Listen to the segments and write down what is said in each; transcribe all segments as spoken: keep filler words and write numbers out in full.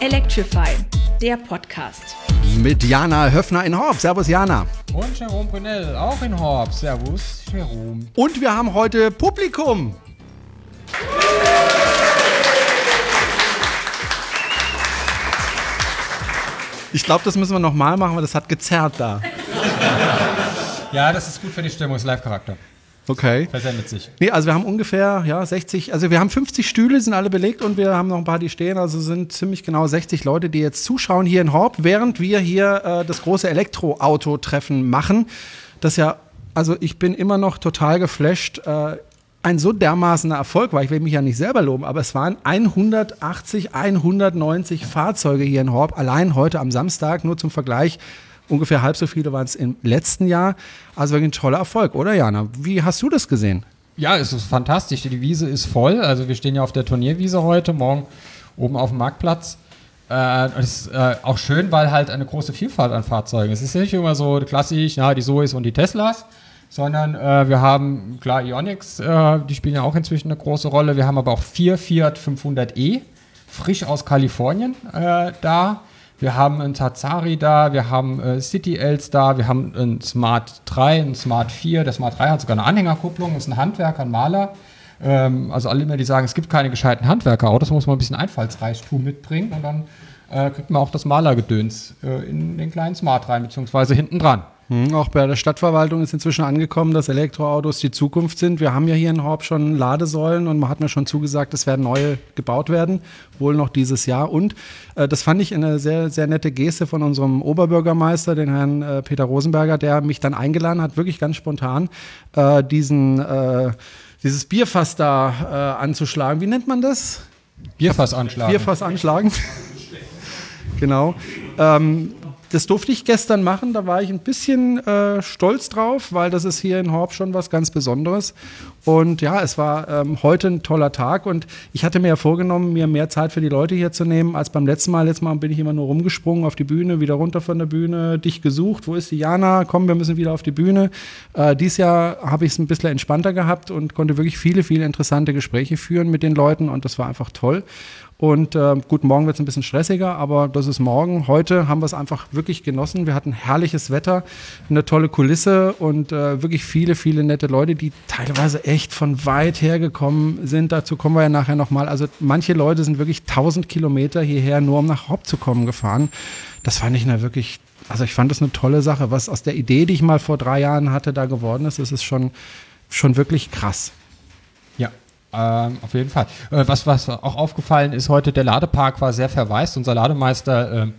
Electrify, der Podcast. Mit Jana Höffner in Horb. Servus Jana. Und Jerome Brunel, auch in Horb. Servus Jerome. Und wir haben heute Publikum. Ich glaube, das müssen wir nochmal machen, weil das hat gezerrt da. Ja, das ist gut für die Stimmung, ist Live-Charakter. Okay. Versendet sich. Nee, also wir haben ungefähr ja, sechzig, also wir haben fünfzig Stühle, sind alle belegt und wir haben noch ein paar, die stehen. Also sind ziemlich genau sechzig Leute, die jetzt zuschauen hier in Horb, während wir hier äh, das große Elektroauto-Treffen machen. Das ja, also ich bin immer noch total geflasht. Äh, ein so dermaßener Erfolg war, ich will mich ja nicht selber loben, aber es waren hundertachtzig, hundertneunzig Fahrzeuge hier in Horb, allein heute am Samstag, nur zum Vergleich. Ungefähr halb so viele waren es im letzten Jahr. Also wirklich ein toller Erfolg, oder Jana? Wie hast du das gesehen? Ja, es ist fantastisch. Die Wiese ist voll. Also wir stehen ja auf der Turnierwiese heute, morgen oben auf dem Marktplatz. Äh, es ist äh, auch schön, weil halt eine große Vielfalt an Fahrzeugen. Es ist nicht immer so klassisch, ja, die Zoes und die Teslas, sondern äh, wir haben, klar, Ioniqs, äh, die spielen ja auch inzwischen eine große Rolle. Wir haben aber auch vier Fiat fünfhundert e, frisch aus Kalifornien äh, da. Wir haben einen Tazari da, wir haben äh, City Els da, wir haben einen Smart drei, einen Smart vier. Der Smart drei hat sogar eine Anhängerkupplung, ist ein Handwerker, ein Maler. Ähm, also alle immer, die sagen, es gibt keine gescheiten Handwerkerautos, muss man ein bisschen Einfallsreichtum mitbringen und dann äh, kriegt man auch das Malergedöns äh, in den kleinen Smart rein, beziehungsweise hinten dran. Hm, auch bei der Stadtverwaltung ist inzwischen angekommen, dass Elektroautos die Zukunft sind. Wir haben ja hier in Horb schon Ladesäulen und man hat mir schon zugesagt, es werden neue gebaut werden, wohl noch dieses Jahr. Und äh, das fand ich eine sehr, sehr nette Geste von unserem Oberbürgermeister, den Herrn äh, Peter Rosenberger, der mich dann eingeladen hat, wirklich ganz spontan, äh, diesen, äh, dieses Bierfass da äh, anzuschlagen. Wie nennt man das? Bierfass anschlagen. Bierfass anschlagen. Genau. Ähm, Das durfte ich gestern machen, da war ich ein bisschen äh, stolz drauf, weil das ist hier in Horb schon was ganz Besonderes. Und ja, es war ähm, heute ein toller Tag und ich hatte mir ja vorgenommen, mir mehr Zeit für die Leute hier zu nehmen als beim letzten Mal. Letztes Mal bin ich immer nur rumgesprungen auf die Bühne, wieder runter von der Bühne, dich gesucht. Wo ist die Jana? Komm, wir müssen wieder auf die Bühne. Äh, dieses Jahr habe ich es ein bisschen entspannter gehabt und konnte wirklich viele, viele interessante Gespräche führen mit den Leuten und das war einfach toll. Und äh, gut, morgen wird es ein bisschen stressiger, aber das ist morgen. Heute haben wir es einfach wirklich genossen. Wir hatten herrliches Wetter, eine tolle Kulisse und äh, wirklich viele, viele nette Leute, die teilweise echt von weit her gekommen sind. Dazu kommen wir ja nachher nochmal. Also manche Leute sind wirklich tausend Kilometer hierher, nur um nach Horb zu kommen, gefahren. Das fand ich eine wirklich, also ich fand das eine tolle Sache. Was aus der Idee, die ich mal vor drei Jahren hatte, da geworden ist, das ist schon, schon wirklich krass. Ja. Ähm, auf jeden Fall. Äh, was, was auch aufgefallen ist heute, der Ladepark war sehr verwaist. Unser Lademeister äh,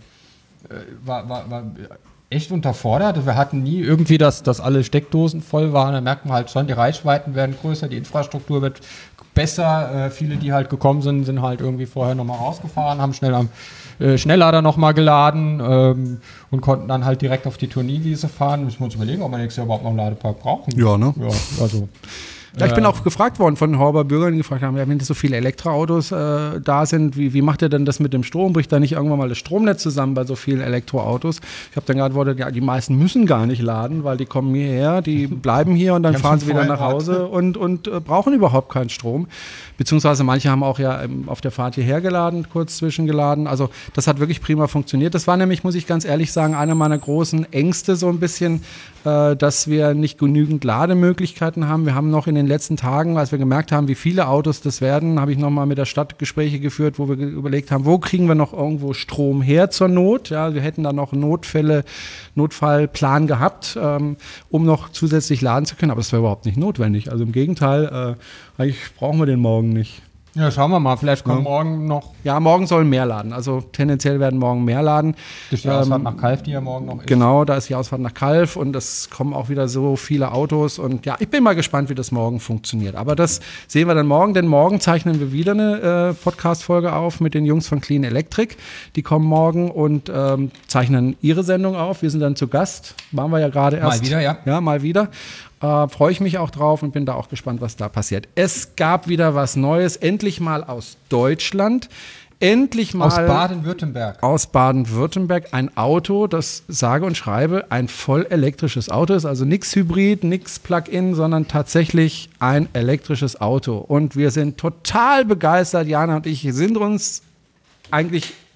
war, war, war echt unterfordert. Wir hatten nie irgendwie, dass, dass alle Steckdosen voll waren. Da merkt man halt schon, die Reichweiten werden größer, die Infrastruktur wird besser. Äh, viele, die halt gekommen sind, sind halt irgendwie vorher nochmal rausgefahren, haben schnell am äh, Schnelllader nochmal geladen ähm, und konnten dann halt direkt auf die Turnierwiese fahren. Müssen wir uns überlegen, ob wir nächstes Jahr überhaupt noch einen Ladepark brauchen. Ja, ne? Ja, also... Ja, ich bin auch gefragt worden von Horber Bürgern, die gefragt haben, ja, wenn so viele Elektroautos äh, da sind, wie, wie macht ihr denn das mit dem Strom? Bricht da nicht irgendwann mal das Stromnetz zusammen bei so vielen Elektroautos? Ich habe dann geantwortet, ja, die meisten müssen gar nicht laden, weil die kommen hierher, die bleiben hier und dann fahren sie wieder nach Hause und, und äh, brauchen überhaupt keinen Strom. Beziehungsweise manche haben auch ja ähm, auf der Fahrt hierher geladen, kurz zwischengeladen. Also das hat wirklich prima funktioniert. Das war nämlich, muss ich ganz ehrlich sagen, einer meiner großen Ängste so ein bisschen, äh, dass wir nicht genügend Lademöglichkeiten haben. Wir haben noch in den letzten Tagen, als wir gemerkt haben, wie viele Autos das werden, habe ich nochmal mit der Stadt Gespräche geführt, wo wir ge- überlegt haben, wo kriegen wir noch irgendwo Strom her zur Not. Ja, wir hätten da noch Notfälle, Notfallplan gehabt, ähm, um noch zusätzlich laden zu können. Aber das wäre überhaupt nicht notwendig. Also im Gegenteil, äh, eigentlich brauchen wir den morgen nicht. Ja, schauen wir mal. Vielleicht kommen Ja. morgen noch... Ja, morgen sollen mehr laden. Also tendenziell werden morgen mehr laden. Durch die Ähm, Ausfahrt nach Kalf, die ja morgen noch ist. Genau, da ist die Ausfahrt nach Kalf und es kommen auch wieder so viele Autos. Und ja, ich bin mal gespannt, wie das morgen funktioniert. Aber das sehen wir dann morgen, denn morgen zeichnen wir wieder eine äh, Podcast-Folge auf mit den Jungs von Clean Electric. Die kommen morgen und ähm, zeichnen ihre Sendung auf. Wir sind dann zu Gast. Waren wir ja gerade erst. Mal wieder, ja. Ja, mal wieder. Äh, freue ich mich auch drauf und bin da auch gespannt, was da passiert. Es gab wieder was Neues, endlich mal aus Deutschland. Endlich mal Aus Baden-Württemberg. Aus Baden-Württemberg ein Auto, das sage und schreibe ein voll elektrisches Auto ist, also nichts Hybrid, nichts Plug-in, sondern tatsächlich ein elektrisches Auto. Und wir sind total begeistert, Jana und ich sind uns eigentlich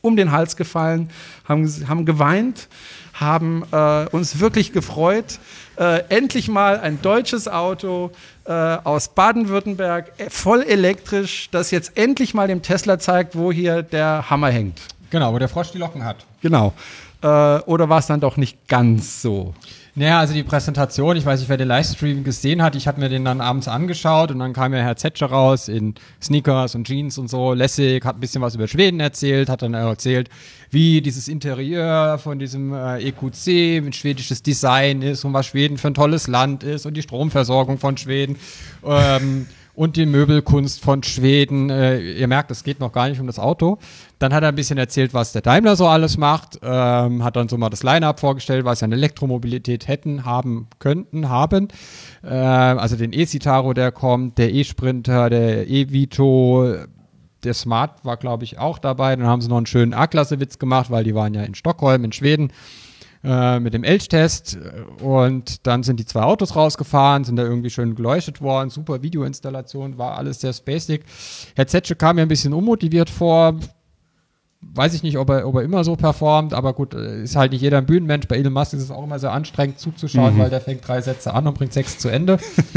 um den Hals gefallen, haben, haben geweint, haben äh, uns wirklich gefreut. Äh, endlich mal ein deutsches Auto äh, aus Baden-Württemberg, äh, voll elektrisch, das jetzt endlich mal dem Tesla zeigt, wo hier der Hammer hängt. Genau, wo der Frosch die Locken hat. Genau. Äh, oder war es dann doch nicht ganz so? Naja, also die Präsentation, ich weiß nicht, wer den Livestream gesehen hat, ich habe mir den dann abends angeschaut und dann kam ja Herr Zetsche raus in Sneakers und Jeans und so, lässig, hat ein bisschen was über Schweden erzählt, hat dann erzählt, wie dieses Interieur von diesem äh, E Q C mit schwedisches Design ist und was Schweden für ein tolles Land ist und die Stromversorgung von Schweden ähm, und die Möbelkunst von Schweden. Äh, ihr merkt, es geht noch gar nicht um das Auto. Dann hat er ein bisschen erzählt, was der Daimler so alles macht, ähm, hat dann so mal das Line-Up vorgestellt, was sie an Elektromobilität hätten, haben, könnten, haben. Äh, also den E-Citaro, der kommt, der E-Sprinter, der E-Vito, der Smart war, glaube ich, auch dabei. Dann haben sie noch einen schönen A-Klasse-Witz gemacht, weil die waren ja in Stockholm, in Schweden, äh, mit dem Elch-Test. Und dann sind die zwei Autos rausgefahren, sind da irgendwie schön geleuchtet worden, super Videoinstallation, war alles sehr spacig. Herr Zetsche kam mir ein bisschen unmotiviert vor. Weiß ich nicht, ob er, ob er immer so performt, aber gut, ist halt nicht jeder ein Bühnenmensch. Bei Elon Musk ist es auch immer sehr anstrengend zuzuschauen, mhm. weil der fängt drei Sätze an und bringt sechs zu Ende.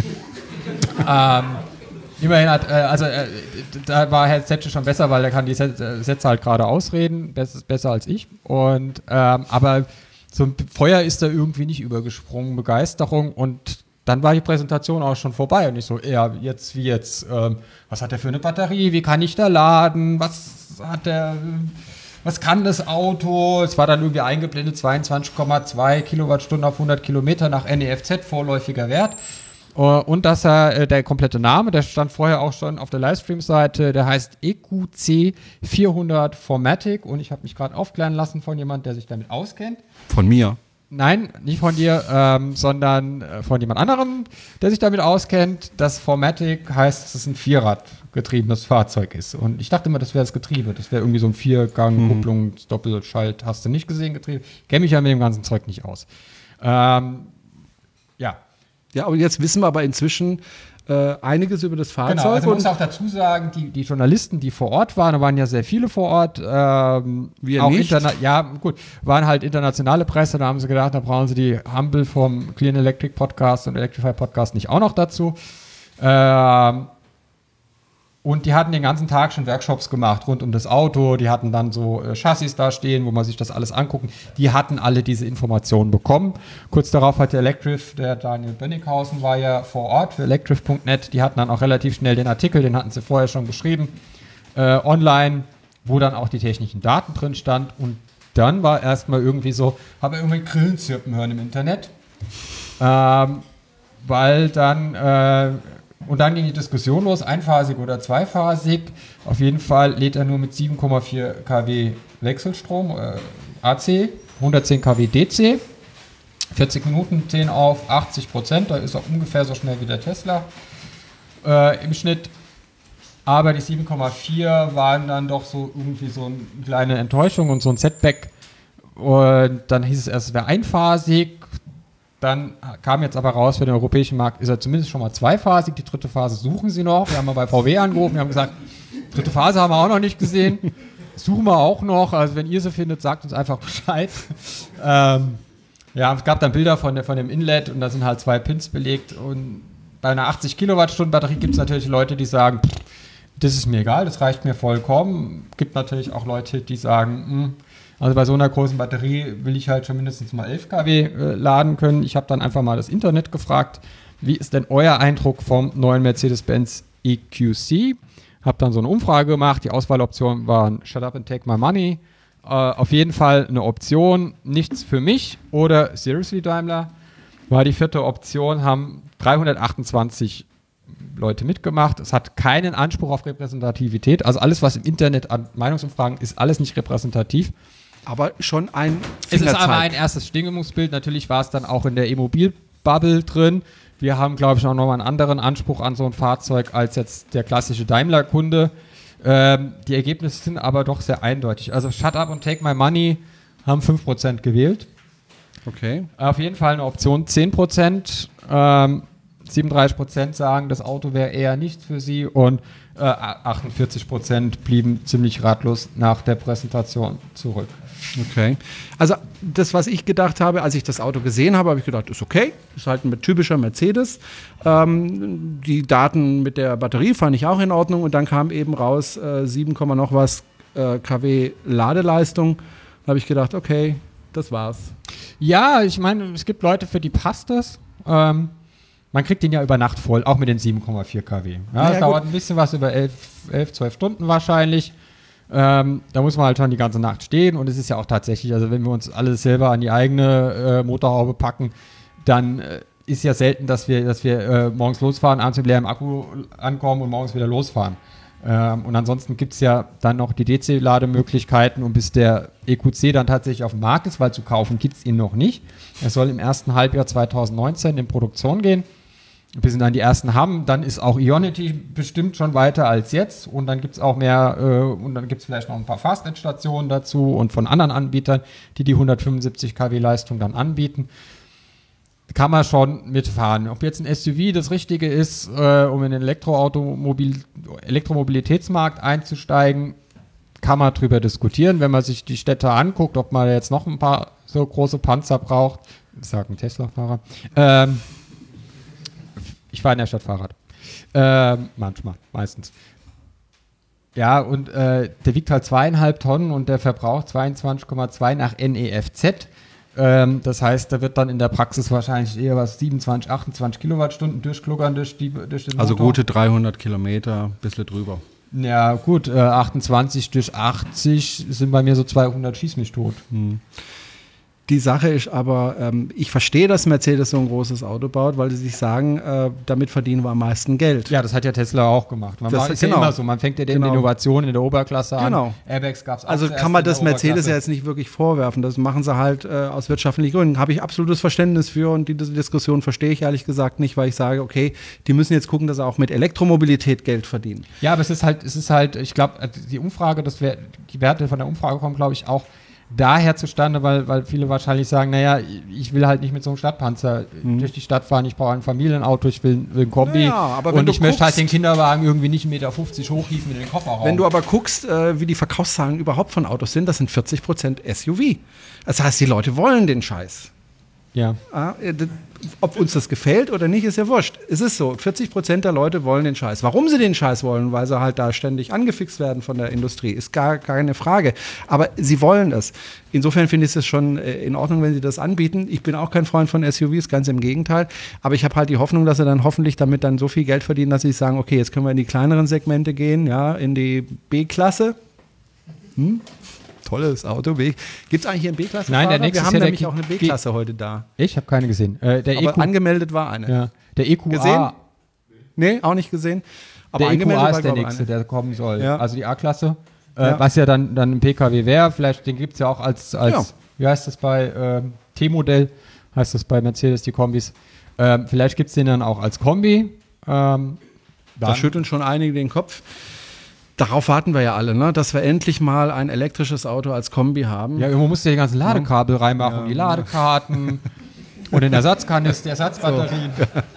ähm, immerhin hat, äh, also äh, da war Herr Zetsche schon besser, weil er kann die Sätze halt gerade ausreden, Bess, besser als ich. Und ähm, aber so ein Feuer ist da irgendwie nicht übergesprungen, Begeisterung, und dann war die Präsentation auch schon vorbei und ich so, ja, jetzt wie jetzt, ähm, was hat der für eine Batterie, wie kann ich da laden, was hat der, was kann das Auto? Es war dann irgendwie eingeblendet, zweiundzwanzig Komma zwei Kilowattstunden auf hundert Kilometer nach N E F Z, vorläufiger Wert. Und dass er, äh, der komplette Name, der stand vorher auch schon auf der Livestream-Seite, der heißt E Q C vierhundert Formatic, und ich habe mich gerade aufklären lassen von jemand, der sich damit auskennt. Von mir? Nein, nicht von dir, ähm, sondern äh, von jemand anderem, der sich damit auskennt. Das Formatic heißt, dass es ein Vierradgetriebenes Fahrzeug ist. Und ich dachte immer, das wäre das Getriebe. Das wäre irgendwie so ein Viergang-Kupplung, mhm. Doppelschalt, hast du nicht gesehen, Getriebe. Kenne mich ja mit dem ganzen Zeug nicht aus. Ähm, ja. Ja, aber jetzt wissen wir aber inzwischen äh, einiges über das Fahrzeug. Genau, also man muss auch dazu sagen, die, die Journalisten, die vor Ort waren, da waren ja sehr viele vor Ort, ähm, wir auch nicht. Interna- ja, gut, waren halt internationale Presse, da haben sie gedacht, da brauchen sie die Humble vom Clean Electric Podcast und Electrify Podcast nicht auch noch dazu. Ähm, Und die hatten den ganzen Tag schon Workshops gemacht rund um das Auto. Die hatten dann so äh, Chassis da stehen, wo man sich das alles angucken. Die hatten alle diese Informationen bekommen. Kurz darauf hat der Electrif, der Daniel Bönninghausen, war ja vor Ort für electrif punkt net. Die hatten dann auch relativ schnell den Artikel, den hatten sie vorher schon geschrieben, äh, online, wo dann auch die technischen Daten drin stand. Und dann war erstmal irgendwie so, habe irgendwie Grillen zirpen hören im Internet. Ähm, weil dann... Äh, Und dann ging die Diskussion los, einphasig oder zweiphasig. Auf jeden Fall lädt er nur mit sieben Komma vier Kilowatt Wechselstrom, äh, A C, hundertzehn Kilowatt D C. vierzig Minuten, zehn auf, achtzig Prozent. Da ist er ungefähr so schnell wie der Tesla äh, im Schnitt. Aber die sieben Komma vier waren dann doch so irgendwie so eine kleine Enttäuschung und so ein Setback. Und dann hieß es erst, es wäre einphasig. Dann kam jetzt aber raus, für den europäischen Markt ist er zumindest schon mal zweiphasig. Die dritte Phase suchen sie noch. Wir haben mal bei V W angerufen, wir haben gesagt, dritte Phase haben wir auch noch nicht gesehen. Suchen wir auch noch. Also wenn ihr sie findet, sagt uns einfach Bescheid. Ähm, ja, es gab dann Bilder von, der, von dem Inlet und da sind halt zwei Pins belegt. Und bei einer achtzig Kilowattstunden Batterie gibt es natürlich Leute, die sagen, pff, das ist mir egal, das reicht mir vollkommen. Es gibt natürlich auch Leute, die sagen, mh, also bei so einer großen Batterie will ich halt schon mindestens mal elf Kilowatt äh, laden können. Ich habe dann einfach mal das Internet gefragt, wie ist denn euer Eindruck vom neuen Mercedes-Benz E Q C? Habe dann so eine Umfrage gemacht. Die Auswahloptionen waren Shut up and take my money. Äh, auf jeden Fall eine Option, nichts für mich oder Seriously Daimler. War die vierte Option, haben dreihundertachtundzwanzig Leute mitgemacht. Es hat keinen Anspruch auf Repräsentativität. Also alles, was im Internet an Meinungsumfragen ist, alles nicht repräsentativ. Aber schon ein Es ist aber ein erstes Stimmungsbild. Natürlich war es dann auch in der E-Mobil-Bubble drin. Wir haben, glaube ich, auch nochmal einen anderen Anspruch an so ein Fahrzeug als jetzt der klassische Daimler-Kunde. Ähm, die Ergebnisse sind aber doch sehr eindeutig. Also Shut Up und Take My Money haben fünf Prozent gewählt. Okay. Auf jeden Fall eine Option zehn Prozent. Ähm, siebenunddreißig Prozent sagen, das Auto wäre eher nichts für sie und äh, achtundvierzig Prozent blieben ziemlich ratlos nach der Präsentation zurück. Okay. Also das, was ich gedacht habe, als ich das Auto gesehen habe, habe ich gedacht, ist okay, ist halt ein typischer Mercedes. Ähm, die Daten mit der Batterie fand ich auch in Ordnung und dann kam eben raus äh, sieben, noch was äh, Kilowatt Ladeleistung. Da habe ich gedacht, okay, das war's. Ja, ich meine, es gibt Leute, für die passt das. Ähm, man kriegt den ja über Nacht voll, auch mit den sieben Komma vier Kilowatt. Ja, naja, das dauert ein bisschen was, über elf, zwölf Stunden wahrscheinlich. Ähm, da muss man halt schon die ganze Nacht stehen und es ist ja auch tatsächlich, also wenn wir uns alles selber an die eigene äh, Motorhaube packen, dann äh, ist ja selten, dass wir, dass wir äh, morgens losfahren, abends mit leerem Akku ankommen und morgens wieder losfahren. Ähm, und ansonsten gibt es ja dann noch die D C-Lademöglichkeiten und bis der E Q C dann tatsächlich auf dem Markt ist, weil zu kaufen gibt es ihn noch nicht. Er soll im ersten Halbjahr zwanzig neunzehn in Produktion gehen. Bis wir dann die ersten haben, dann ist auch Ionity bestimmt schon weiter als jetzt und dann gibt es auch mehr äh, und dann gibt es vielleicht noch ein paar Fastnet-Stationen dazu und von anderen Anbietern, die die hundertfünfundsiebzig Kilowatt Leistung dann anbieten. Kann man schon mitfahren. Ob jetzt ein S U V das Richtige ist, äh, um in den Elektroautomobil- Elektromobilitätsmarkt einzusteigen, kann man drüber diskutieren. Wenn man sich die Städte anguckt, ob man jetzt noch ein paar so große Panzer braucht, sagt ein Tesla-Fahrer, ähm, ich fahre in der Stadt Fahrrad. Ähm, manchmal, meistens. Ja, und äh, der wiegt halt zweieinhalb Tonnen und der verbraucht zweiundzwanzig Komma zwei nach N E F Z. Ähm, das heißt, da wird dann in der Praxis wahrscheinlich eher was siebenundzwanzig, achtundzwanzig Kilowattstunden durchkluckern durch, die, durch den Motor. Also gute dreihundert Kilometer, ein bisschen drüber. Ja, gut, äh, achtundzwanzig durch achtzig sind bei mir so zweihundert, schieß mich tot. Hm. Die Sache ist aber, ähm, ich verstehe, dass Mercedes so ein großes Auto baut, weil sie sich sagen, äh, damit verdienen wir am meisten Geld. Ja, das hat ja Tesla auch gemacht. Man das war, ist genau. ja immer so, man fängt ja genau. die Innovationen in der Oberklasse an. Genau. Airbags gab es auch. Also kann man das Mercedes ja jetzt nicht wirklich vorwerfen. Das machen sie halt äh, aus wirtschaftlichen Gründen. Habe ich absolutes Verständnis für und diese Diskussion verstehe ich ehrlich gesagt nicht, weil ich sage, okay, die müssen jetzt gucken, dass sie auch mit Elektromobilität Geld verdienen. Ja, aber es ist halt, es ist halt, ich glaube, die Umfrage, das wär, die Werte von der Umfrage kommen, glaube ich, auch daher zustande, weil, weil viele wahrscheinlich sagen, naja, ich will halt nicht mit so einem Stadtpanzer mhm. durch die Stadt fahren, ich brauche ein Familienauto, ich will, will ein Kombi naja, aber und ich guckst, möchte halt den Kinderwagen irgendwie nicht eins Komma fünfzig Meter hochhieven in den Kofferraum. Wenn du aber guckst, äh, wie die Verkaufszahlen überhaupt von Autos sind, das sind vierzig Prozent S U V. Das heißt, die Leute wollen den Scheiß. Ja. Ah, ob uns das gefällt oder nicht, ist ja wurscht. Es ist so, vierzig Prozent der Leute wollen den Scheiß. Warum sie den Scheiß wollen, weil sie halt da ständig angefixt werden von der Industrie, ist gar keine Frage. Aber sie wollen es. Insofern finde ich es schon in Ordnung, wenn sie das anbieten. Ich bin auch kein Freund von S U Vs, ganz im Gegenteil. Aber ich habe halt die Hoffnung, dass sie dann hoffentlich damit dann so viel Geld verdienen, dass sie sagen, okay, jetzt können wir in die kleineren Segmente gehen, ja, in die B-Klasse. Hm? Tolles Auto. Gibt es eigentlich hier eine B-Klasse? Nein, der nächste Wir haben ist ja nämlich der auch eine B-Klasse heute da. Ich habe keine gesehen. Äh, der Aber E Q, angemeldet war eine. ja, der E Q A. Gesehen? Nee, auch nicht gesehen. Aber der E Q A ist war, der glaube nächste, eine. der kommen soll. Ja. Also die A-Klasse, äh, Ja. was ja dann, dann ein P K W wäre. Vielleicht, den gibt es ja auch als, als Ja. wie heißt das bei ähm, T-Modell, heißt das bei Mercedes, die Kombis. Ähm, vielleicht gibt es den dann auch als Kombi. Ähm, Da schütteln schon einige den Kopf. Darauf warten wir ja alle, ne? Dass wir endlich mal ein elektrisches Auto als Kombi haben. Ja, irgendwo musst du die ganzen Ladekabel reinmachen, Ja. die Ladekarten und den Ersatzkanister, die Ersatzbatterien.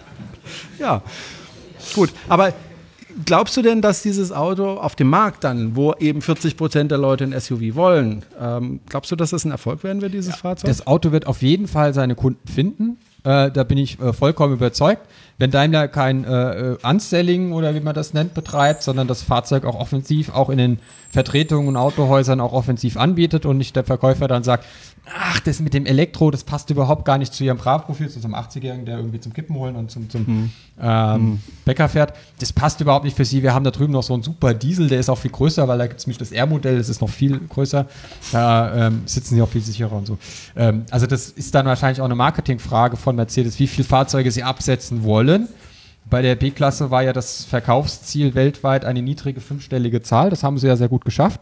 Ja, gut. Aber glaubst du denn, dass dieses Auto auf dem Markt dann, wo eben vierzig Prozent der Leute ein S U V wollen, ähm, glaubst du, dass das ein Erfolg werden wird, dieses Fahrzeug? Das Auto wird auf jeden Fall seine Kunden finden. Äh, da bin ich äh, vollkommen überzeugt. Wenn Daimler kein äh, Unselling oder wie man das nennt, betreibt, sondern das Fahrzeug auch offensiv, auch in den Vertretungen und Autohäusern auch offensiv anbietet und nicht der Verkäufer dann sagt, ach, das mit dem Elektro, das passt überhaupt gar nicht zu ihrem Brav-Profil, zu so einem achtzigjährigen, der irgendwie zum Kippen holen und zum, zum hm. ähm, hm. Bäcker fährt. Das passt überhaupt nicht für sie. Wir haben da drüben noch so einen super Diesel, der ist auch viel größer, weil da gibt es nämlich das R-Modell, das ist noch viel größer. Da ähm, sitzen sie auch viel sicherer und so. Ähm, also das ist dann wahrscheinlich auch eine Marketingfrage von Mercedes, wie viele Fahrzeuge sie absetzen wollen. Bei der B-Klasse war ja das Verkaufsziel weltweit eine niedrige fünfstellige Zahl. Das haben sie ja sehr gut geschafft.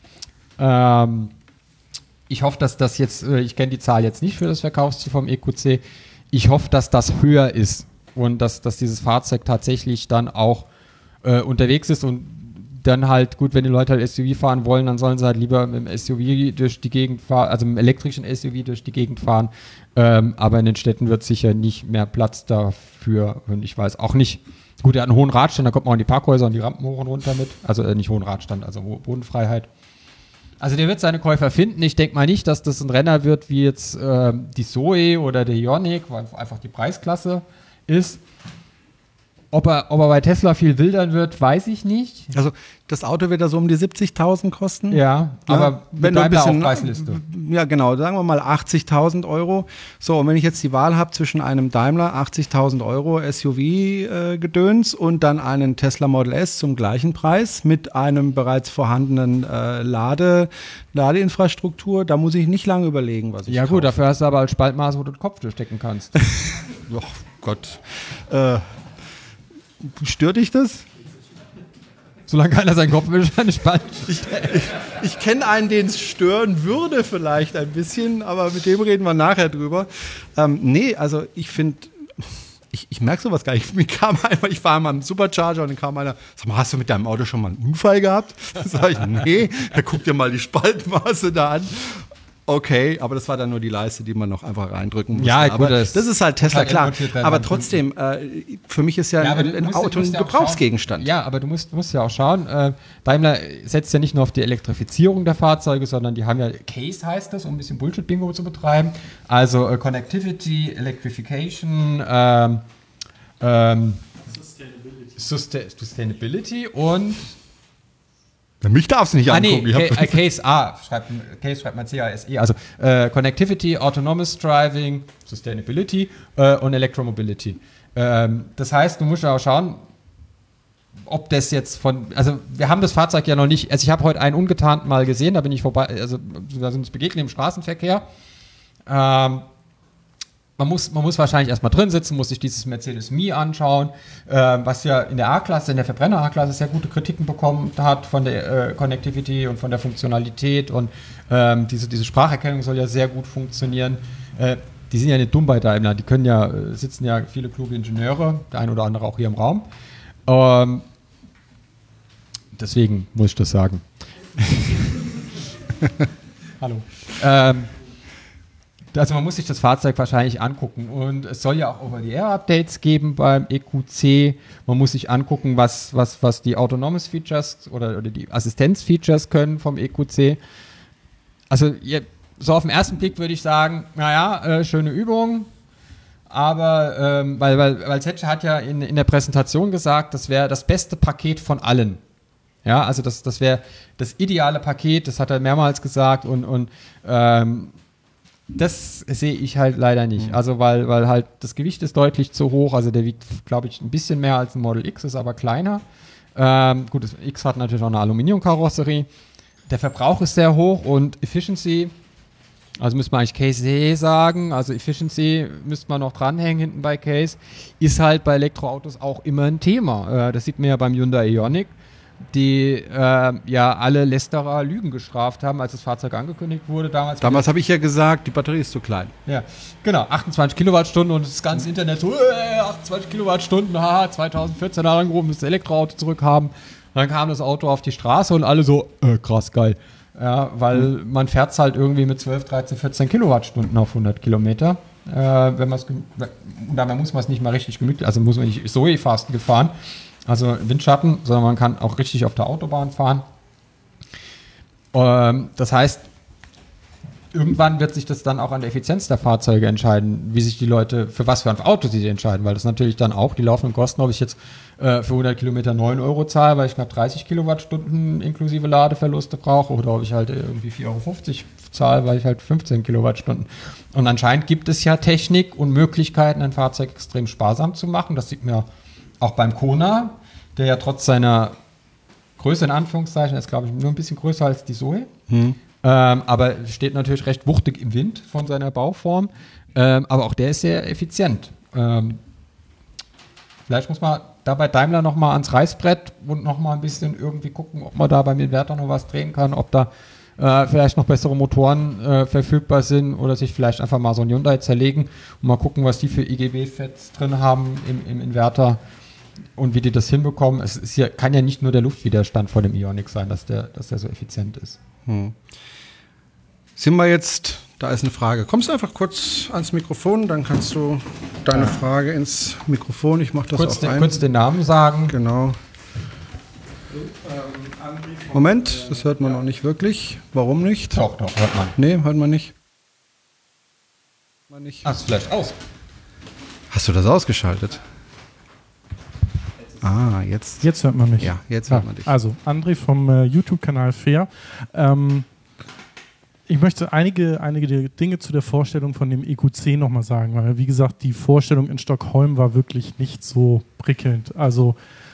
Ähm, ich hoffe, dass das jetzt, äh, ich kenne die Zahl jetzt nicht für das Verkaufsziel vom E Q C. Ich hoffe, dass das höher ist und dass, dass dieses Fahrzeug tatsächlich dann auch äh, unterwegs ist. Und dann halt, gut, wenn die Leute halt S U V fahren wollen, dann sollen sie halt lieber mit dem S U V durch die Gegend fahren, also mit dem elektrischen S U V durch die Gegend fahren. Ähm, aber in den Städten wird sicher nicht mehr Platz dafür. Und ich weiß auch nicht, gut, er hat einen hohen Radstand, da kommt man auch in die Parkhäuser und die Rampen hoch und runter mit. Also äh, nicht hohen Radstand, also Bodenfreiheit. Also der wird seine Käufer finden. Ich denke mal nicht, dass das ein Renner wird wie jetzt äh, die Zoe oder der Ioniq, weil einfach die Preisklasse ist. Ob er, ob er bei Tesla viel wildern wird, weiß ich nicht. Also das Auto wird da so um die siebzigtausend kosten. Ja, ja, aber wenn du ein bisschen, Preisliste. Ja, genau, sagen wir mal achtzigtausend Euro. So, und wenn ich jetzt die Wahl habe zwischen einem Daimler achtzigtausend Euro S U V-Gedöns äh, und dann einen Tesla Model S zum gleichen Preis mit einem bereits vorhandenen äh, Lade, Ladeinfrastruktur, da muss ich nicht lange überlegen, was ich Ja kaufe. gut, dafür hast du aber halt Spaltmaß, wo du den Kopf durchstecken kannst. Oh Gott. Äh, stört dich das? Solange keiner seinen Kopf mit seine Spalte Ich, ich, ich kenne einen, den es stören würde vielleicht ein bisschen, aber mit dem reden wir nachher drüber. Ähm, nee, also ich finde, ich, ich merke sowas gar nicht. Mir kam einmal, ich war mal im Supercharger und dann kam einer, sag mal, hast du mit deinem Auto schon mal einen Unfall gehabt? Da sag ich, nee, da guck dir mal die Spaltmaße da an. Okay, aber das war dann nur die Leiste, die man noch einfach reindrücken musste. Ja, gut, aber das, das ist halt Tesla, halt klar. Aber trotzdem, äh, für mich ist ja, ja ein, ein musst, Auto ein ja Gebrauchsgegenstand. Ja, aber du musst, musst ja auch schauen, äh, Daimler setzt ja nicht nur auf die Elektrifizierung der Fahrzeuge, sondern die haben ja, Case heißt das, um ein bisschen Bullshit-Bingo zu betreiben, also äh, Connectivity, Electrification, ähm, ähm, Sustainability. Sustainability und Mich darfst du nicht Ah, nee, angucken. Ich Ca- Case A, schreibt, Case schreibt man C A S E, also äh, Connectivity, Autonomous Driving, Sustainability äh, und Electromobility. Ähm, das heißt, du musst ja auch schauen, ob das jetzt von, also wir haben das Fahrzeug ja noch nicht, also ich habe heute einen ungetarnt mal gesehen, da bin ich vorbei, also da sind uns begegnet im Straßenverkehr. Ähm, Man muss, man muss wahrscheinlich erstmal drin sitzen, muss sich dieses Mercedes Me anschauen, äh, was ja in der A-Klasse, in der Verbrenner A-Klasse sehr gute Kritiken bekommen hat von der äh, Connectivity und von der Funktionalität und ähm, diese, diese Spracherkennung soll ja sehr gut funktionieren. Äh, die sind ja nicht dumm bei Daimler, die können ja, äh, sitzen ja viele kluge Ingenieure, der ein oder andere auch hier im Raum. Ähm, deswegen muss ich das sagen. Hallo. Ähm, Also man muss sich das Fahrzeug wahrscheinlich angucken und es soll ja auch Over-the-Air-Updates geben beim E Q C. Man muss sich angucken, was, was, was die Autonomous Features oder, oder die Assistenz-Features können vom E Q C. Also so auf den ersten Blick würde ich sagen, naja, äh, schöne Übung, aber ähm, weil, weil, weil Zetsche hat ja in, in der Präsentation gesagt, das wäre das beste Paket von allen. Ja, also das, das wäre das ideale Paket, das hat er mehrmals gesagt und, und ähm, das sehe ich halt leider nicht. Also weil, weil halt das Gewicht ist deutlich zu hoch. Also der wiegt, glaube ich, ein bisschen mehr als ein Model X, ist aber kleiner. Ähm, gut, das X hat natürlich auch eine Aluminiumkarosserie. Der Verbrauch ist sehr hoch und Efficiency, also müsste man eigentlich Case sagen, also Efficiency müsste man noch dranhängen hinten bei Case, ist halt bei Elektroautos auch immer ein Thema. Äh, das sieht man ja beim Hyundai Ioniq, die äh, ja alle Lästerer Lügen gestraft haben, als das Fahrzeug angekündigt wurde. Damals, Damals habe ich ja gesagt, die Batterie ist zu klein. Ja, genau, achtundzwanzig Kilowattstunden und das ganze Internet so, äh, achtundzwanzig Kilowattstunden, haha, zweitausendvierzehn angerufen, das Elektroauto zurückhaben. Dann kam das Auto auf die Straße und alle so, äh, krass, geil. Ja, weil mhm. man fährt halt irgendwie mit zwölf, dreizehn, vierzehn Kilowattstunden auf hundert Kilometer. Äh, wenn man's, und dabei muss man es nicht mal richtig gemütlich, also muss man nicht so fast gefahren. Also Windschatten, sondern man kann auch richtig auf der Autobahn fahren. Ähm, das heißt, irgendwann wird sich das dann auch an der Effizienz der Fahrzeuge entscheiden, wie sich die Leute, für was für ein Auto sie sich entscheiden, weil das natürlich dann auch die laufenden Kosten, ob ich jetzt äh, für hundert Kilometer neun Euro zahle, weil ich knapp dreißig Kilowattstunden inklusive Ladeverluste brauche, oder ob ich halt irgendwie vier Euro fünfzig zahle, weil ich halt fünfzehn Kilowattstunden. Und anscheinend gibt es ja Technik und Möglichkeiten, ein Fahrzeug extrem sparsam zu machen. Das sieht man ja auch beim Kona, der ja trotz seiner Größe in Anführungszeichen ist, glaube ich, nur ein bisschen größer als die Zoe. Hm. Ähm, aber steht natürlich recht wuchtig im Wind von seiner Bauform. Ähm, aber auch der ist sehr effizient. Ähm, vielleicht muss man da bei Daimler nochmal ans Reißbrett und nochmal ein bisschen irgendwie gucken, ob man da beim Inverter noch was drehen kann, ob da äh, vielleicht noch bessere Motoren äh, verfügbar sind oder sich vielleicht einfach mal so ein Hyundai zerlegen und mal gucken, was die für I G B-Fets drin haben im, im Inverter. und wie die das hinbekommen. Es ist ja, kann ja nicht nur der Luftwiderstand von dem Ioniq sein, dass der, dass der so effizient ist. Hm. Sind wir jetzt, da ist eine Frage. Kommst du einfach kurz ans Mikrofon, dann kannst du deine ja. Frage ins Mikrofon, ich mache das kurz auch den, ein. Kurz den Namen sagen. Genau. Moment, das hört man noch nicht wirklich. Warum nicht? Doch, doch, hört man. Nee, hört man nicht. Man nicht. Ach, ist vielleicht aus. Hast du das ausgeschaltet? Ah, jetzt. Jetzt hört man mich. Ja, jetzt ja, hört man dich. Also, André vom äh, YouTube-Kanal Fair. Ähm, ich möchte einige, einige Dinge zu der Vorstellung von dem E Q C nochmal sagen, weil, wie gesagt, die Vorstellung in Stockholm war wirklich nicht so prickelnd. Also,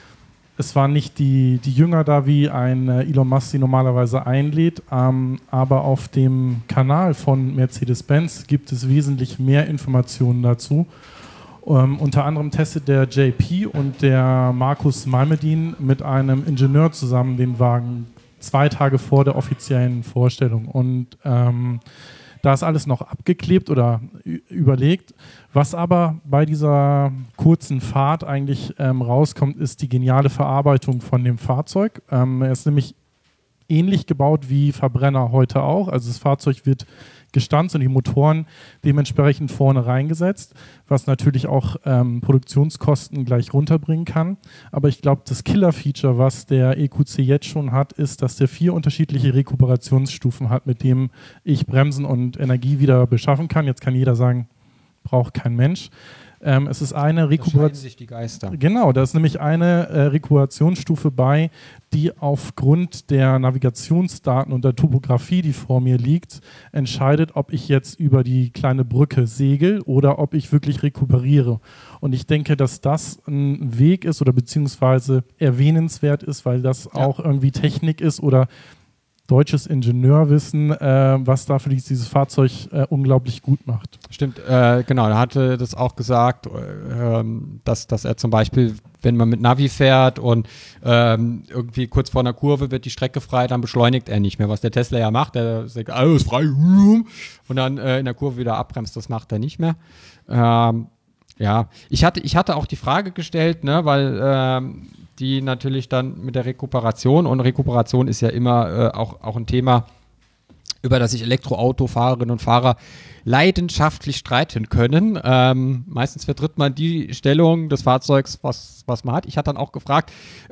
es waren nicht die, die Jünger da, wie ein äh, Elon Musk sie normalerweise einlädt, ähm, aber auf dem Kanal von Mercedes-Benz gibt es wesentlich mehr Informationen dazu. Ähm, unter anderem testet der J P und der Markus Malmedin mit einem Ingenieur zusammen den Wagen zwei Tage vor der offiziellen Vorstellung. Und ähm, da ist alles noch abgeklebt oder ü- überlegt. Was aber bei dieser kurzen Fahrt eigentlich ähm, rauskommt, ist die geniale Verarbeitung von dem Fahrzeug. Ähm, er ist nämlich ähnlich gebaut wie Verbrenner heute auch. Also das Fahrzeug wird gestanzt und die Motoren dementsprechend vorne reingesetzt, was natürlich auch ähm, Produktionskosten gleich runterbringen kann. Aber ich glaube, das Killer-Feature, was der E Q C jetzt schon hat, ist, dass der vier unterschiedliche Rekuperationsstufen hat, mit dem ich Bremsen und Energie wieder beschaffen kann. Jetzt kann jeder sagen, braucht kein Mensch. Ähm, es ist eine Rekuperation. sich die Geister. Genau, da ist nämlich eine äh, Rekuperationsstufe bei, die aufgrund der Navigationsdaten und der Topografie, die vor mir liegt, entscheidet, ob ich jetzt über die kleine Brücke segel oder ob ich wirklich rekuperiere. Und ich denke, dass das ein Weg ist oder beziehungsweise erwähnenswert ist, weil das ja. auch irgendwie Technik ist oder deutsches Ingenieurwissen, äh, was dafür dieses Fahrzeug äh, unglaublich gut macht. Stimmt, äh, genau, er hatte das auch gesagt, äh, dass, dass er zum Beispiel, wenn man mit Navi fährt und ähm, irgendwie kurz vor einer Kurve wird die Strecke frei, dann beschleunigt er nicht mehr, was der Tesla ja macht, der sagt, alles frei, und dann äh, in der Kurve wieder abbremst, das macht er nicht mehr. Ähm, ja, ich hatte, ich hatte auch die Frage gestellt, ne, weil ähm, die natürlich dann mit der Rekuperation, und Rekuperation ist ja immer äh, auch, auch ein Thema, über das sich Elektroautofahrerinnen und Fahrer leidenschaftlich streiten können. Ähm, meistens vertritt man die Stellung des Fahrzeugs, was, was man hat. Ich hatte dann auch gefragt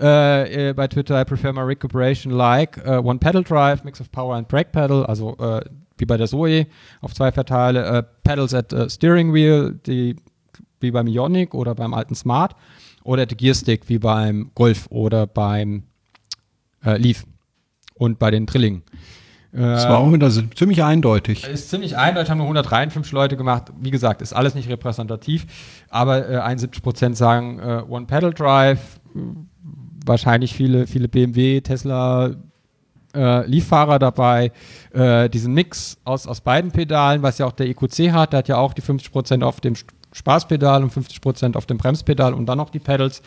äh, äh, bei Twitter, I prefer my recuperation like uh, one pedal drive, mix of power and brake pedal, also äh, wie bei der Zoe auf zwei Verteile, äh, Pedals at uh, Steering Wheel, die wie beim Ioniq oder beim alten Smart, oder der Gearstick wie beim Golf oder beim äh, Leaf und bei den Trillingen. Das war auch wieder so ziemlich eindeutig. Ist ziemlich eindeutig, haben nur hundertdreiundfünfzig Leute gemacht. Wie gesagt, ist alles nicht repräsentativ, aber äh, einundsiebzig Prozent sagen äh, One-Pedal-Drive, wahrscheinlich viele, viele B M W, Tesla, äh, Leaf-Fahrer dabei, äh, diesen Mix aus, aus beiden Pedalen, was ja auch der E Q C hat, der hat ja auch die fünfzig Prozent auf dem Spaßpedal und fünfzig Prozent auf dem Bremspedal und dann noch die Pedals.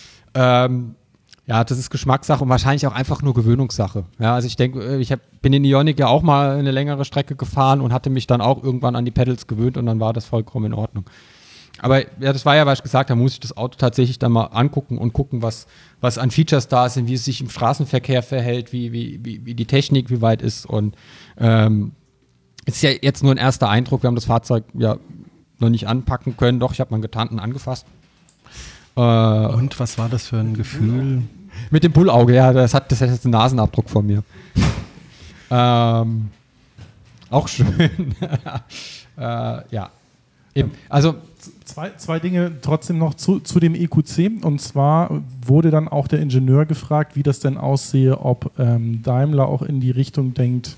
Ähm, ja, das ist Geschmackssache und wahrscheinlich auch einfach nur Gewöhnungssache. Ja, also ich denke, ich hab, bin in Ioniq ja auch mal eine längere Strecke gefahren und hatte mich dann auch irgendwann an die Pedals gewöhnt und dann war das vollkommen in Ordnung. Aber ja, das war ja, was ich gesagt habe, muss ich das Auto tatsächlich dann mal angucken und gucken, was, was an Features da sind, wie es sich im Straßenverkehr verhält, wie, wie, wie, wie die Technik, wie weit ist. Und ähm, es ist ja jetzt nur ein erster Eindruck. Wir haben das Fahrzeug ja noch nicht anpacken können. Doch, ich habe meinen Getanten angefasst. Äh, und was war das für ein Gefühl? Mit dem Bullauge, ja, das hat, das hat jetzt einen Nasenabdruck von mir. ähm, auch schön. äh, ja. Eben. Also zwei, zwei Dinge trotzdem noch zu, zu dem E Q C. Und zwar wurde dann auch der Ingenieur gefragt, wie das denn aussehe, ob ähm, Daimler auch in die Richtung denkt,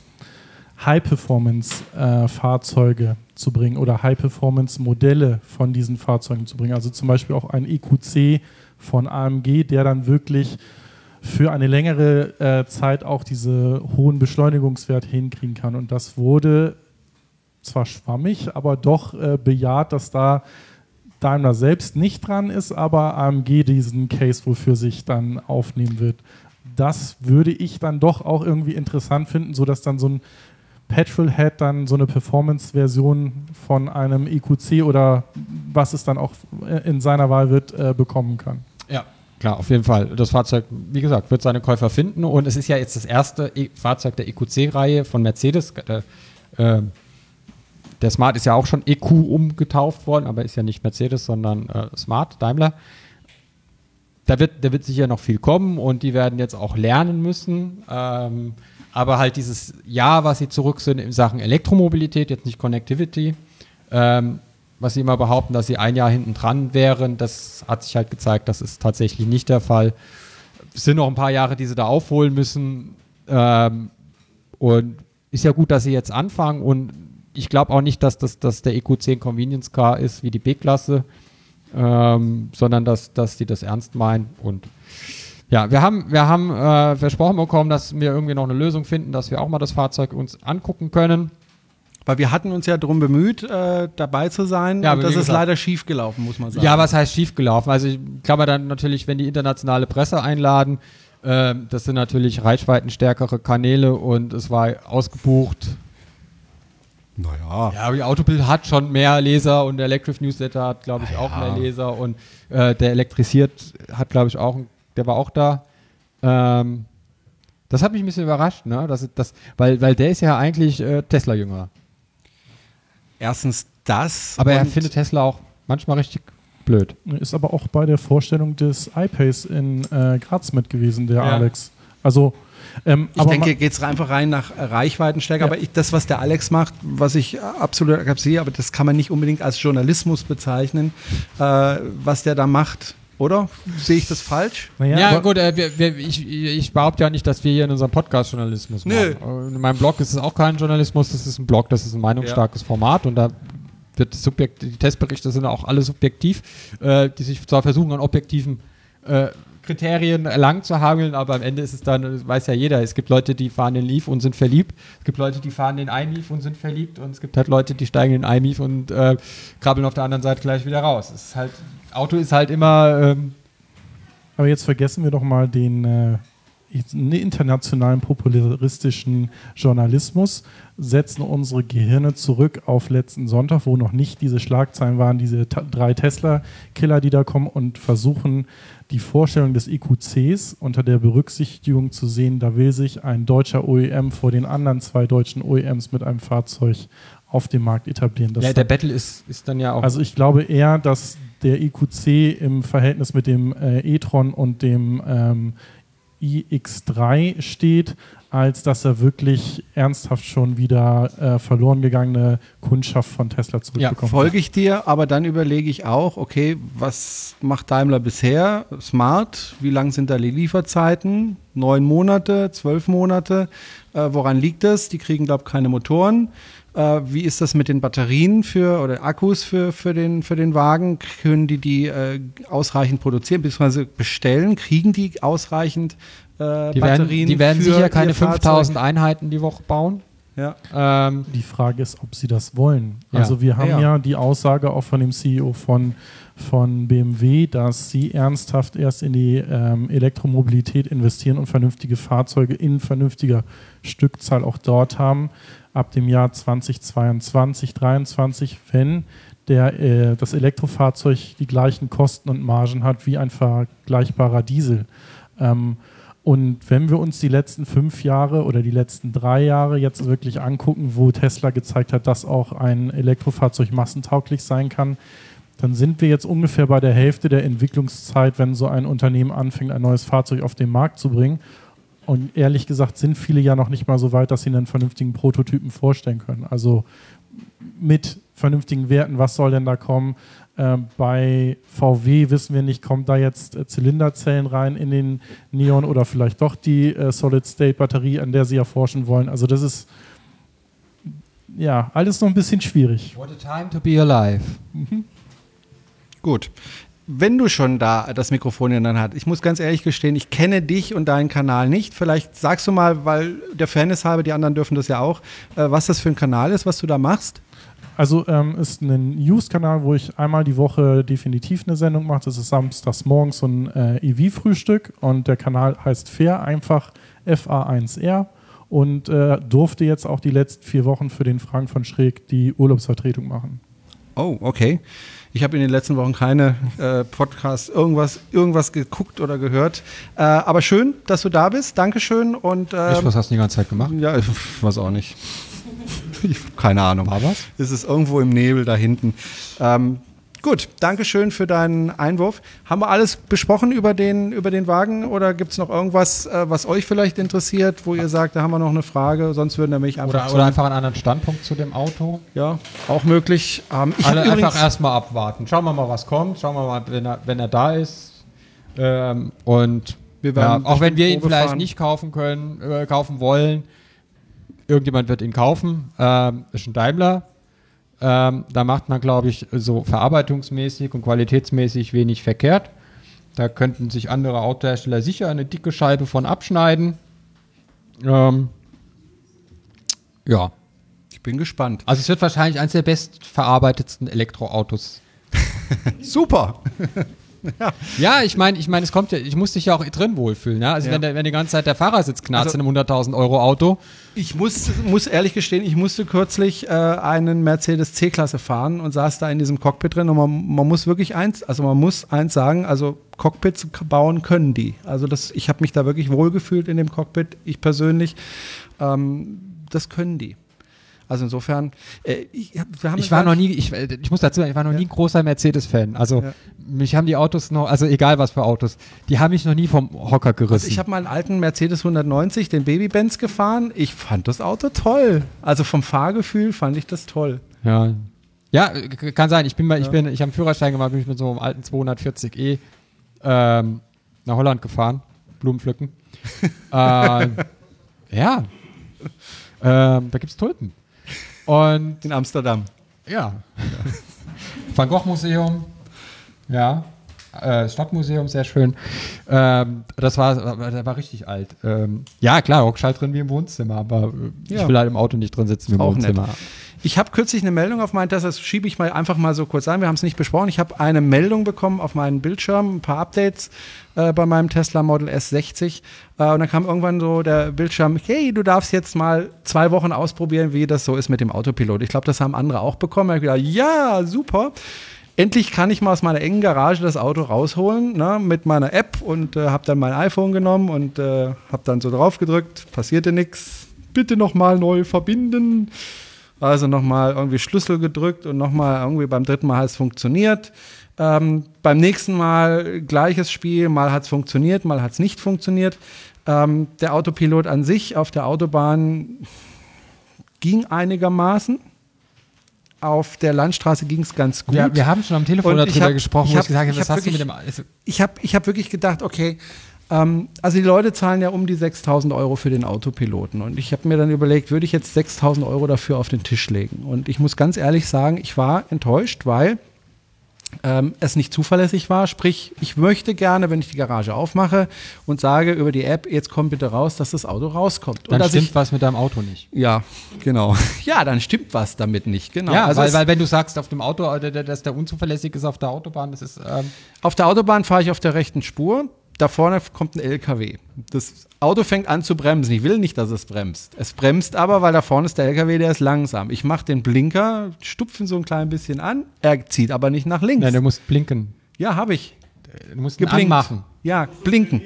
High-Performance-Fahrzeuge äh, zu bringen oder High-Performance-Modelle von diesen Fahrzeugen zu bringen. Also zum Beispiel auch ein E Q C von A M G, der dann wirklich für eine längere äh, Zeit auch diese hohen Beschleunigungswerte hinkriegen kann. Und das wurde zwar schwammig, aber doch äh, bejaht, dass da Daimler selbst nicht dran ist, aber A M G diesen Case wohl für sich dann aufnehmen wird. Das würde ich dann doch auch irgendwie interessant finden, sodass dann so ein Petrolhead dann so eine Performance-Version von einem E Q C oder was es dann auch in seiner Wahl wird, äh, bekommen kann. Ja, klar, auf jeden Fall. Das Fahrzeug, wie gesagt, wird seine Käufer finden und es ist ja jetzt das erste e- Fahrzeug der E Q C-Reihe von Mercedes. Der, äh, der Smart ist ja auch schon E Q umgetauft worden, aber ist ja nicht Mercedes, sondern äh, Smart, Daimler. Da wird, da wird sicher noch viel kommen und die werden jetzt auch lernen müssen. Ähm, aber halt dieses Jahr, was sie zurück sind in Sachen Elektromobilität, jetzt nicht Connectivity, ähm, was sie immer behaupten, dass sie ein Jahr hinten dran wären, das hat sich halt gezeigt, das ist tatsächlich nicht der Fall. Es sind noch ein paar Jahre, die sie da aufholen müssen. Ähm, und ist ja gut, dass sie jetzt anfangen. Und ich glaube auch nicht, dass das dass der E Q C ein Convenience Car ist wie die B-Klasse, ähm, sondern dass, dass die das ernst meinen. Und ja, wir haben, wir haben äh, versprochen bekommen, dass wir irgendwie noch eine Lösung finden, dass wir auch mal das Fahrzeug uns angucken können. Weil wir hatten uns ja darum bemüht, äh, dabei zu sein. Ja, und aber das wie ist gesagt- leider schief gelaufen, muss man sagen. Ja, was heißt schiefgelaufen? Also ich kann man dann natürlich, wenn die internationale Presse einladen, ähm, das sind natürlich reichweitenstärkere Kanäle und es war ausgebucht. Naja. Ja, aber die Autobild hat schon mehr Leser und der Electric Newsletter hat, glaube ich, Ah, auch ja. mehr Leser und äh, der Elektrisiert hat, glaube ich, auch, der war auch da. Ähm, das hat mich ein bisschen überrascht, ne? Das, das, weil, weil der ist ja eigentlich äh, Tesla-Jünger. Erstens das. Aber er und- findet Tesla auch manchmal richtig blöd. Ist aber auch bei der Vorstellung des iPace in äh, Graz mit gewesen, der Ja. Alex. Also, ähm, Ich aber denke, ma- hier geht es einfach rein nach äh, Reichweitenstärke. Ja. Aber ich, das, was der Alex macht, was ich äh, absolut akzeptiere, aber das kann man nicht unbedingt als Journalismus bezeichnen, äh, was der da macht. Oder? Sehe ich das falsch? naja, Ja, aber, gut, äh, wir, wir, ich, ich behaupte ja nicht, dass wir hier in unserem Podcast Journalismus Nö. machen. In meinem Blog ist es auch kein Journalismus, das ist ein Blog, das ist ein meinungsstarkes Format und da wird subjekt, die Testberichte sind auch alle subjektiv, äh, die sich zwar versuchen, an objektiven äh, Kriterien lang zu hangeln, aber am Ende ist es dann, das weiß ja jeder, es gibt Leute, die fahren den Leaf und sind verliebt, es gibt Leute, die fahren den iLeaf und sind verliebt und es gibt halt Leute, die steigen in den iLeaf und äh, krabbeln auf der anderen Seite gleich wieder raus. Es ist halt, Auto ist halt immer ähm, aber jetzt vergessen wir doch mal den äh, internationalen popularistischen Journalismus, setzen unsere Gehirne zurück auf letzten Sonntag, wo noch nicht diese Schlagzeilen waren, diese ta- drei Tesla-Killer, die da kommen und versuchen, die Vorstellung des E Q Cs unter der Berücksichtigung zu sehen, da will sich ein deutscher O E M vor den anderen zwei deutschen O E Ms mit einem Fahrzeug auf dem Markt etablieren. Das ja, der Battle ist, ist dann ja auch. also ich glaube eher, dass der E Q C im Verhältnis mit dem äh, e-tron und dem ähm, i X drei steht, als dass er wirklich ernsthaft schon wieder äh, verloren gegangene Kundschaft von Tesla zurückbekommt. Folge ich dir, aber dann überlege ich auch, okay, was macht Daimler bisher? Smart, wie lang sind da die Lieferzeiten? Neun Monate, zwölf Monate? Äh, woran liegt das? Die kriegen, glaube ich, keine Motoren. Äh, wie ist das mit den Batterien für oder Akkus für, für, den, für den Wagen? Können die die äh, ausreichend produzieren bzw. bestellen? Kriegen die ausreichend äh, die werden, Batterien? die werden für sicher keine ihr Fahrzeug? fünftausend Einheiten die Woche bauen. Ja. Ähm, Die Frage ist, ob sie das wollen. Ja. Also wir haben Ja, ja. ja. die Aussage auch von dem C E O von, von B M W, dass sie ernsthaft erst in die ähm, Elektromobilität investieren und vernünftige Fahrzeuge in vernünftiger Stückzahl auch dort haben, ab dem Jahr zweitausendzweiundzwanzig, dreiundzwanzig, wenn der, äh, das Elektrofahrzeug die gleichen Kosten und Margen hat wie ein vergleichbarer Diesel. Ähm, Und wenn wir uns die letzten fünf Jahre oder die letzten drei Jahre jetzt wirklich angucken, wo Tesla gezeigt hat, dass auch ein Elektrofahrzeug massentauglich sein kann, dann sind wir jetzt ungefähr bei der Hälfte der Entwicklungszeit, wenn so ein Unternehmen anfängt, ein neues Fahrzeug auf den Markt zu bringen. Und ehrlich gesagt sind viele ja noch nicht mal so weit, dass sie einen vernünftigen Prototypen vorstellen können. Also mit vernünftigen Werten, was soll denn da kommen? Äh, bei V W wissen wir nicht, kommt da jetzt äh, Zylinderzellen rein in den Neon oder vielleicht doch die äh, Solid-State-Batterie, an der sie ja forschen wollen. Also das ist ja alles noch ein bisschen schwierig. What a time to be alive. Gut. Wenn du schon da das Mikrofon in der Hand hast, ich muss ganz ehrlich gestehen, ich kenne dich und deinen Kanal nicht. Vielleicht sagst du mal, weil der Fairness halber, die anderen dürfen das ja auch, äh, was das für ein Kanal ist, was du da machst. Also ähm, ist ein News-Kanal, wo ich einmal die Woche definitiv eine Sendung mache. Das ist samstags morgens so ein äh, E V-Frühstück und der Kanal heißt Fair, einfach F A eins R und äh, durfte jetzt auch die letzten vier Wochen für den Frank von Schräg die Urlaubsvertretung machen. Oh, okay. Ich habe in den letzten Wochen keine äh, Podcasts, irgendwas, irgendwas geguckt oder gehört. Äh, aber schön, dass du da bist. Dankeschön. Und, ähm, Echt, was hast du die ganze Zeit gemacht? Ja, ich weiß auch nicht. Ich habe keine Ahnung. War was? Es ist irgendwo im Nebel da hinten. Ähm, gut, Dankeschön für deinen Einwurf. Haben wir alles besprochen über den, über den Wagen oder gibt es noch irgendwas, äh, was euch vielleicht interessiert, wo ihr sagt, da haben wir noch eine Frage, sonst würden wir mich einfach... Oder, oder einfach einen anderen Standpunkt zu dem Auto. Ja, auch möglich. Ähm, ich Alle hab übrigens, einfach erstmal abwarten. Schauen wir mal, was kommt. Schauen wir mal, wenn er, wenn er da ist. Ähm, und Wir ja, werden auch wenn bestimmt wir ihn Probe vielleicht fahren. nicht kaufen können, äh, kaufen wollen, irgendjemand wird ihn kaufen. Ähm, ist ein Daimler. Ähm, da macht man, glaube ich, so verarbeitungsmäßig und qualitätsmäßig wenig verkehrt. Da könnten sich andere Autohersteller sicher eine dicke Scheibe von abschneiden. Ähm, ja. ich bin gespannt. Also es wird wahrscheinlich eines der bestverarbeitetsten Elektroautos. Super. Ja, ich meine, ich meine, es kommt ja, ich muss dich ja auch drin wohlfühlen, ja. Also Ja. wenn, der, wenn die ganze Zeit der Fahrersitz knarzt Also- in einem hunderttausend Euro Auto. Ich muss, muss ehrlich gestehen, ich musste kürzlich äh, einen Mercedes C-Klasse fahren und saß da in diesem Cockpit drin und man, man muss wirklich eins, also man muss eins sagen, also Cockpits bauen können die. Also das, ich habe mich da wirklich wohlgefühlt in dem Cockpit, ich persönlich. Ähm, das können die. Also insofern, äh, ich, wir haben Ich war noch nie, ich, ich muss dazu sagen, ich war noch Ja. nie ein großer Mercedes-Fan. Also Ja. mich haben die Autos noch, also egal was für Autos, die haben mich noch nie vom Hocker gerissen. Also ich habe mal einen alten Mercedes hundertneunzig, den Baby-Benz gefahren. Ich fand das Auto toll. Also vom Fahrgefühl fand ich das toll. Ja, ja, k- kann sein. Ich bin mal, ich bin, ich habe einen Führerschein gemacht, bin ich mit so einem alten zweihundertvierzig e ähm, nach Holland gefahren, Blumen pflücken. ähm, ja, ähm, da gibt's Tulpen. Und In Amsterdam. ja, Van Gogh Museum, ja, äh, Stadtmuseum, sehr schön. Ähm, das war, der war richtig alt. Ähm, ja, klar, hockst halt drin wie im Wohnzimmer, aber äh, Ja. ich will halt im Auto nicht drin sitzen wie im Auch Wohnzimmer. nett. Ich habe kürzlich eine Meldung auf meinen Test, das schiebe ich mal einfach mal so kurz ein, wir haben es nicht besprochen. Ich habe eine Meldung bekommen auf meinen Bildschirm, ein paar Updates äh, bei meinem Tesla Model S sechzig äh, und dann kam irgendwann so der Bildschirm, hey, du darfst jetzt mal zwei Wochen ausprobieren, wie das so ist mit dem Autopilot. Ich glaube, das haben andere auch bekommen. Da hab ich gedacht, ja, super. Endlich kann ich mal aus meiner engen Garage das Auto rausholen, ne, mit meiner App und äh, habe dann mein iPhone genommen und äh, habe dann so drauf gedrückt, passierte nichts, bitte nochmal neu verbinden. Also nochmal irgendwie Schlüssel gedrückt und nochmal irgendwie beim dritten Mal hat es funktioniert. Ähm, beim nächsten Mal gleiches Spiel, mal hat es funktioniert, mal hat es nicht funktioniert. Ähm, der Autopilot an sich auf der Autobahn ging einigermaßen. Auf der Landstraße ging es ganz gut. Wir, wir haben schon am Telefon Und darüber ich hab- gesprochen, ich wo hab- ich gesagt habe, ich was hab hast du mit wirklich- dem... Also, Ich habe ich hab wirklich gedacht, okay, ähm, also die Leute zahlen ja um die sechstausend Euro für den Autopiloten. Und ich habe mir dann überlegt, würde ich jetzt sechstausend Euro dafür auf den Tisch legen? Und ich muss ganz ehrlich sagen, ich war enttäuscht, weil ähm, es nicht zuverlässig war. Sprich, ich möchte gerne, wenn ich die Garage aufmache und sage über die App, jetzt komm bitte raus, dass das Auto rauskommt. Und dann dass stimmt ich, was mit deinem Auto nicht. Ja, genau. Ja, dann stimmt was damit nicht. Genau. Ja, Also weil, es- weil wenn du sagst, auf dem Auto, äh, der- dass der unzuverlässig ist auf der Autobahn, das ist... Ähm, Auf der Autobahn fahre ich auf der rechten Spur. Da vorne kommt ein L K W. Das Auto fängt an zu bremsen. Ich will nicht, dass es bremst. Es bremst aber, weil da vorne ist der L K W, der ist langsam. Ich mache den Blinker, stupfe ihn so ein klein bisschen an. Er zieht aber nicht nach links. nein, du musst blinken. Ja, habe ich. Du musst ihn Geblinkt. anmachen. Ja, blinken.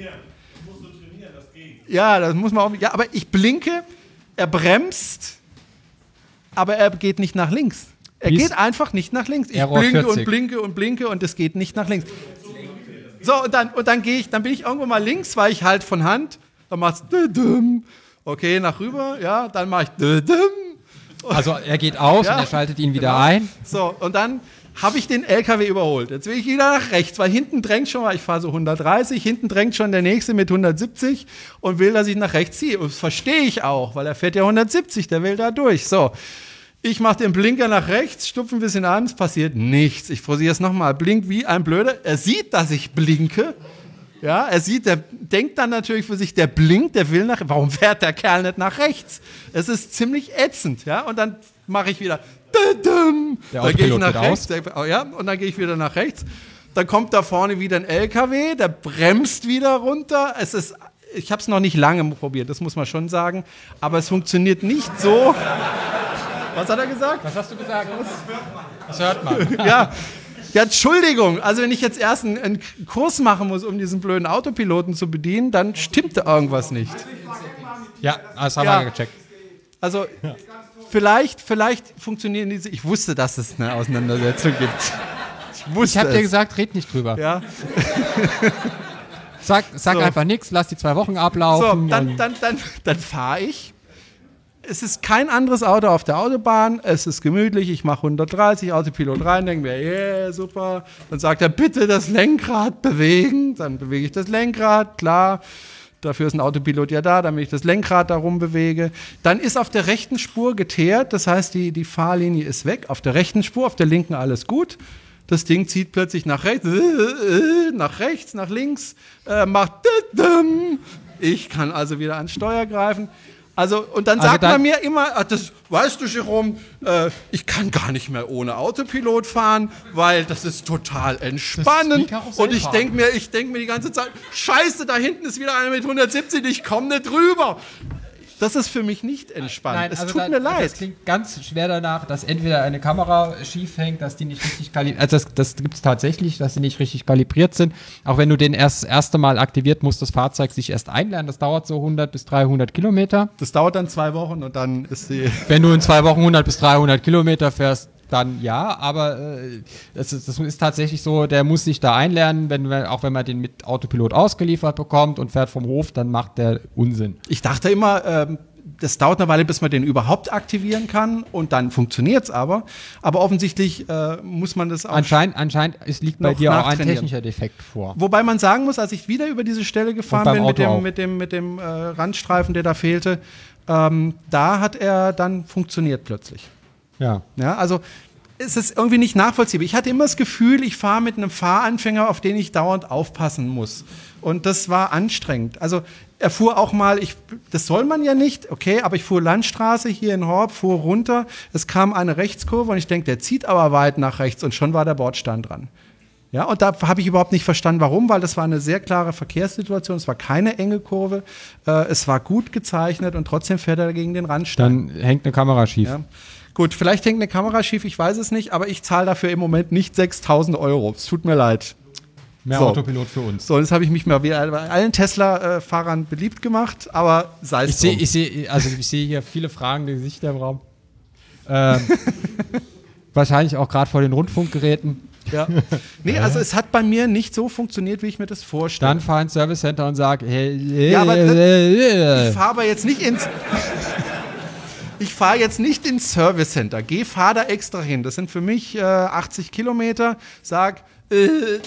Ja, das muss man auch. Ja, aber ich blinke, er bremst, aber er geht nicht nach links. Er Wie geht ist- einfach nicht nach links. Ich Error blinke vierzig. und blinke und blinke und es geht nicht nach links. So, und dann, und dann gehe ich, dann bin ich irgendwo mal links, weil ich halt von Hand, dann machst du, okay, nach rüber, ja, dann mache ich, Also er geht aus Ja, und er schaltet ihn wieder genau. ein. So, und dann habe ich den L K W überholt. Jetzt will ich wieder nach rechts, weil hinten drängt schon mal, ich fahre so hundertdreißig, hinten drängt schon der nächste mit hundertsiebzig und will, dass ich nach rechts ziehe. Und das verstehe ich auch, weil er fährt ja hundertsiebzig, der will da durch. So, ich mache den Blinker nach rechts, stupfe ein bisschen an, es passiert nichts. Ich forciere es nochmal, blink wie ein Blöder. Er sieht, dass ich blinke. Ja, er sieht, der denkt dann natürlich für sich, der blinkt, der will nach, warum fährt der Kerl nicht nach rechts? Es ist ziemlich ätzend, ja, und dann mache ich wieder, dum, Der dann gehe ich Autopilot nach geht rechts, der, ja, und dann gehe ich wieder nach rechts, dann kommt da vorne wieder ein L K W, der bremst wieder runter, es ist, ich habe es noch nicht lange probiert, das muss man schon sagen, aber es funktioniert nicht so, Was hat er gesagt? Was hast du gesagt? Das hört man. Ja. Ja, Entschuldigung, also wenn ich jetzt erst einen, einen Kurs machen muss, um diesen blöden Autopiloten zu bedienen, dann stimmt da irgendwas nicht. Ja, das haben Ja. wir gecheckt. Also vielleicht, vielleicht funktionieren diese, ich wusste, dass es eine Auseinandersetzung gibt. Ich wusste Ich habe dir es. gesagt, red nicht drüber. Ja. Sag, sag So. einfach nichts, lass die zwei Wochen So, ablaufen. dann, und- dann, dann, dann fahre ich. Es ist kein anderes Auto auf der Autobahn. Es ist gemütlich. Ich mache hundertdreißig, Autopilot rein, denke mir, yeah, super. Dann sagt er, bitte das Lenkrad bewegen. Dann bewege ich das Lenkrad, klar. Dafür ist ein Autopilot ja da, damit ich das Lenkrad darum bewege. Dann ist auf der rechten Spur geteert. Das heißt, die, die Fahrlinie ist weg. Auf der rechten Spur, auf der linken alles gut. Das Ding zieht plötzlich nach rechts, nach rechts, nach links, äh, macht. Ich kann also wieder ans Steuer greifen. Also, und dann Also sagt dann- man mir immer, ach, das weißt du, Jerome, äh, ich kann gar nicht mehr ohne Autopilot fahren, weil das ist total entspannend. wie Karussell Und ich fahren. denke mir, ich denke mir die ganze Zeit, scheiße, da hinten ist wieder einer mit hundertsiebzig, ich komme nicht rüber. Das ist für mich nicht entspannt. Nein, es also tut da, mir leid. Das klingt ganz schwer danach, dass entweder eine Kamera schief hängt, dass die nicht richtig kalibriert, also das, das gibt es tatsächlich, dass sie nicht richtig kalibriert sind. Auch wenn du den erst das erste Mal aktiviert, muss das Fahrzeug sich erst einlernen. Das dauert so hundert bis dreihundert Kilometer. Das dauert dann zwei Wochen und dann ist die. Wenn du in zwei Wochen hundert bis dreihundert Kilometer fährst, dann ja, aber äh, das, ist, das ist tatsächlich so, der muss sich da einlernen, wenn, wir- auch wenn man den mit Autopilot ausgeliefert bekommt und fährt vom Hof, dann macht der Unsinn. Ich dachte immer, ähm, das dauert eine Weile, bis man den überhaupt aktivieren kann und dann funktioniert es aber. Aber offensichtlich äh, muss man das auch. Anscheinend, anscheinend es liegt bei noch dir auch ein nachtrainieren. technischer Defekt vor. Wobei man sagen muss, als ich wieder über diese Stelle Und gefahren beim bin mit Auto auch. dem, mit dem, mit dem äh, Randstreifen, der da fehlte, ähm, da hat er dann funktioniert plötzlich. Ja. Ja, also es ist irgendwie nicht nachvollziehbar. Ich hatte immer das Gefühl, ich fahre mit einem Fahranfänger, auf den ich dauernd aufpassen muss. Und das war anstrengend. Also er fuhr auch mal, ich, das soll man ja nicht, okay, aber ich fuhr Landstraße hier in Horb, fuhr runter, es kam eine Rechtskurve und ich denke, der zieht aber weit nach rechts und schon war der Bordstein dran. Ja, und da habe ich überhaupt nicht verstanden, warum, weil das war eine sehr klare Verkehrssituation, es war keine enge Kurve, äh, es war gut gezeichnet und trotzdem fährt er gegen den Randstein. Dann hängt eine Kamera schief. Ja. Gut, vielleicht hängt eine Kamera schief, ich weiß es nicht, aber ich zahle dafür im Moment nicht sechstausend Euro. Es tut mir leid. Mehr So. Autopilot für uns. So, jetzt habe ich mich mal wieder bei allen Tesla-Fahrern beliebt gemacht, aber sei Ich es sehe, drum. ich sehe, also ich sehe hier viele fragende Gesichter im Raum. Ähm, wahrscheinlich auch gerade vor den Rundfunkgeräten. Ja. Nee, also es hat bei mir nicht so funktioniert, wie ich mir das vorstelle. Dann fahr ins Service Center und sag, hey, Ja, aber äh, Ich fahre aber jetzt nicht ins. Ich fahre jetzt nicht ins Service Center. Geh, fahr da extra hin. Das sind für mich äh, achtzig Kilometer. Sag, äh,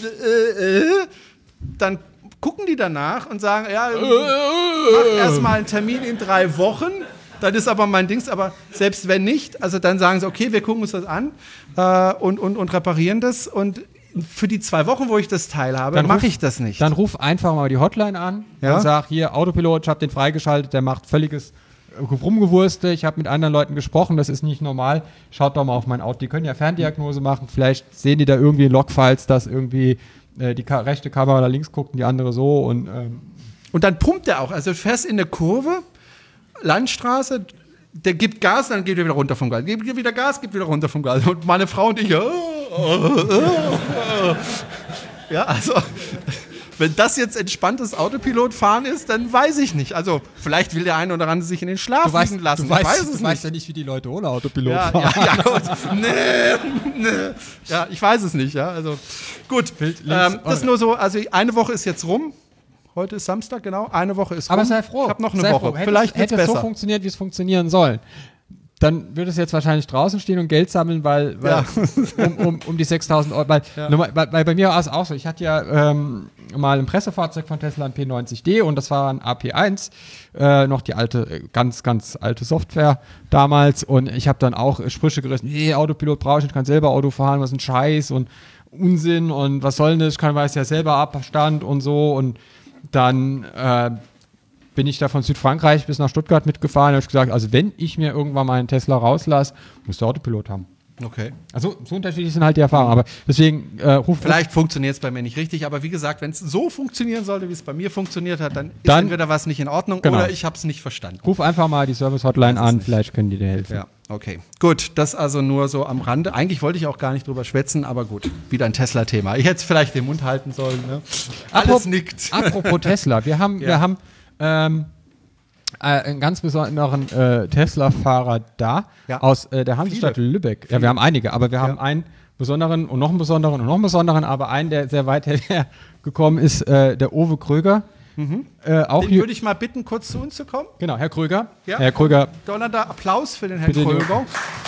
äh, äh, dann gucken die danach und sagen, ja, mach erstmal einen Termin in drei Wochen. Das ist aber mein Dings. Aber selbst wenn nicht, also dann sagen sie, okay, wir gucken uns das an äh, und, und, und reparieren das. Und für die zwei Wochen, wo ich das Teil habe, Dann mache ruf- ich das nicht. Dann ruf einfach mal die Hotline an Ja. und sag, hier, Autopilot, ich habe den freigeschaltet, der macht völliges äh, Rumgewurste, ich habe mit anderen Leuten gesprochen, das ist nicht normal, schaut doch mal auf mein Auto. Die können ja Ferndiagnose machen, vielleicht sehen die da irgendwie in Logfiles, dass irgendwie äh, die ka- rechte Kamera da links guckt und die andere so und ähm, Und dann pumpt er auch. Also du fährst in der Kurve, Landstraße, der gibt Gas, dann geht er wieder runter vom Gas. Gibt gibt wieder Gas, gibt wieder runter vom Gas. Und meine Frau und ich, oh, oh, oh, oh. Ja, also, wenn das jetzt entspanntes Autopilotfahren ist, dann weiß ich nicht. Also, vielleicht will der eine oder andere sich in den Schlaf du weißt, liegen lassen. du weißt, ich weiß es du nicht. weißt ja nicht, wie die Leute ohne Autopilot Ja, fahren. ja, ja, gut. Nee, nee. Ja, ich weiß es nicht. Ja, also gut. Bild links, Ähm, das nur so. Also eine Woche ist jetzt rum. Heute ist Samstag, genau. Eine Woche ist rum. Aber sei froh. Ich habe noch eine sei Woche. Froh. Hätte Vielleicht es, wird's hätte es so besser. funktioniert, wie es funktionieren soll. Dann würde es jetzt wahrscheinlich draußen stehen und Geld sammeln, weil, weil Ja. um, um, um die sechstausend Euro. Weil, Ja. normal- weil, weil bei mir war es auch so. Ich hatte ja ähm, mal ein Pressefahrzeug von Tesla, ein P neunzig D, und das war ein A P eins, äh, noch die alte, äh, ganz, ganz alte Software damals. Und ich habe dann auch äh, Sprüche gerissen: Nee, Autopilot brauche ich nicht, kann selber Auto fahren, was ein Scheiß und Unsinn und was soll denn das? Ich kann weiß ja selber Abstand und so. Und dann äh, bin ich da von Südfrankreich bis nach Stuttgart mitgefahren und habe gesagt, also wenn ich mir irgendwann mal einen Tesla rauslasse, muss der Autopilot haben. Okay. Also so unterschiedlich sind halt die Erfahrungen, aber deswegen äh, ruf Vielleicht funktioniert es bei mir nicht richtig, aber wie gesagt, wenn es so funktionieren sollte, wie es bei mir funktioniert hat, dann ist Dann- entweder was nicht in Ordnung Genau. oder ich habe es nicht verstanden. ruf einfach mal die Service-Hotline an, vielleicht können die dir helfen. Ja. Okay, gut, das also nur so am Rande. Eigentlich wollte ich auch gar nicht drüber schwätzen, aber gut, wieder ein Tesla-Thema. Ich hätte es vielleicht den Mund halten sollen. Ne? Alles Apropos, nickt. Apropos Tesla, wir haben, Ja. wir haben ähm, äh, einen ganz besonderen äh, Tesla-Fahrer da Ja. aus äh, der Hansestadt Viele. Lübeck. Ja, wir haben einige, aber wir haben Ja. einen besonderen und noch einen besonderen und noch einen besonderen, aber einen, der sehr weit hergekommen ist, äh, der Uwe Kröger. Äh, auch Den hier, würde ich mal bitten, kurz zu uns zu kommen. genau, Herr Kröger. Ja. Herr Kröger, Donnernder Applaus für den Herrn Bitte, Kröger.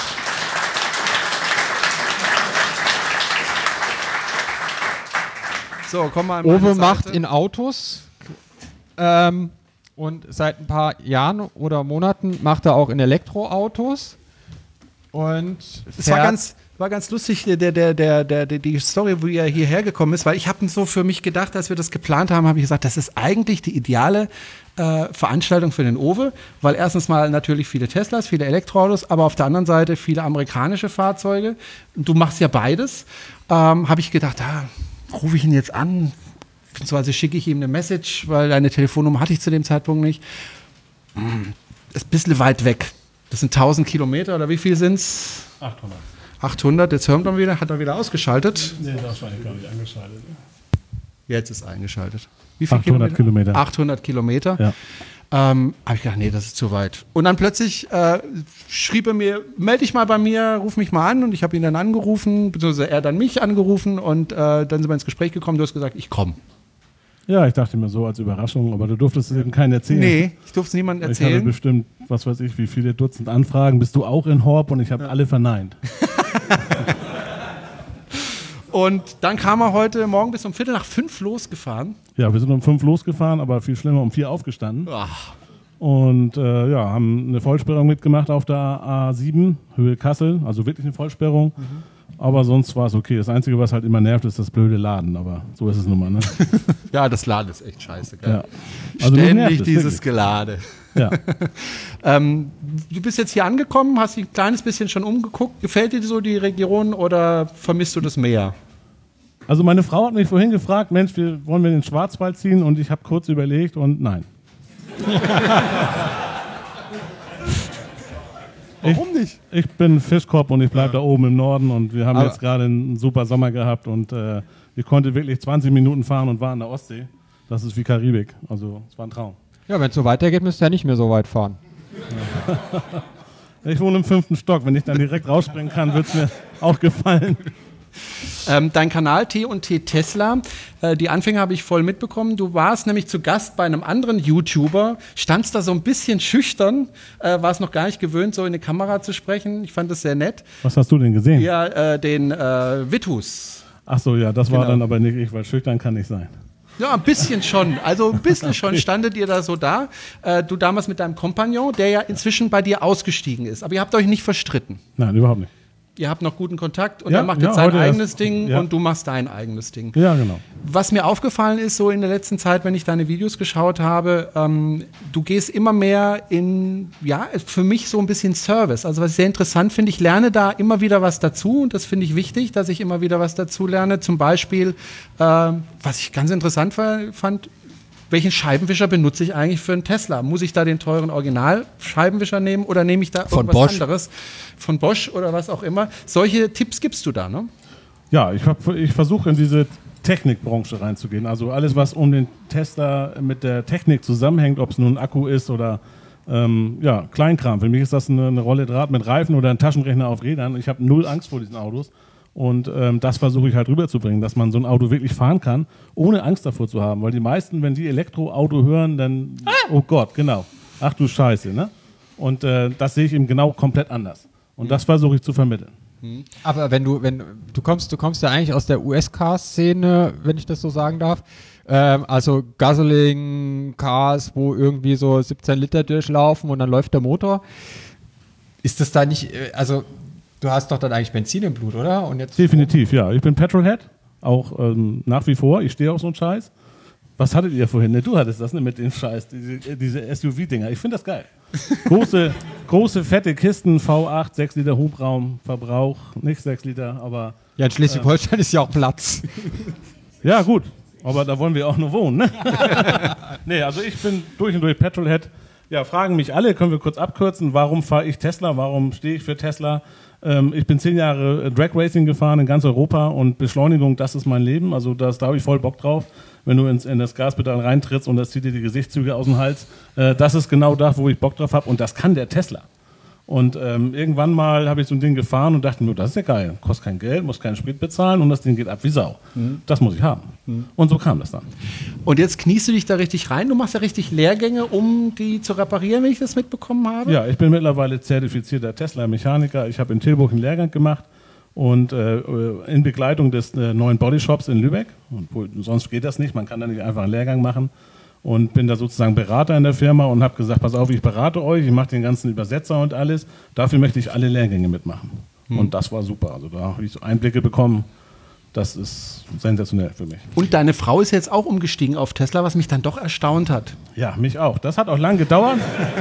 So, komm mal an meine Uwe Seite. macht in Autos ähm, und seit ein paar Jahren oder Monaten macht er auch in Elektroautos. Und Es war fährt- ganz, war ganz lustig, der, der, der, der, der, die Story, wie er hierher gekommen ist, weil ich habe so für mich gedacht, als wir das geplant haben, habe ich gesagt, das ist eigentlich die ideale äh, Veranstaltung für den Uwe, weil erstens mal natürlich viele Teslas, viele Elektroautos, aber auf der anderen Seite viele amerikanische Fahrzeuge. Du machst ja beides. Ähm, habe ich gedacht, da rufe ich ihn jetzt an, beziehungsweise schicke ich ihm eine Message, weil eine Telefonnummer hatte ich zu dem Zeitpunkt nicht. Hm, ist ein bisschen weit weg. Das sind tausend Kilometer oder wie viel sind es? achthundert. achthundert, jetzt hören wir wieder, hat er wieder ausgeschaltet. Nee, das war ich, glaube ich, angeschaltet. Jetzt ist eingeschaltet. Wie viel achthundert Kilometer. achthundert Kilometer. Ja. Ähm, habe ich gedacht, nee, das ist zu weit. Und dann plötzlich äh, schrieb er mir, melde dich mal bei mir, ruf mich mal an. Und ich habe ihn dann angerufen, beziehungsweise er dann mich angerufen. Und äh, dann sind wir ins Gespräch gekommen. Du hast gesagt, ich komme. Ja, ich dachte mir so als Überraschung, aber du durftest es eben keinen erzählen. Nee, ich durfte es niemandem Ich hatte erzählen. bestimmt, was weiß ich, wie viele Dutzend Anfragen. Bist du auch in Horb? Und ich habe alle verneint. Und dann kam er heute Morgen bis um Viertel nach fünf losgefahren. Ja, wir sind um fünf losgefahren, aber viel schlimmer, um vier aufgestanden. Ach, Und äh, ja, haben eine Vollsperrung mitgemacht auf der A sieben, Höhe Kassel, also wirklich eine Vollsperrung. Mhm. Aber sonst war es okay. Das Einzige, was halt immer nervt, ist das blöde Laden. Aber so ist es nun mal, ne? ja, das Laden ist echt scheiße. Gell? Ja. Also mich nervt Ständig es, dieses wirklich. Gelade. Ja. Ähm, du bist jetzt hier angekommen, hast dich ein kleines bisschen schon umgeguckt. Gefällt dir so die Region oder vermisst du das Meer? Also meine Frau hat mich vorhin gefragt, Mensch, wir, wollen wir in den Schwarzwald ziehen? Und ich habe kurz überlegt und nein. Warum nicht? Ich bin Fischkopf und ich bleibe da oben im Norden und wir haben Aber- jetzt gerade einen super Sommer gehabt und äh, ich konnte wirklich zwanzig Minuten fahren und war an der Ostsee. Das ist wie Karibik, also es war ein Traum. Ja, wenn es so weitergeht, müsst ihr ja nicht mehr so weit fahren. Ich wohne im fünften Stock, wenn ich dann direkt rausspringen kann, wird es mir auch gefallen. Ähm, dein Kanal T und T Tesla, äh, die Anfänge habe ich voll mitbekommen. Du warst nämlich zu Gast bei einem anderen YouTuber, standst da so ein bisschen schüchtern, äh, warst noch gar nicht gewöhnt, so in die Kamera zu sprechen. Ich fand das sehr nett. Was hast du denn gesehen? Ja, äh, den äh, Vitus. Ach so, ja, das war Genau. dann aber nicht ich, weil schüchtern kann ich sein. Ja, ein bisschen schon. Also ein bisschen schon standet ihr da so da. Äh, du damals mit deinem Kompagnon, der ja inzwischen bei dir ausgestiegen ist. Aber ihr habt euch nicht verstritten. Nein, überhaupt nicht. Ihr habt noch guten Kontakt und Ja, er macht ja, jetzt sein heute erst. eigenes Ding Ja. und du machst dein eigenes Ding. Ja, genau. Was mir aufgefallen ist, so in der letzten Zeit, wenn ich deine Videos geschaut habe, ähm, du gehst immer mehr in, ja, für mich so ein bisschen Service. Also was ich sehr interessant finde, ich lerne da immer wieder was dazu und das finde ich wichtig, dass ich immer wieder was dazu lerne. Zum Beispiel, ähm, was ich ganz interessant fa- fand, welchen Scheibenwischer benutze ich eigentlich für einen Tesla? Muss ich da den teuren Original-Scheibenwischer nehmen oder nehme ich da Von irgendwas Bosch. anderes? Von Bosch oder was auch immer. Solche Tipps gibst du da, ne? Ja, ich, hab- ich versuche in diese Technikbranche reinzugehen. Also alles, was um den Tesla mit der Technik zusammenhängt, ob es nun ein Akku ist oder ähm, ja, Kleinkram. Für mich ist das eine, eine Rolle Draht mit Reifen oder ein Taschenrechner auf Rädern. Ich habe null Angst vor diesen Autos. Und ähm, das versuche ich halt rüberzubringen, dass man so ein Auto wirklich fahren kann, ohne Angst davor zu haben. Weil die meisten, wenn die Elektroauto hören, dann, oh Gott, genau, ach du Scheiße, ne? Und äh, das sehe ich eben genau komplett anders. Und das versuche ich zu vermitteln. Aber wenn du, wenn du kommst, du kommst ja eigentlich aus der U S-Car-Szene, wenn ich das so sagen darf. Ähm, also Guzzling-Cars, wo irgendwie so siebzehn Liter durchlaufen und dann läuft der Motor. Ist das da nicht, äh, also du hast doch dann eigentlich Benzin im Blut, oder? Und jetzt Definitiv, ja. Ich bin Petrolhead, auch ähm, nach wie vor. Ich stehe auf so einen Scheiß. Was hattet ihr vorhin? Ne, du hattest das, ne, mit dem Scheiß, diese, diese S U V-Dinger. Ich finde das geil. Große, große, fette Kisten, V acht, sechs Liter Hubraum, Verbrauch, nicht sechs Liter, aber Ja, in Schleswig-Holstein ist ja auch Platz. ja, gut. Aber da wollen wir auch nur wohnen, ne? Nee, also ich bin durch und durch Petrolhead. Ja, fragen mich alle, können wir kurz abkürzen, warum fahre ich Tesla, warum stehe ich für Tesla? Ähm, ich bin zehn Jahre Drag Racing gefahren in ganz Europa und Beschleunigung, das ist mein Leben, also das, da habe ich voll Bock drauf, wenn du ins, in das Gaspedal reintrittst und das zieht dir die Gesichtszüge aus dem Hals. Äh, das ist genau das, wo ich Bock drauf habe und das kann der Tesla. Und ähm, irgendwann mal habe ich so ein Ding gefahren und dachte mir, das ist ja geil, kostet kein Geld, muss keinen Sprit bezahlen und das Ding geht ab wie Sau. Mhm. Das muss ich haben. Mhm. Und so kam das dann. Und jetzt kniest du dich da richtig rein, du machst ja richtig Lehrgänge, um die zu reparieren, wenn ich das mitbekommen habe? Ja, ich bin mittlerweile zertifizierter Tesla-Mechaniker. Ich habe in Tilburg einen Lehrgang gemacht und äh, in Begleitung des äh, neuen Bodyshops in Lübeck. Und wo, sonst geht das nicht, man kann da nicht einfach einen Lehrgang machen. Und bin da sozusagen Berater in der Firma und habe gesagt, pass auf, ich berate euch, ich mache den ganzen Übersetzer und alles. Dafür möchte ich alle Lehrgänge mitmachen. Hm. Und das war super. Also da habe ich so Einblicke bekommen. Das ist sensationell für mich. Und deine Frau ist jetzt auch umgestiegen auf Tesla, was mich dann doch erstaunt hat. Ja, mich auch. Das hat auch lange gedauert.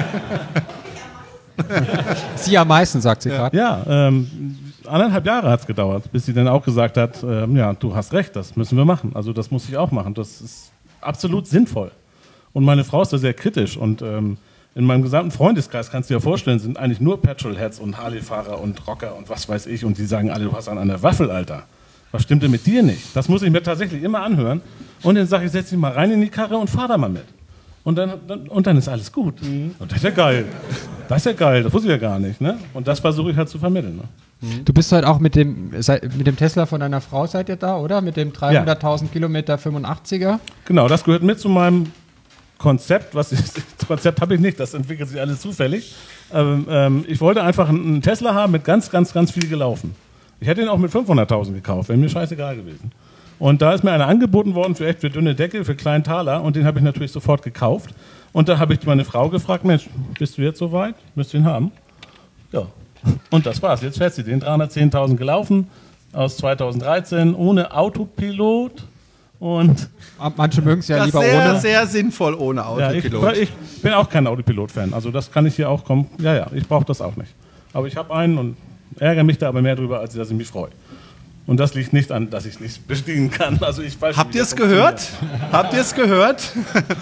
Sie am meisten, sagt sie gerade. Ja, ähm, anderthalb Jahre hat es gedauert, bis sie dann auch gesagt hat, ähm, ja, du hast recht, das müssen wir machen. Also das muss ich auch machen. Das ist absolut sinnvoll. Und meine Frau ist da sehr kritisch und ähm, in meinem gesamten Freundeskreis, kannst du dir vorstellen, sind eigentlich nur Petrolheads und Harley-Fahrer und Rocker und was weiß ich und die sagen alle, du hast an einer Waffel, Alter. Was stimmt denn mit dir nicht? Das muss ich mir tatsächlich immer anhören und dann sage ich, setz dich mal rein in die Karre und fahr da mal mit. Und dann, dann, und dann ist alles gut. Mhm. Und das ist ja geil. Das ist ja geil, das wusste ich ja gar nicht. Ne? Und das versuche ich halt zu vermitteln. Ne? Du bist halt auch mit dem, mit dem Tesla von deiner Frau, seid ihr da, oder? Mit dem dreihunderttausend Kilometer fünfundachtziger? Genau, das gehört mit zu meinem Konzept. Was ich, das Konzept habe ich nicht, das entwickelt sich alles zufällig. Ähm, ähm, ich wollte einfach einen Tesla haben mit ganz, ganz, ganz viel gelaufen. Ich hätte ihn auch mit fünfhunderttausend gekauft, wäre mir scheißegal gewesen. Und da ist mir einer angeboten worden für echt für dünne Deckel, für kleinen Taler und den habe ich natürlich sofort gekauft. Und da habe ich meine Frau gefragt, Mensch, bist du jetzt soweit? Müsst du ihn haben? Ja. Und das war's. Jetzt fährt sie den dreihundertzehntausend gelaufen aus zweitausenddreizehn ohne Autopilot. Und manche mögen es ja das lieber sehr, ohne. Sehr, sehr sinnvoll ohne Autopilot. Ja, ich, ich bin auch kein Autopilot-Fan. Also das kann ich hier auch kommen. Ja, ja, ich brauche das auch nicht. Aber ich habe einen und ärgere mich da aber mehr drüber, als dass ich mich freue. Und das liegt nicht an, dass ich es nicht bestiegen kann. Also ich weiß, Habt ihr es gehört? Habt ihr es gehört?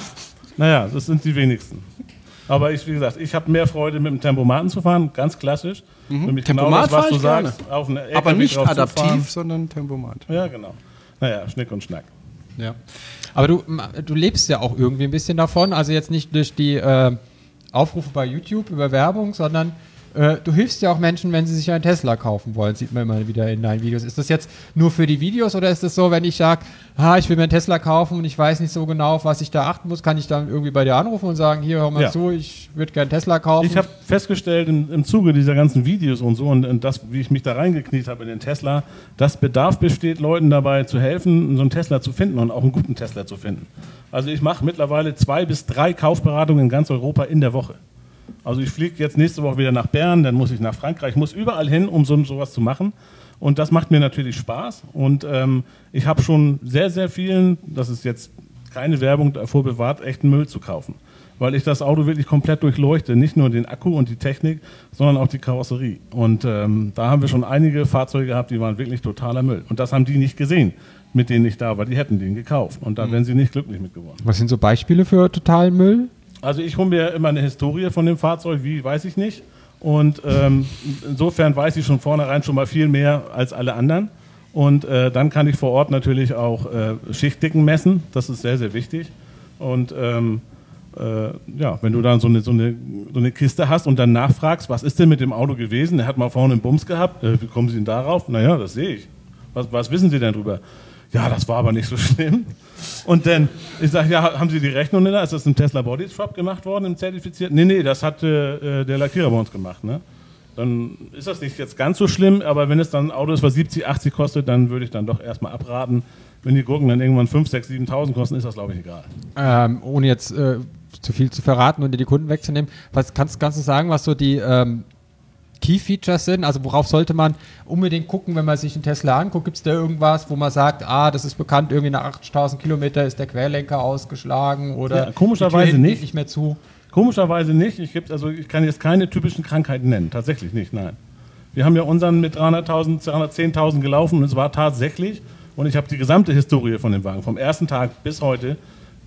Naja, das sind die wenigsten. Aber ich, wie gesagt, ich habe mehr Freude, mit dem Tempomaten zu fahren, ganz klassisch. Mhm. Tempomat genau das, was fahre du ich sagst, gerne. auf eine L K W aber nicht drauf adaptiv, zu fahren. sondern Tempomat. Ja, genau. Naja, Schnick und Schnack. Ja. Aber du, du lebst ja auch irgendwie ein bisschen davon, also jetzt nicht durch die äh, Aufrufe bei YouTube über Werbung, sondern äh, du hilfst ja auch Menschen, wenn sie sich einen Tesla kaufen wollen, sieht man immer wieder in deinen Videos. Ist das jetzt nur für die Videos oder ist das so, wenn ich sage, ah, ich will mir einen Tesla kaufen und ich weiß nicht so genau, auf was ich da achten muss, kann ich dann irgendwie bei dir anrufen und sagen, hier, hör mal Ja. zu, ich würde gerne einen Tesla kaufen? Ich habe festgestellt im, im Zuge dieser ganzen Videos und so und, und das, wie ich mich da reingekniet habe in den Tesla, dass Bedarf besteht, Leuten dabei zu helfen, so einen Tesla zu finden und auch einen guten Tesla zu finden. Also ich mache mittlerweile zwei bis drei Kaufberatungen in ganz Europa in der Woche. Also ich fliege jetzt nächste Woche wieder nach Bern, dann muss ich nach Frankreich, ich muss überall hin, um so sowas zu machen. Und das macht mir natürlich Spaß. Und ähm, ich habe schon sehr, sehr vielen, das ist jetzt keine Werbung davor bewahrt, echten Müll zu kaufen. Weil ich das Auto wirklich komplett durchleuchte. Nicht nur den Akku und die Technik, sondern auch die Karosserie. Und ähm, da haben wir schon einige Fahrzeuge gehabt, die waren wirklich totaler Müll. Und das haben die nicht gesehen, mit denen ich da war. Die hätten den gekauft. Und da mhm. wären sie nicht glücklich mit geworden. Was sind so Beispiele für totalen Müll? Also ich hole mir immer eine Historie von dem Fahrzeug, wie, weiß ich nicht. Und ähm, insofern weiß ich schon vornherein schon mal viel mehr als alle anderen. Und äh, dann kann ich vor Ort natürlich auch äh, Schichtdicken messen. Das ist sehr, sehr wichtig. Und ähm, äh, ja, wenn du dann so eine, so, eine, so eine Kiste hast und dann nachfragst, was ist denn mit dem Auto gewesen? Er hat mal vorne einen Bums gehabt. Äh, wie kommen Sie denn darauf? Naja, das sehe ich. Was, was wissen Sie denn drüber? Ja, das war aber nicht so schlimm. Und dann, ich sage, ja, haben Sie die Rechnung da? Ist das im Tesla Body Shop gemacht worden, im Zertifizierten? Nee, nee, das hat äh, der Lackierer bei uns gemacht. Ne? Dann ist das nicht jetzt ganz so schlimm, aber wenn es dann ein Auto ist, was siebzig, achtzig kostet, dann würde ich dann doch erstmal abraten. Wenn die Gurken dann irgendwann fünf, sechs, siebentausend kosten, ist das, glaube ich, egal. Ähm, ohne jetzt äh, zu viel zu verraten und dir die Kunden wegzunehmen, was kannst, kannst du sagen, was so die ähm, Key-Features sind? Also worauf sollte man unbedingt gucken, wenn man sich einen Tesla anguckt? Gibt es da irgendwas, wo man sagt, ah, das ist bekannt, irgendwie nach achtzigtausend Kilometer ist der Querlenker ausgeschlagen oder ja, komischerweise die Tür nicht. nicht mehr zu? Komischerweise nicht. Ich, gibt, also ich kann jetzt keine typischen Krankheiten nennen. Tatsächlich nicht, nein. Wir haben ja unseren mit dreihunderttausend, zweihundertzehntausend gelaufen und es war tatsächlich, und ich habe die gesamte Historie von dem Wagen, vom ersten Tag bis heute,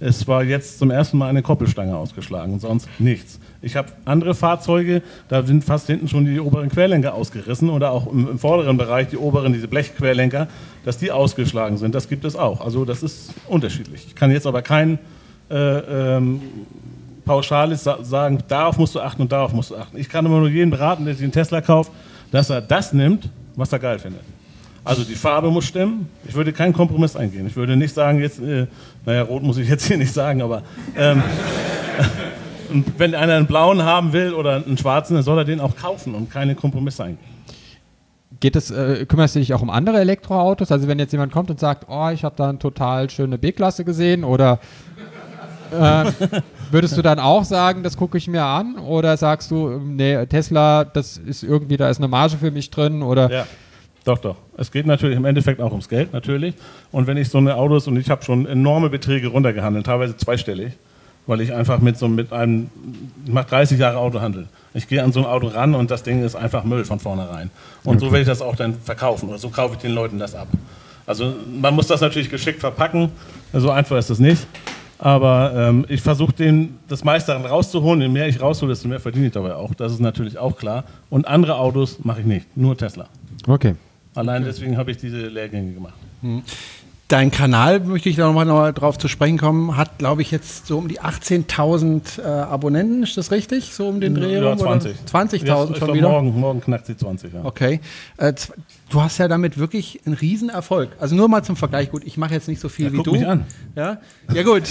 Es war jetzt zum ersten Mal eine Koppelstange ausgeschlagen, sonst nichts. Ich habe andere Fahrzeuge, da sind fast hinten schon die oberen Querlenker ausgerissen oder auch im, im vorderen Bereich die oberen, diese Blechquerlenker, dass die ausgeschlagen sind. Das gibt es auch. Also das ist unterschiedlich. Ich kann jetzt aber kein äh, ähm, pauschales sa- sagen, darauf musst du achten und darauf musst du achten. Ich kann immer nur jeden beraten, der sich einen Tesla kauft, dass er das nimmt, was er geil findet. Also die Farbe muss stimmen. Ich würde keinen Kompromiss eingehen. Ich würde nicht sagen, jetzt, äh, naja, rot muss ich jetzt hier nicht sagen, aber ähm, und wenn einer einen blauen haben will oder einen schwarzen, dann soll er den auch kaufen und keine Kompromisse eingehen. Geht es, äh, kümmerst du dich auch um andere Elektroautos? Also wenn jetzt jemand kommt und sagt, oh, ich habe da eine total schöne B-Klasse gesehen, oder äh, würdest du dann auch sagen, das gucke ich mir an? Oder sagst du, nee, Tesla, das ist irgendwie, da ist eine Marge für mich drin? Oder Ja, doch, doch. Es geht natürlich im Endeffekt auch ums Geld, natürlich. Und wenn ich so eine Autos, und ich habe schon enorme Beträge runtergehandelt, teilweise zweistellig, weil ich einfach mit so mit einem, ich mache dreißig Jahre Autohandel. Ich gehe an so ein Auto ran und das Ding ist einfach Müll von vornherein. Und okay. so werde ich das auch dann verkaufen oder so kaufe ich den Leuten das ab. Also man muss das natürlich geschickt verpacken, so einfach ist das nicht. Aber ähm, ich versuche den das meiste daran rauszuholen. Je mehr ich raushole, desto mehr verdiene ich dabei auch. Das ist natürlich auch klar. Und andere Autos mache ich nicht, nur Tesla. Okay. Allein deswegen habe ich diese Lehrgänge gemacht. Hm. Dein Kanal, möchte ich da nochmal noch drauf zu sprechen kommen, hat, glaube ich, jetzt so um die achtzehntausend äh, Abonnenten. Ist das richtig? So um den Dreh? Ja, zwanzig. zwanzigtausend schon glaub, wieder? Morgen, morgen knackt sie zwanzig, ja. Okay. Äh, du hast ja damit wirklich einen Riesenerfolg. Also nur mal zum Vergleich. Gut, ich mache jetzt nicht so viel ja, wie guck du. Mich an. Ja, ja gut.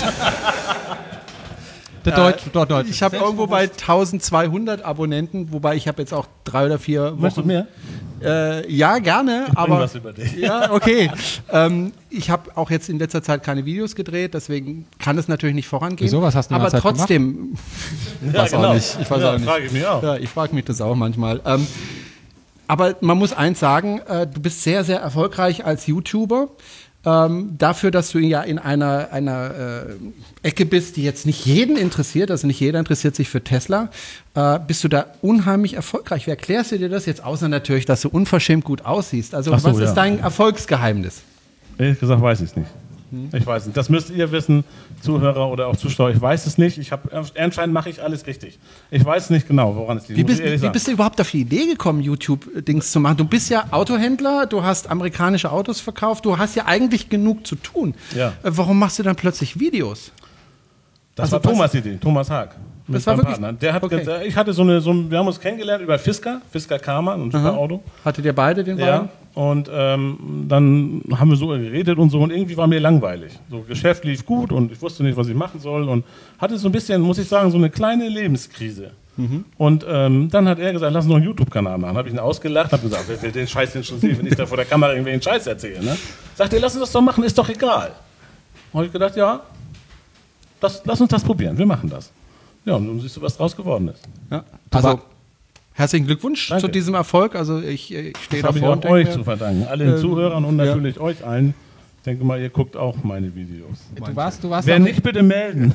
Der Deutsch, äh, Deutsch. Ich habe irgendwo bei eintausendzweihundert Abonnenten, wobei ich habe jetzt auch drei oder vier Wochen. Möchtest du mehr? Äh, ja, gerne, ich aber was über dich. Ja, okay. ähm, ich habe auch jetzt in letzter Zeit keine Videos gedreht, deswegen kann es natürlich nicht vorangehen. Wieso? Was hast du in aber der Zeit trotzdem, ich Ja, weiß genau. auch nicht. Ich weiß ja, auch nicht. frage ich mich auch. Ja, ich frage mich das auch manchmal. Ähm, aber man muss eins sagen: äh, Du bist sehr, sehr erfolgreich als YouTuber. Ähm, dafür, dass du ja in einer, einer äh, Ecke bist, die jetzt nicht jeden interessiert, also nicht jeder interessiert sich für Tesla, äh, bist du da unheimlich erfolgreich. Wie erklärst du dir das jetzt, außer natürlich, dass du unverschämt gut aussiehst? Also Ach so, was ist ja. dein Erfolgsgeheimnis? Ehrlich gesagt weiß ich es nicht. Ich weiß nicht. Das müsst ihr wissen, Zuhörer oder auch Zuschauer. Ich weiß es nicht. Ich habe anscheinend mache ich alles richtig. Ich weiß nicht genau, woran es liegt. Wie muss bist, ich ehrlich wie sagen. bist du überhaupt auf die Idee gekommen, YouTube-Dings zu machen? Du bist ja Autohändler, du hast amerikanische Autos verkauft, du hast ja eigentlich genug zu tun. Ja. Äh, Warum machst du dann plötzlich Videos? Das Also war was- Thomas' Idee, Thomas Haag. Das war meinem wirklich- Partner. Der hat okay. gesagt, ich hatte so eine, so ein, wir haben uns kennengelernt über Fisker, Fisker Karma, ein super Auto. Hattet ihr beide den Ja, Wagen? und ähm, dann haben wir so geredet und so und irgendwie war mir langweilig. So Geschäft lief gut und ich wusste nicht, was ich machen soll und hatte so ein bisschen, muss ich sagen, so eine kleine Lebenskrise. Mhm. Und ähm, dann hat er gesagt, lass uns noch einen YouTube-Kanal machen. Habe ich ihn ausgelacht, habe gesagt, wer will den Scheiß denn schon sehen, wenn ich da vor der Kamera irgendwelchen Scheiß erzähle. Ne? Sagt er, lass uns das doch machen, ist doch egal. Habe ich gedacht, ja, das, lass uns das probieren, wir machen das. Ja, und nun siehst du, was draus geworden ist. Ja. Also, Aber- herzlichen Glückwunsch Danke. zu diesem Erfolg. Also, ich, ich stehe Das habe ich davor auch und denke euch mir, zu verdanken, allen ähm, Zuhörern und ja. natürlich euch allen. Ich denke mal, ihr guckt auch meine Videos. Du warst, du warst, Wer auch, nicht, bitte melden.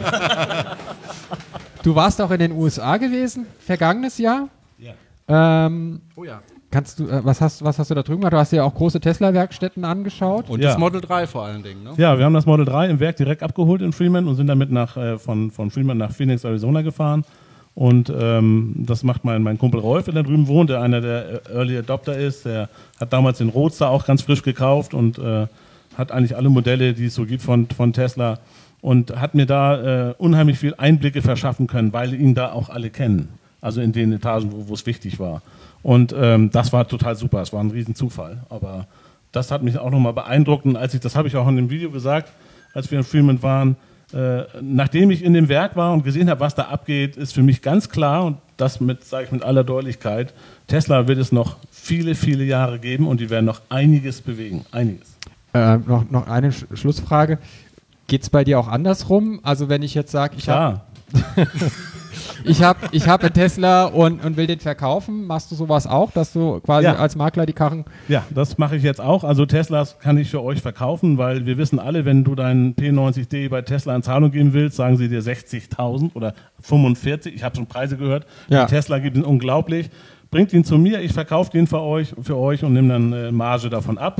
du warst auch in den U S A gewesen, vergangenes Jahr. Ja. Ähm, Oh ja. kannst du, äh, was, hast, was hast du da drüben gemacht? Du hast dir auch große Tesla-Werkstätten angeschaut. Und Ja. das Model drei vor allen Dingen, ne? Ja, wir haben das Model drei im Werk direkt abgeholt in Fremont und sind damit nach, äh, von, von Fremont nach Phoenix, Arizona gefahren. Und ähm, das macht mein, mein Kumpel Rolf, der da drüben wohnt, der einer der Early Adopter ist. Der hat damals den Roadster auch ganz frisch gekauft und äh, hat eigentlich alle Modelle, die es so gibt von, von Tesla. Und hat mir da äh, unheimlich viel Einblicke verschaffen können, weil ihn da auch alle kennen. Also in den Etagen, wo wo es wichtig war. Und ähm, das war total super. Es war ein Riesenzufall. Aber das hat mich auch nochmal beeindruckt. Und als ich, das habe ich auch in dem Video gesagt, als wir in Fremont waren, äh, nachdem ich in dem Werk war und gesehen habe, was da abgeht, ist für mich ganz klar, und das mit, sage ich mit aller Deutlichkeit, Tesla wird es noch viele, viele Jahre geben und die werden noch einiges bewegen. Einiges. Äh, noch, noch eine Sch Schlussfrage. Geht es bei dir auch andersrum? Also wenn ich jetzt sage, ich habe Klar. ich hab, ich hab einen Tesla und, und will den verkaufen, machst du sowas auch, dass du quasi Ja. als Makler die Karren... Ja, das mache ich jetzt auch. Also Teslas kann ich für euch verkaufen, weil wir wissen alle, wenn du deinen P neunzig D bei Tesla in Zahlung geben willst, sagen sie dir sechzigtausend oder fünfundvierzig. Ich habe schon Preise gehört. Ja. Die Tesla gibt ihn unglaublich. Bringt ihn zu mir, ich verkaufe den für euch, für euch und nehme dann äh, Marge davon ab.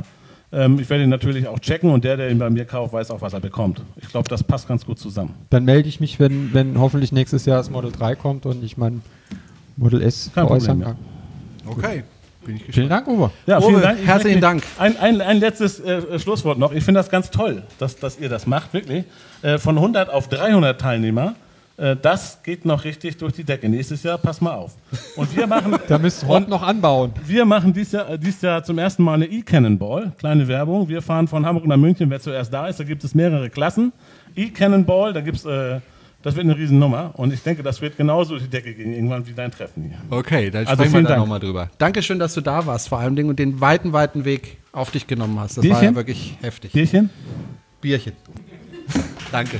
Ähm, ich werde ihn natürlich auch checken und der, der ihn bei mir kauft, weiß auch, was er bekommt. Ich glaube, das passt ganz gut zusammen. Dann melde ich mich, wenn, wenn hoffentlich nächstes Jahr das Model drei kommt und ich mein Model S Kein veräußern Problem, kann. Okay. Bin ich gespannt. Vielen Dank, Uwe. Ja, Uwe, vielen Dank. Ich herzlichen möchte- Dank. Ein, ein, ein letztes äh, Schlusswort noch. Ich finde das ganz toll, dass, dass ihr das macht, wirklich. Äh, von hundert auf dreihundert Teilnehmer. Äh, das geht noch richtig durch die Decke. Nächstes Jahr, pass mal auf. Und wir machen, Da müsst ihr heute noch anbauen. wir machen dieses Jahr, äh, dieses Jahr zum ersten Mal eine E-Cannonball. Kleine Werbung. Wir fahren von Hamburg nach München, wer zuerst da ist. Da gibt es mehrere Klassen. E-Cannonball, da gibt's, äh, das wird eine Riesennummer. Und ich denke, das wird genauso durch die Decke gehen, irgendwann wie dein Treffen hier. Okay, dann Also sprechen wir vielen da Dank. nochmal drüber. Dankeschön, dass du da warst, vor allem Dingen und den weiten, weiten Weg auf dich genommen hast. Das war Bierchen? ja wirklich heftig. Bierchen? Bierchen. Danke.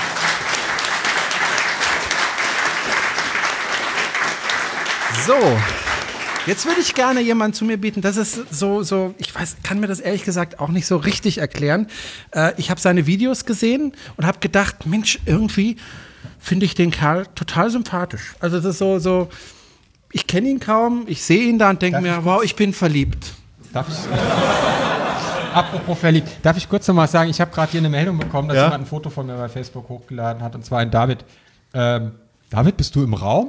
So, jetzt würde ich gerne jemanden zu mir bieten. Das ist so, so, ich weiß, kann mir das ehrlich gesagt auch nicht so richtig erklären. Äh, ich habe seine Videos gesehen und habe gedacht, Mensch, irgendwie finde ich den Kerl total sympathisch. Also das ist so, so, ich kenne ihn kaum, ich sehe ihn da und denke mir, wow, ich bin verliebt. Darf ich? Apropos verliebt, darf ich kurz noch mal sagen, ich habe gerade hier eine Meldung bekommen, dass Ja? jemand ein Foto von mir bei Facebook hochgeladen hat, und zwar ein David. Ähm, David, bist du im Raum?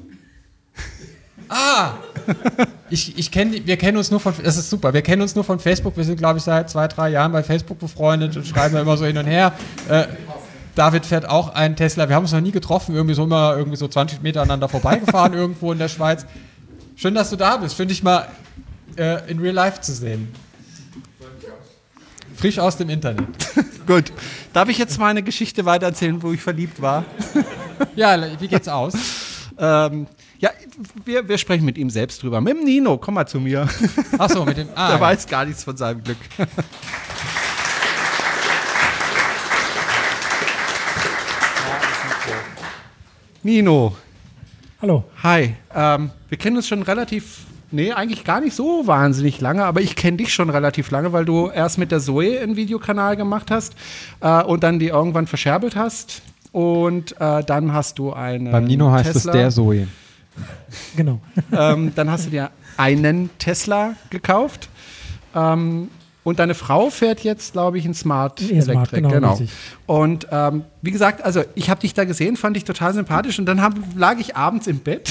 Ah! Ich, ich kenn, wir kennen uns nur von, das ist super, wir kennen uns nur von Facebook, wir sind, glaube ich, seit zwei, drei Jahren bei Facebook befreundet und schreiben ja immer so hin und her. Äh, David fährt auch einen Tesla, wir haben uns noch nie getroffen, irgendwie so immer irgendwie so zwanzig Meter aneinander vorbeigefahren irgendwo in der Schweiz. Schön, dass du da bist, finde ich mal äh, in real life zu sehen. Frisch aus dem Internet. Gut. Darf ich jetzt meine Geschichte weitererzählen, wo ich verliebt war? Ja, wie geht's aus? Ähm, ja, wir, wir sprechen mit ihm selbst drüber. Mit dem Nino, komm mal zu mir. Achso, mit dem. Ah, Der ja. weiß gar nichts von seinem Glück. Nino, Hallo. hi. Ähm, wir kennen uns schon relativ, nee, eigentlich gar nicht so wahnsinnig lange, aber ich kenne dich schon relativ lange, weil du erst mit der Zoe einen Videokanal gemacht hast äh, und dann die irgendwann verscherbelt hast. Und äh, dann hast du einen Beim Nino heißt Tesla. es der Zoe. Genau. ähm, dann hast du dir einen Tesla gekauft. Ähm, und deine Frau fährt jetzt, glaube ich, einen Smart Ein E-Smart, Electric. genau, richtig. Und ähm, wie gesagt, also ich habe dich da gesehen, fand ich total sympathisch. Und dann hab, lag ich abends im Bett.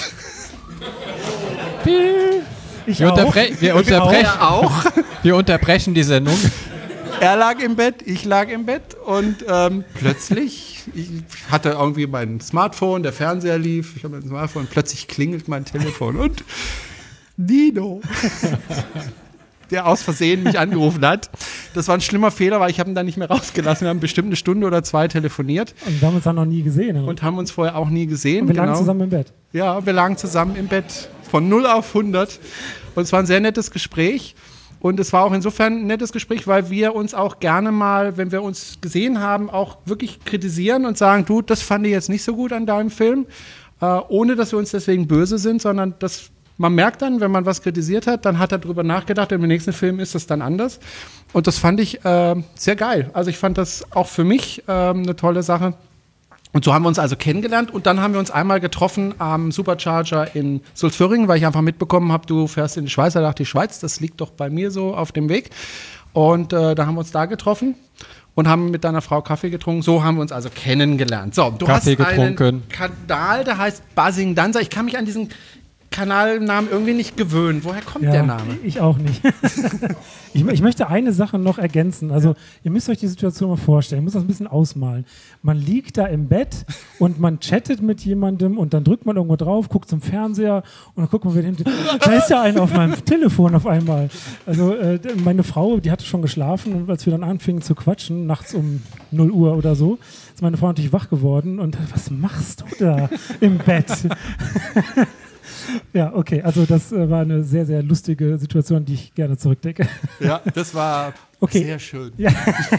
Ich Wir, auch. unterbre wir, Ich unterbrechen, Auch. wir unterbrechen die Sendung. Er lag im Bett, ich lag im Bett. Und ähm, plötzlich, ich hatte irgendwie mein Smartphone, der Fernseher lief. Ich habe mein Smartphone, plötzlich klingelt mein Telefon. Und Nino, der aus Versehen mich angerufen hat. Das war ein schlimmer Fehler, weil ich habe ihn dann nicht mehr rausgelassen. Wir haben bestimmt eine Stunde oder zwei telefoniert Und wir haben uns dann noch nie gesehen. und haben uns vorher auch nie gesehen. Und wir lagen genau. zusammen im Bett. Ja, wir lagen zusammen im Bett von null auf hundert. Und es war ein sehr nettes Gespräch. Und es war auch insofern ein nettes Gespräch, weil wir uns auch gerne mal, wenn wir uns gesehen haben, auch wirklich kritisieren und sagen, du, das fand ich jetzt nicht so gut an deinem Film. Äh, ohne, dass wir uns deswegen böse sind, sondern das man merkt dann, wenn man was kritisiert hat, dann hat er drüber nachgedacht, im nächsten Film ist das dann anders. Und das fand ich äh, sehr geil. Also ich fand das auch für mich äh, eine tolle Sache. Und so haben wir uns also kennengelernt und dann haben wir uns einmal getroffen am Supercharger in Sulzföhringen, weil ich einfach mitbekommen habe, du fährst in die Schweiz. Da dachte ich, Schweiz, das liegt doch bei mir so auf dem Weg. Und äh, da haben wir uns da getroffen und haben mit deiner Frau Kaffee getrunken. So haben wir uns also kennengelernt. So, du Kaffee hast einen getrunken. Kanal, der heißt Buzzing Dancer. Ich kann mich an diesen Kanalnamen irgendwie nicht gewöhnen. Woher kommt Ja, der Name? ich auch nicht. ich, ich möchte eine Sache noch ergänzen. Also ihr müsst euch die Situation mal vorstellen. Ich muss das ein bisschen ausmalen. Man liegt da im Bett und man chattet mit jemandem und dann drückt man irgendwo drauf, guckt zum Fernseher und dann guckt man wieder hin. Da ist ja einer auf meinem Telefon auf einmal. Also äh, meine Frau, die hatte schon geschlafen und als wir dann anfingen zu quatschen, nachts um null Uhr oder so, ist meine Frau natürlich wach geworden und was machst du da im Bett? Ja, okay, also das äh, war eine sehr, sehr lustige Situation, die ich gerne zurückdenke. Ja, das war Okay. sehr schön. Ja.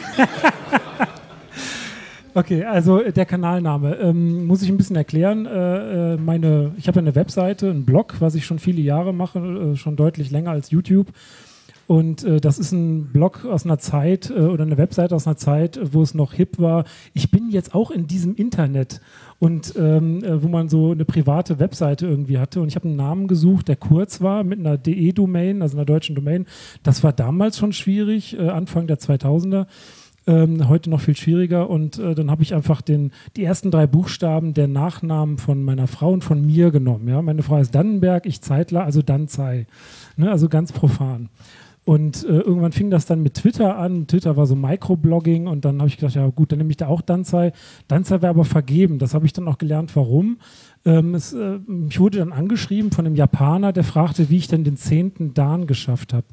Okay, also äh, der Kanalname. Ähm, muss ich ein bisschen erklären. Äh, äh, meine, ich habe eine Webseite, einen Blog, was ich schon viele Jahre mache, äh, schon deutlich länger als YouTube. Und äh, das ist ein Blog aus einer Zeit äh, oder eine Webseite aus einer Zeit, wo es noch hip war. Ich bin jetzt auch in diesem Internet. Und ähm, äh, wo man so eine private Webseite irgendwie hatte. Und ich habe einen Namen gesucht, der kurz war, mit einer D E-Domain, also einer deutschen Domain. Das war damals schon schwierig, äh, Anfang der zweitausender. Ähm, heute noch viel schwieriger. Und äh, dann habe ich einfach den, die ersten drei Buchstaben der Nachnamen von meiner Frau und von mir genommen. Ja? Meine Frau ist Dannenberg, ich Zeitler, also Danzei. Ne? Also ganz profan. Und äh, irgendwann fing das dann mit Twitter an. Twitter war so Microblogging und dann habe ich gedacht, ja gut, dann nehme ich da auch Danzei. Danzei wäre aber vergeben. Das habe ich dann auch gelernt, warum. Ähm, es, äh, ich wurde dann angeschrieben von einem Japaner, der fragte, wie ich denn den zehnten Dan geschafft habe.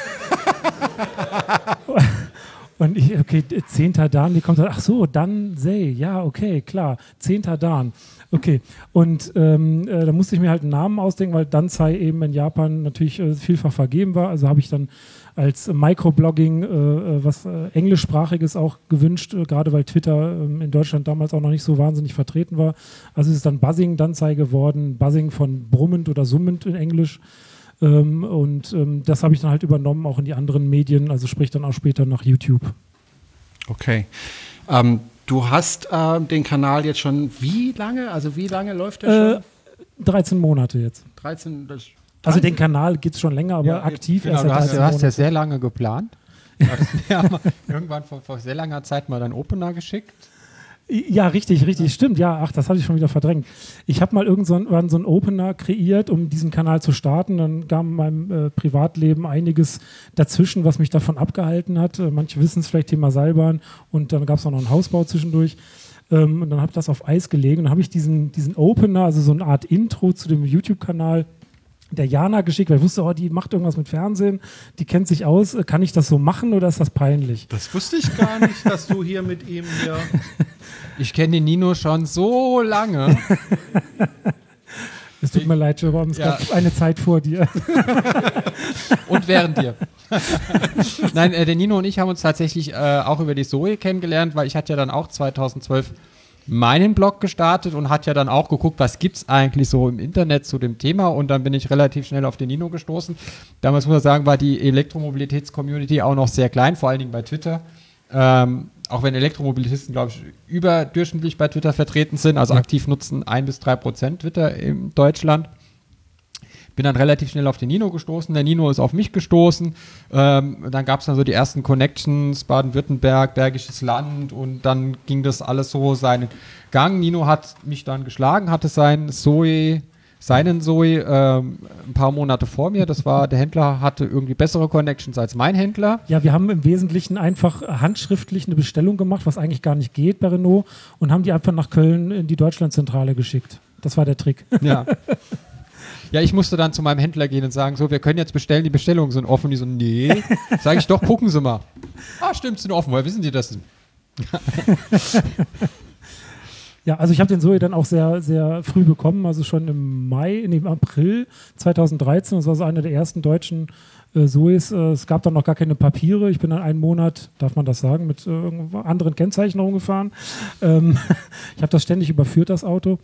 Und ich, okay, zehnter Dan, wie kommt das? Ach so, Dansei, ja, okay, klar, zehnter Dan. Okay, und ähm, äh, da musste ich mir halt einen Namen ausdenken, weil Danzei eben in Japan natürlich äh, vielfach vergeben war. Also habe ich dann als äh, Microblogging äh, was äh, Englischsprachiges auch gewünscht, äh, gerade weil Twitter äh, in Deutschland damals auch noch nicht so wahnsinnig vertreten war. Also ist es dann Buzzing Danzei geworden, Buzzing von brummend oder summend in Englisch. Ähm, und ähm, das habe ich dann halt übernommen, auch in die anderen Medien, also sprich dann auch später nach YouTube. Okay. Ähm, du hast äh, den Kanal jetzt schon wie lange? Also wie lange läuft der schon? Äh, dreizehn Monate jetzt. dreizehn, das Also den Kanal gibt es schon länger, aber Ja, aktiv Genau, erst du seit hast, dreizehn du hast ja Monaten. sehr lange geplant. Du hattest mir aber irgendwann vor, vor sehr langer Zeit mal deinen Opener geschickt. Ja, richtig, richtig, stimmt. Ja, ach, das hatte ich schon wieder verdrängt. Ich habe mal irgendwann so einen Opener kreiert, um diesen Kanal zu starten. Dann kam in meinem äh, Privatleben einiges dazwischen, was mich davon abgehalten hat. Äh, manche wissen es vielleicht, Thema Seilbahn. Und dann gab es auch noch einen Hausbau zwischendurch. Ähm, und dann habe ich das auf Eis gelegt. Und dann habe ich diesen, diesen Opener, also so eine Art Intro zu dem YouTube-Kanal, der Jana geschickt, weil ich wusste, oh, die macht irgendwas mit Fernsehen, die kennt sich aus. Kann ich das so machen oder ist das peinlich? Das wusste ich gar nicht, dass du hier mit ihm hier. Ich kenne den Nino schon so lange. Es tut mir leid, Jerome, es Ja. gab eine Zeit vor dir. Und während dir. Nein, äh, der Nino und ich haben uns tatsächlich äh, auch über die Zoe kennengelernt, weil ich hatte ja dann auch zweitausendzwölf meinen Blog gestartet und hat ja dann auch geguckt, was gibt es eigentlich so im Internet zu dem Thema, und dann bin ich relativ schnell auf den Nino gestoßen. Damals, muss man sagen, war die Elektromobilitäts-Community auch noch sehr klein, vor allen Dingen bei Twitter. Ähm, auch wenn Elektromobilitisten, glaube ich, überdurchschnittlich bei Twitter vertreten sind, also Ja. aktiv nutzen ein bis drei Prozent Twitter in Deutschland. Bin dann relativ schnell auf den Nino gestoßen. Der Nino ist auf mich gestoßen. Ähm, dann gab es dann so die ersten Connections, Baden-Württemberg, Bergisches Land, und dann ging das alles so seinen Gang. Nino hat mich dann geschlagen, hatte sein Zoe, seinen Zoe ähm, ein paar Monate vor mir. Das war, der Händler hatte irgendwie bessere Connections als mein Händler. Ja, wir haben im Wesentlichen einfach handschriftlich eine Bestellung gemacht, was eigentlich gar nicht geht bei Renault, und haben die einfach nach Köln in die Deutschlandzentrale geschickt. Das war der Trick. Ja. Ja, ich musste dann zu meinem Händler gehen und sagen, so, wir können jetzt bestellen, die Bestellungen sind offen. Die so, nee. Sag ich, doch, gucken Sie mal. Ah, stimmt, sind offen. Woher wissen Sie das denn? Ja, also ich habe den Zoe dann auch sehr, sehr früh bekommen, also schon im Mai, in dem April zweitausenddreizehn. Das war so einer der ersten deutschen äh, Zoes. Äh, es gab dann noch gar keine Papiere. Ich bin dann einen Monat, darf man das sagen, mit äh, anderen Kennzeichen rumgefahren. Ähm, ich habe das ständig überführt, das Auto.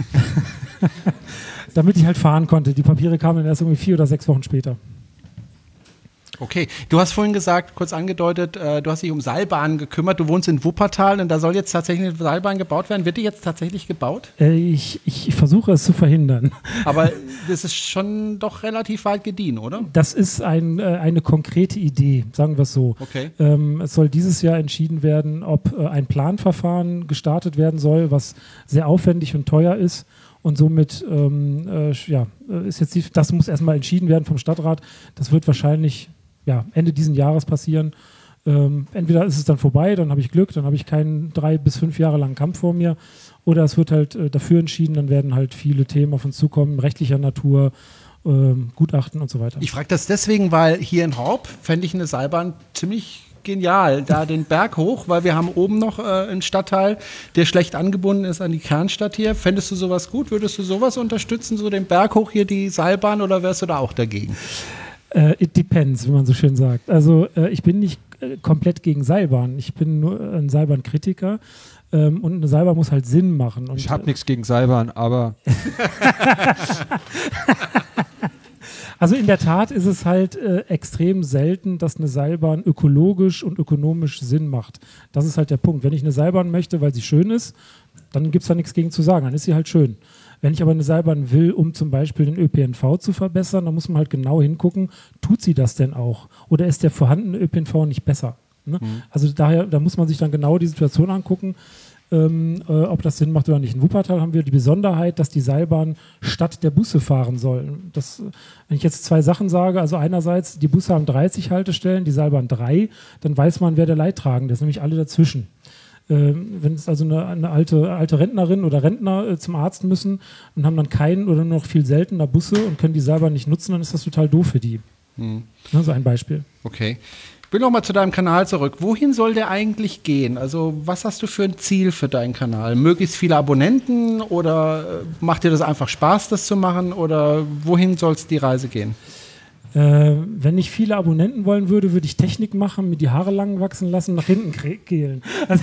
Damit ich halt fahren konnte. Die Papiere kamen dann erst irgendwie vier oder sechs Wochen später. Okay, du hast vorhin gesagt, kurz angedeutet, äh, du hast dich um Seilbahnen gekümmert. Du wohnst in Wuppertal und da soll jetzt tatsächlich eine Seilbahn gebaut werden. Wird die jetzt tatsächlich gebaut? Äh, ich, ich, ich versuche es zu verhindern. Aber das ist schon doch relativ weit gediehen, oder? Das ist ein, äh, eine konkrete Idee, sagen wir es so. Okay. Ähm, es soll dieses Jahr entschieden werden, ob äh, ein Planverfahren gestartet werden soll, was sehr aufwendig und teuer ist. Und somit ähm, äh, ja, ist jetzt die, das muss erstmal entschieden werden vom Stadtrat. Das wird wahrscheinlich ja, Ende diesen Jahres passieren. Ähm, entweder ist es dann vorbei, dann habe ich Glück, dann habe ich keinen drei bis fünf Jahre langen Kampf vor mir. Oder es wird halt äh, dafür entschieden, dann werden halt viele Themen auf uns zukommen, rechtlicher Natur, ähm, Gutachten und so weiter. Ich frage das deswegen, weil hier in Horb fände ich eine Seilbahn ziemlich genial, da den Berg hoch, weil wir haben oben noch äh, einen Stadtteil, der schlecht angebunden ist an die Kernstadt hier. Fändest du sowas gut? Würdest du sowas unterstützen, so den Berg hoch hier, die Seilbahn, oder wärst du da auch dagegen? Äh, it depends, wie man so schön sagt. Also äh, ich bin nicht äh, komplett gegen Seilbahn. Ich bin nur ein Seilbahnkritiker. Ähm, und eine Seilbahn muss halt Sinn machen. Und, Ich habe nichts gegen Seilbahn, aber Also in der Tat ist es halt äh, extrem selten, dass eine Seilbahn ökologisch und ökonomisch Sinn macht. Das ist halt der Punkt. Wenn ich eine Seilbahn möchte, weil sie schön ist, dann gibt es da nichts gegen zu sagen, dann ist sie halt schön. Wenn ich aber eine Seilbahn will, um zum Beispiel den Ö P N V zu verbessern, dann muss man halt genau hingucken, tut sie das denn auch? Oder ist der vorhandene Ö P N V nicht besser? Ne? Mhm. Also daher, da muss man sich dann genau die Situation angucken, ähm, äh, ob das Sinn macht oder nicht. In Wuppertal haben wir die Besonderheit, dass die Seilbahn statt der Busse fahren soll. Das, wenn ich jetzt zwei Sachen sage, also einerseits, die Busse haben dreißig Haltestellen, die Seilbahn drei, dann weiß man, wer der Leidtragende ist, nämlich alle dazwischen. Ähm, wenn es also eine, eine alte, alte Rentnerin oder Rentner äh, zum Arzt müssen und haben dann keinen oder nur noch viel seltener Busse und können die Seilbahn nicht nutzen, dann ist das total doof für die. Mhm. Ne, so ein Beispiel. Okay. Ich will noch mal zu deinem Kanal zurück. Wohin soll der eigentlich gehen? Also was hast du für ein Ziel für deinen Kanal? Möglichst viele Abonnenten oder macht dir das einfach Spaß, das zu machen? Oder wohin soll es die Reise gehen? Äh, wenn ich viele Abonnenten wollen würde, würde ich Technik machen, mir die Haare lang wachsen lassen, nach hinten kehlen. Also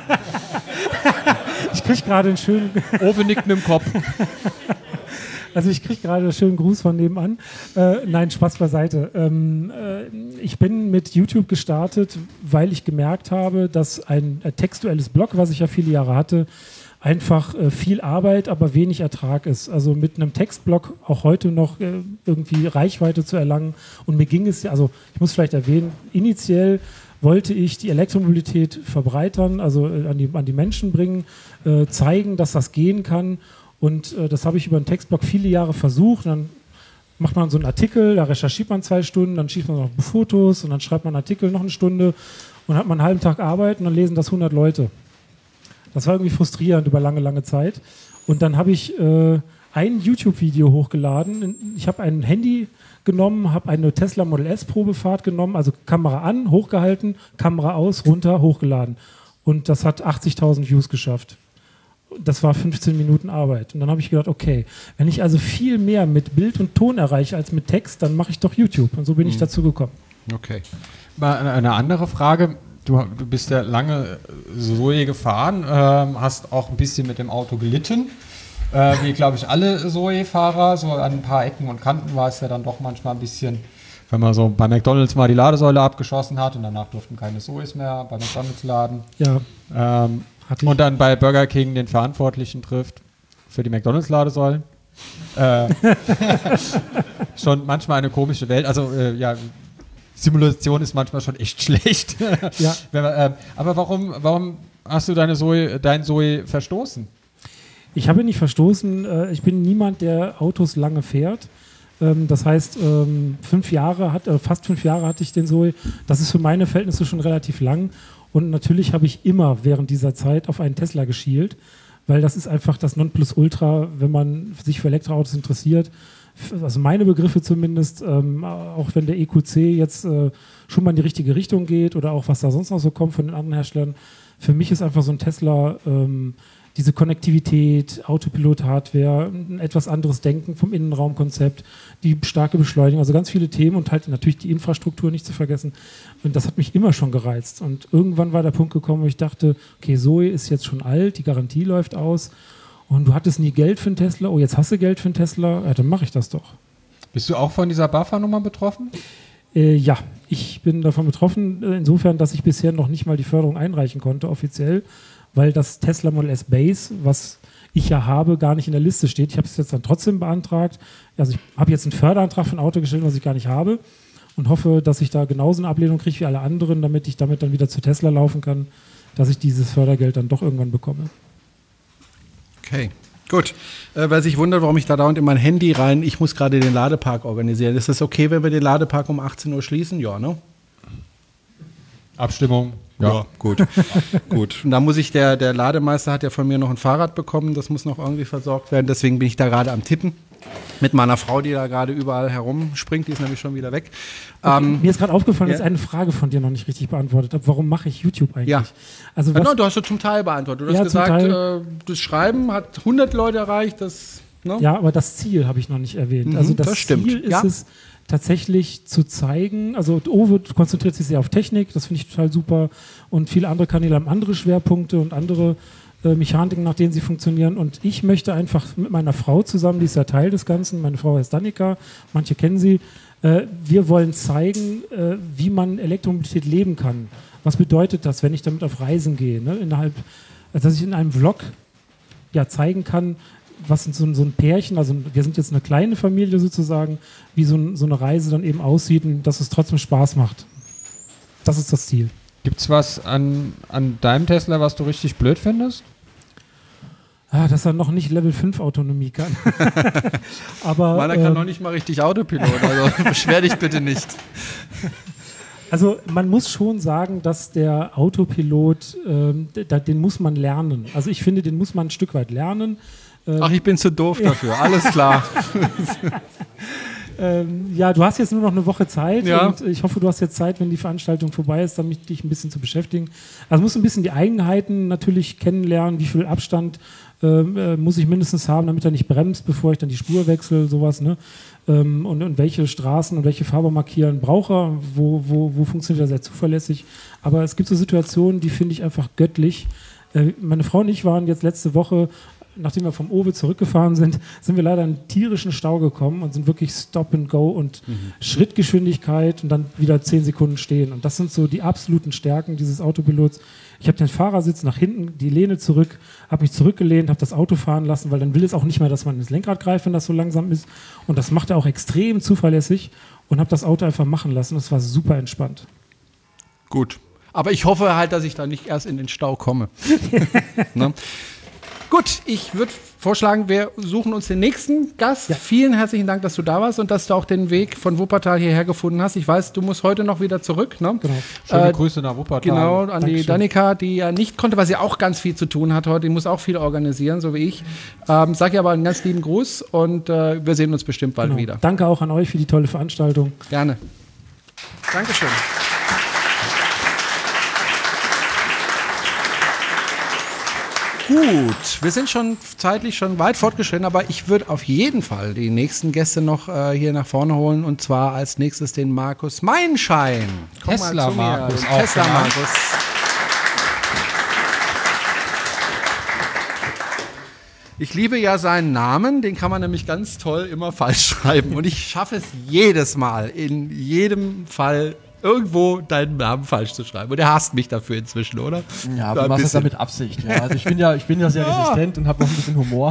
ich kriege gerade einen schönen... Obernicken im Kopf. Also ich kriege gerade einen schönen Gruß von nebenan. Äh, nein, Spaß beiseite. Ähm, äh, ich bin mit YouTube gestartet, weil ich gemerkt habe, dass ein äh, textuelles Blog, was ich ja viele Jahre hatte, einfach äh, viel Arbeit, aber wenig Ertrag ist. Also mit einem Textblog auch heute noch äh, irgendwie Reichweite zu erlangen. Und mir ging es ja, also ich muss vielleicht erwähnen, initiell wollte ich die Elektromobilität verbreitern, also äh, an, die, an die Menschen bringen, äh, zeigen, dass das gehen kann. Und äh, das habe ich über einen Textblog viele Jahre versucht. Und dann macht man so einen Artikel, da recherchiert man zwei Stunden, dann schießt man noch Fotos und dann schreibt man einen Artikel noch eine Stunde und hat man einen halben Tag Arbeit und dann lesen das hundert Leute. Das war irgendwie frustrierend über lange, lange Zeit. Und dann habe ich äh, ein YouTube-Video hochgeladen. Ich habe ein Handy genommen, habe eine Tesla Model S Probefahrt genommen, also Kamera an, hochgehalten, Kamera aus, runter, hochgeladen. Und das hat achtzigtausend Views geschafft. Das war fünfzehn Minuten Arbeit. Und dann habe ich gedacht, okay, wenn ich also viel mehr mit Bild und Ton erreiche als mit Text, dann mache ich doch YouTube. Und so bin mhm. ich dazu gekommen. Okay. Mal eine andere Frage. Du, du bist ja lange Zoe gefahren, ähm, hast auch ein bisschen mit dem Auto gelitten. Äh, wie, glaube ich, alle Zoe-Fahrer. So an ein paar Ecken und Kanten war es ja dann doch manchmal ein bisschen, wenn man so bei McDonald's mal die Ladesäule abgeschossen hat und danach durften keine Zoes mehr bei McDonald's laden. Ja. Ähm, und dann bei Burger King den Verantwortlichen trifft für die McDonald's-Ladesäulen. äh, schon manchmal eine komische Welt. Also, äh, ja, Simulation ist manchmal schon echt schlecht. Ja. Wenn man, äh, aber warum, warum hast du deine Zoe, dein Zoe verstoßen? Ich habe nicht verstoßen. Äh, ich bin niemand, der Autos lange fährt. Ähm, das heißt, ähm, fünf Jahre hat, äh, fast fünf Jahre hatte ich den Zoe. Das ist für meine Verhältnisse schon relativ lang. Und natürlich habe ich immer während dieser Zeit auf einen Tesla geschielt, weil das ist einfach das Nonplusultra, wenn man sich für Elektroautos interessiert. Also meine Begriffe zumindest, ähm, auch wenn der E Q C jetzt äh, schon mal in die richtige Richtung geht oder auch was da sonst noch so kommt von den anderen Herstellern, für mich ist einfach so ein Tesla ähm, diese Konnektivität, Autopilot-Hardware, ein etwas anderes Denken vom Innenraumkonzept, die starke Beschleunigung, also ganz viele Themen und halt natürlich die Infrastruktur nicht zu vergessen. Und das hat mich immer schon gereizt. Und irgendwann war der Punkt gekommen, wo ich dachte, okay, Zoe ist jetzt schon alt, die Garantie läuft aus und du hattest nie Geld für einen Tesla, oh, jetzt hast du Geld für einen Tesla, ja, dann mache ich das doch. Bist du auch von dieser BAFA-Nummer betroffen? Äh, ja, ich bin davon betroffen, insofern, dass ich bisher noch nicht mal die Förderung einreichen konnte, offiziell, weil das Tesla Model S Base, was ich ja habe, gar nicht in der Liste steht. Ich habe es jetzt dann trotzdem beantragt. Also ich habe jetzt einen Förderantrag für ein Auto gestellt, was ich gar nicht habe und hoffe, dass ich da genauso eine Ablehnung kriege wie alle anderen, damit ich damit dann wieder zu Tesla laufen kann, dass ich dieses Fördergeld dann doch irgendwann bekomme. Okay, gut. Äh, wer sich wundert, warum ich da dauernd in mein Handy rein, ich muss gerade den Ladepark organisieren. Ist das okay, wenn wir den Ladepark um achtzehn Uhr schließen? Ja, ne? Abstimmung. Ja, ja gut. gut. Und da muss ich, der, der Lademeister hat ja von mir noch ein Fahrrad bekommen, das muss noch irgendwie versorgt werden, deswegen bin ich da gerade am Tippen. Mit meiner Frau, die da gerade überall herumspringt, die ist nämlich schon wieder weg. Okay, ähm, mir ist gerade aufgefallen, ja. dass ich eine Frage von dir noch nicht richtig beantwortet habe. Warum mache ich YouTube eigentlich? Ja. Also ja, was, no, du hast ja zum Teil beantwortet. Du ja, hast gesagt, äh, das Schreiben hat hundert Leute erreicht. Das, ne? Ja, aber das Ziel habe ich noch nicht erwähnt. Mhm, also das, das stimmt. Ziel ist ja. es, tatsächlich zu zeigen, also Owe konzentriert sich sehr auf Technik, das finde ich total super und viele andere Kanäle haben andere Schwerpunkte und andere äh, Mechaniken, nach denen sie funktionieren. Und ich möchte einfach mit meiner Frau zusammen, die ist ja Teil des Ganzen, meine Frau heißt Danica, manche kennen sie, äh, wir wollen zeigen, äh, wie man Elektromobilität leben kann. Was bedeutet das, wenn ich damit auf Reisen gehe? Ne? Innerhalb, also dass ich in einem Vlog ja zeigen kann, was so, so ein Pärchen, also wir sind jetzt eine kleine Familie sozusagen, wie so, ein, so eine Reise dann eben aussieht und dass es trotzdem Spaß macht. Das ist das Ziel. Gibt es was an, an deinem Tesla, was du richtig blöd findest? Ah, dass er noch nicht Level fünf Autonomie kann. Aber, Meiner kann ähm, noch nicht mal richtig Autopilot, also beschwer dich bitte nicht. Also man muss schon sagen, dass der Autopilot, ähm, da, den muss man lernen. Also ich finde, den muss man ein Stück weit lernen. Ähm, Ach, ich bin zu doof dafür, alles klar. ähm, ja, du hast jetzt nur noch eine Woche Zeit Ja. und ich hoffe, du hast jetzt Zeit, wenn die Veranstaltung vorbei ist, damit dich ein bisschen zu beschäftigen. Also musst ein bisschen die Eigenheiten natürlich kennenlernen, wie viel Abstand ähm, äh, muss ich mindestens haben, damit er nicht bremst, bevor ich dann die Spur wechsle, sowas, ne? Ähm, und, und welche Straßen und welche Farbe markieren brauche er, wo, wo, wo funktioniert er sehr zuverlässig. Aber es gibt so Situationen, die finde ich einfach göttlich. Äh, meine Frau und ich waren jetzt letzte Woche, nachdem wir vom Owe zurückgefahren sind, sind wir leider in einen tierischen Stau gekommen und sind wirklich Stop and Go und mhm. Schrittgeschwindigkeit und dann wieder zehn Sekunden stehen. Und das sind so die absoluten Stärken dieses Autopilots. Ich habe den Fahrersitz nach hinten, die Lehne zurück, habe mich zurückgelehnt, habe das Auto fahren lassen, weil dann will es auch nicht mehr, dass man ins Lenkrad greift, wenn das so langsam ist. Und das macht er auch extrem zuverlässig und habe das Auto einfach machen lassen. Das war super entspannt. Gut. Aber ich hoffe halt, dass ich da nicht erst in den Stau komme. Ne? Gut, ich würde vorschlagen, wir suchen uns den nächsten Gast. Ja. Vielen herzlichen Dank, dass du da warst und dass du auch den Weg von Wuppertal hierher gefunden hast. Ich weiß, du musst heute noch wieder zurück. Ne? Genau. Schöne Äh, Grüße nach Wuppertal. Genau, an Dankeschön. die Danica, die ja nicht konnte, weil sie auch ganz viel zu tun hat heute. Die muss auch viel organisieren, so wie ich. Ähm, sag ihr aber einen ganz lieben Gruß und äh, wir sehen uns bestimmt bald Genau. wieder. Danke auch an euch für die tolle Veranstaltung. Gerne. Dankeschön. Gut, wir sind schon zeitlich schon weit fortgeschritten, aber ich würde auf jeden Fall die nächsten Gäste noch äh, hier nach vorne holen und zwar als nächstes den Markus Meinschein. Komm mal Tesla zu mir, Markus den auch Tesla genannt. Markus. Ich liebe ja seinen Namen, den kann man nämlich ganz toll immer falsch schreiben und ich schaffe es jedes Mal, in jedem Fall irgendwo deinen Namen falsch zu schreiben. Und er hasst mich dafür inzwischen, oder? Ja, So du ein machst das ja bisschen. mit Absicht. Ja. Also ich bin ja, ich bin ja sehr resistent und habe noch ein bisschen Humor.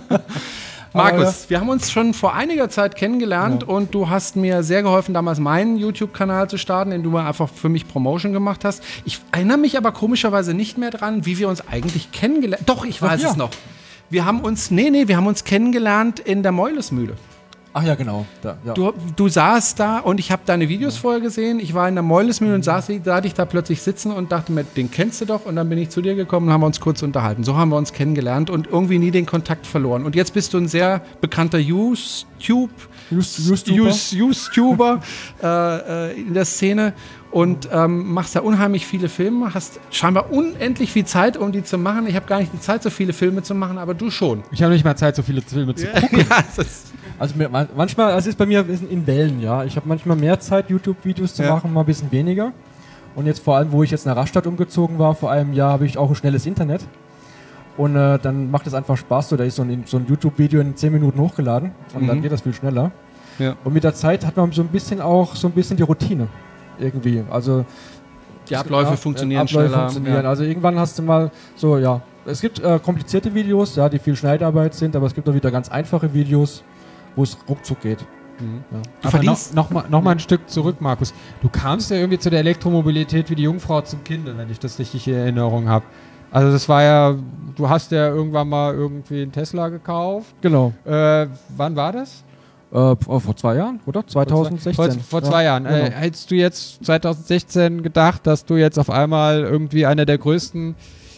Markus, wir haben uns schon vor einiger Zeit kennengelernt Ja. und du hast mir sehr geholfen, damals meinen YouTube-Kanal zu starten, den du mal einfach für mich Promotion gemacht hast. Ich erinnere mich aber komischerweise nicht mehr dran, wie wir uns eigentlich kennengelernt haben. Doch, ich weiß ja. es noch. Wir haben uns, nee, nee, wir haben uns kennengelernt in der Meulesmühle. Ach ja, genau. Da, ja. Du, du saßt da und ich habe deine Videos vorher gesehen. Ich war in der Meulesmühle und saß, sah dich da plötzlich sitzen und dachte mir, den kennst du doch. Und dann bin ich zu dir gekommen und haben wir uns kurz unterhalten. So haben wir uns kennengelernt und irgendwie nie den Kontakt verloren. Und jetzt bist du ein sehr bekannter YouTube, Just, YouTuber. Just, YouTuber äh, äh, in der Szene und ähm, machst da unheimlich viele Filme. Hast scheinbar unendlich viel Zeit, um die zu machen. Ich habe gar nicht die Zeit, so viele Filme zu machen, aber du schon. Ich habe nicht mal Zeit, so viele Filme zu gucken. Ja, das ist, Also mir- man- manchmal, also es ist bei mir in Wellen, ja. Ich habe manchmal mehr Zeit, YouTube-Videos zu Ja. machen, mal ein bisschen weniger. Und jetzt vor allem, wo ich jetzt nach Rastatt umgezogen war, vor einem Jahr, habe ich auch ein schnelles Internet. Und äh, dann macht es einfach Spaß, so da ist so ein, so ein YouTube-Video in zehn Minuten hochgeladen und Mhm. dann geht das viel schneller. Ja. Und mit der Zeit hat man so ein bisschen auch so ein bisschen die Routine irgendwie. Also die Abläufe ja, funktionieren Abläufe schneller. funktionieren. Ja. Also irgendwann hast du mal so, ja, es gibt äh, komplizierte Videos, ja, die viel Schneidarbeit sind, aber es gibt auch wieder ganz einfache Videos, wo es ruckzuck geht. Ja. Du Aber verdienst- noch, noch, mal, noch mal ein Stück zurück, Markus. Du kamst ja irgendwie zu der Elektromobilität wie die Jungfrau zum Kinde, wenn ich das richtig in Erinnerung habe. Also das war ja, du hast ja irgendwann mal irgendwie einen Tesla gekauft. Genau. Äh, wann war das? Äh, vor vor zwei Jahren, oder? zwanzig sechzehn. Vor, vor zwei Ja, Jahren. genau. Äh, hättest du jetzt zwanzig sechzehn gedacht, dass du jetzt auf einmal irgendwie einer der größten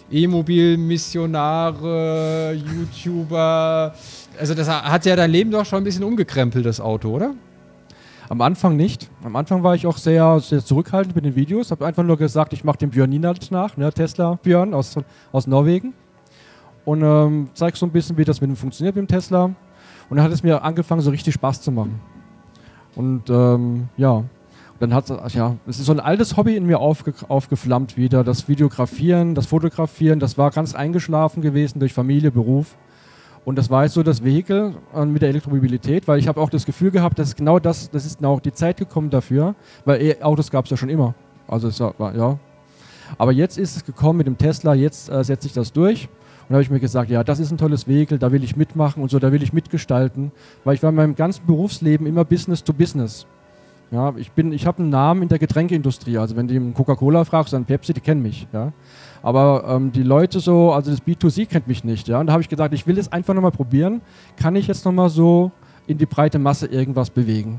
E-Mobil-Missionare, YouTuber, also das hat ja dein Leben doch schon ein bisschen umgekrempelt, das Auto, oder? Am Anfang nicht. Am Anfang war ich auch sehr, sehr zurückhaltend mit den Videos. Habe einfach nur gesagt, ich mache den Björn Nienert nach, ne, Tesla Björn aus, aus Norwegen. Und ähm, zeige so ein bisschen, wie das mit dem funktioniert mit dem Tesla. Und dann hat es mir angefangen, so richtig Spaß zu machen. Und ähm, ja, und dann hat ja, es ist so ein altes Hobby in mir aufge, aufgeflammt wieder, das Videografieren, das Fotografieren, das war ganz eingeschlafen gewesen durch Familie, Beruf. Und das war jetzt so das Vehikel äh, mit der Elektromobilität, weil ich habe auch das Gefühl gehabt, dass genau das, das ist genau die Zeit gekommen dafür, weil E-Autos gab es ja schon immer. Also es war, ja. Aber jetzt ist es gekommen mit dem Tesla, jetzt äh, setze ich das durch. Und da habe ich mir gesagt, ja, das ist ein tolles Vehikel, da will ich mitmachen und so, da will ich mitgestalten, weil ich war in meinem ganzen Berufsleben immer Business to Business. Ja, ich bin, ich habe einen Namen in der Getränkeindustrie, also wenn du einen Coca-Cola fragst, dann Pepsi, die kennen mich, ja. Aber ähm, die Leute so, also das B zwei C kennt mich nicht, ja. Und da habe ich gesagt, ich will es einfach nochmal probieren, kann ich jetzt nochmal so in die breite Masse irgendwas bewegen?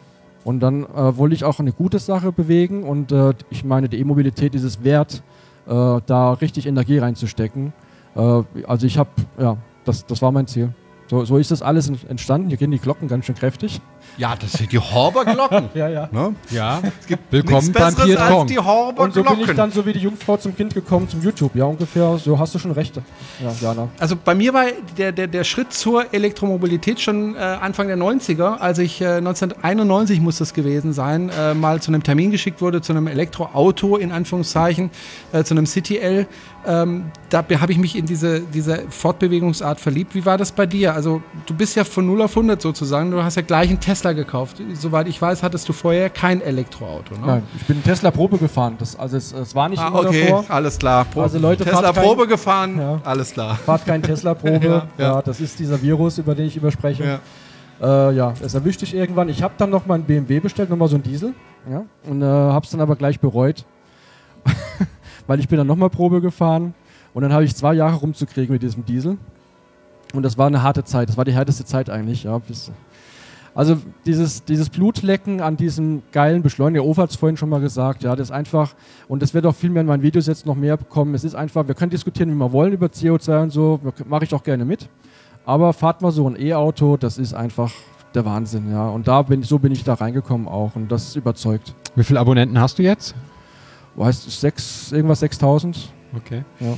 Und dann äh, wollte ich auch eine gute Sache bewegen und äh, ich meine, die E-Mobilität ist es wert, äh, da richtig Energie reinzustecken. Äh, also ich habe, ja, das, das war mein Ziel. So, so ist das alles entstanden. Hier gehen die Glocken ganz schön kräftig. Ja, das sind die Horber-Glocken. Ja, ja. Ne? Ja, Es gibt willkommen nichts beim Besseres als Piet-Kong. die Und so bin ich Horber-Glocken. dann so wie die Jungfrau zum Kind gekommen zum YouTube. Ja, ungefähr. So hast du schon recht. Ja, Jana. Also bei mir war der, der, der Schritt zur Elektromobilität schon äh, Anfang der neunziger, als ich äh, neunzehnhunderteinundneunzig muss das gewesen sein, äh, mal zu einem Termin geschickt wurde, zu einem Elektroauto in Anführungszeichen, äh, zu einem City L. Ähm, da habe ich mich in diese, diese Fortbewegungsart verliebt. Wie war das bei dir? Also du bist ja von null auf hundert sozusagen, du hast ja gleich einen Tesla gekauft. Soweit ich weiß, hattest du vorher kein Elektroauto, ne? Nein, ich bin einen Tesla Probe gefahren. Das, also es, es war nicht Ah, immer okay, davor. alles klar. Pro Also Leute, Tesla fahrt kein- Probe gefahren, Ja. alles klar. Fahrt kein Tesla-Probe. Ja, ja, ja. das ist dieser Virus, über den ich überspreche. Ja. Äh, ja, das erwischte ich irgendwann. Ich habe dann nochmal einen B M W bestellt, nochmal so einen Diesel. Ja, und äh, habe es dann aber gleich bereut. Weil ich bin dann nochmal Probe gefahren. Und dann habe ich zwei Jahre rumzukriegen mit diesem Diesel. Und das war eine harte Zeit. Das war die härteste Zeit eigentlich. Ja, bis, also dieses, dieses Blutlecken an diesem geilen Beschleuniger, Ofer hat es vorhin schon mal gesagt, ja, das ist einfach, und das wird auch viel mehr in meinen Videos jetzt noch mehr kommen, es ist einfach, wir können diskutieren, wie wir wollen über C O zwei und so, mache ich auch gerne mit, aber fahrt mal so ein E-Auto, das ist einfach der Wahnsinn, ja, und da bin, so bin ich da reingekommen auch und das überzeugt. Wie viele Abonnenten hast du jetzt? Wo heißt es, sechs, irgendwas sechstausend? Okay. Ja.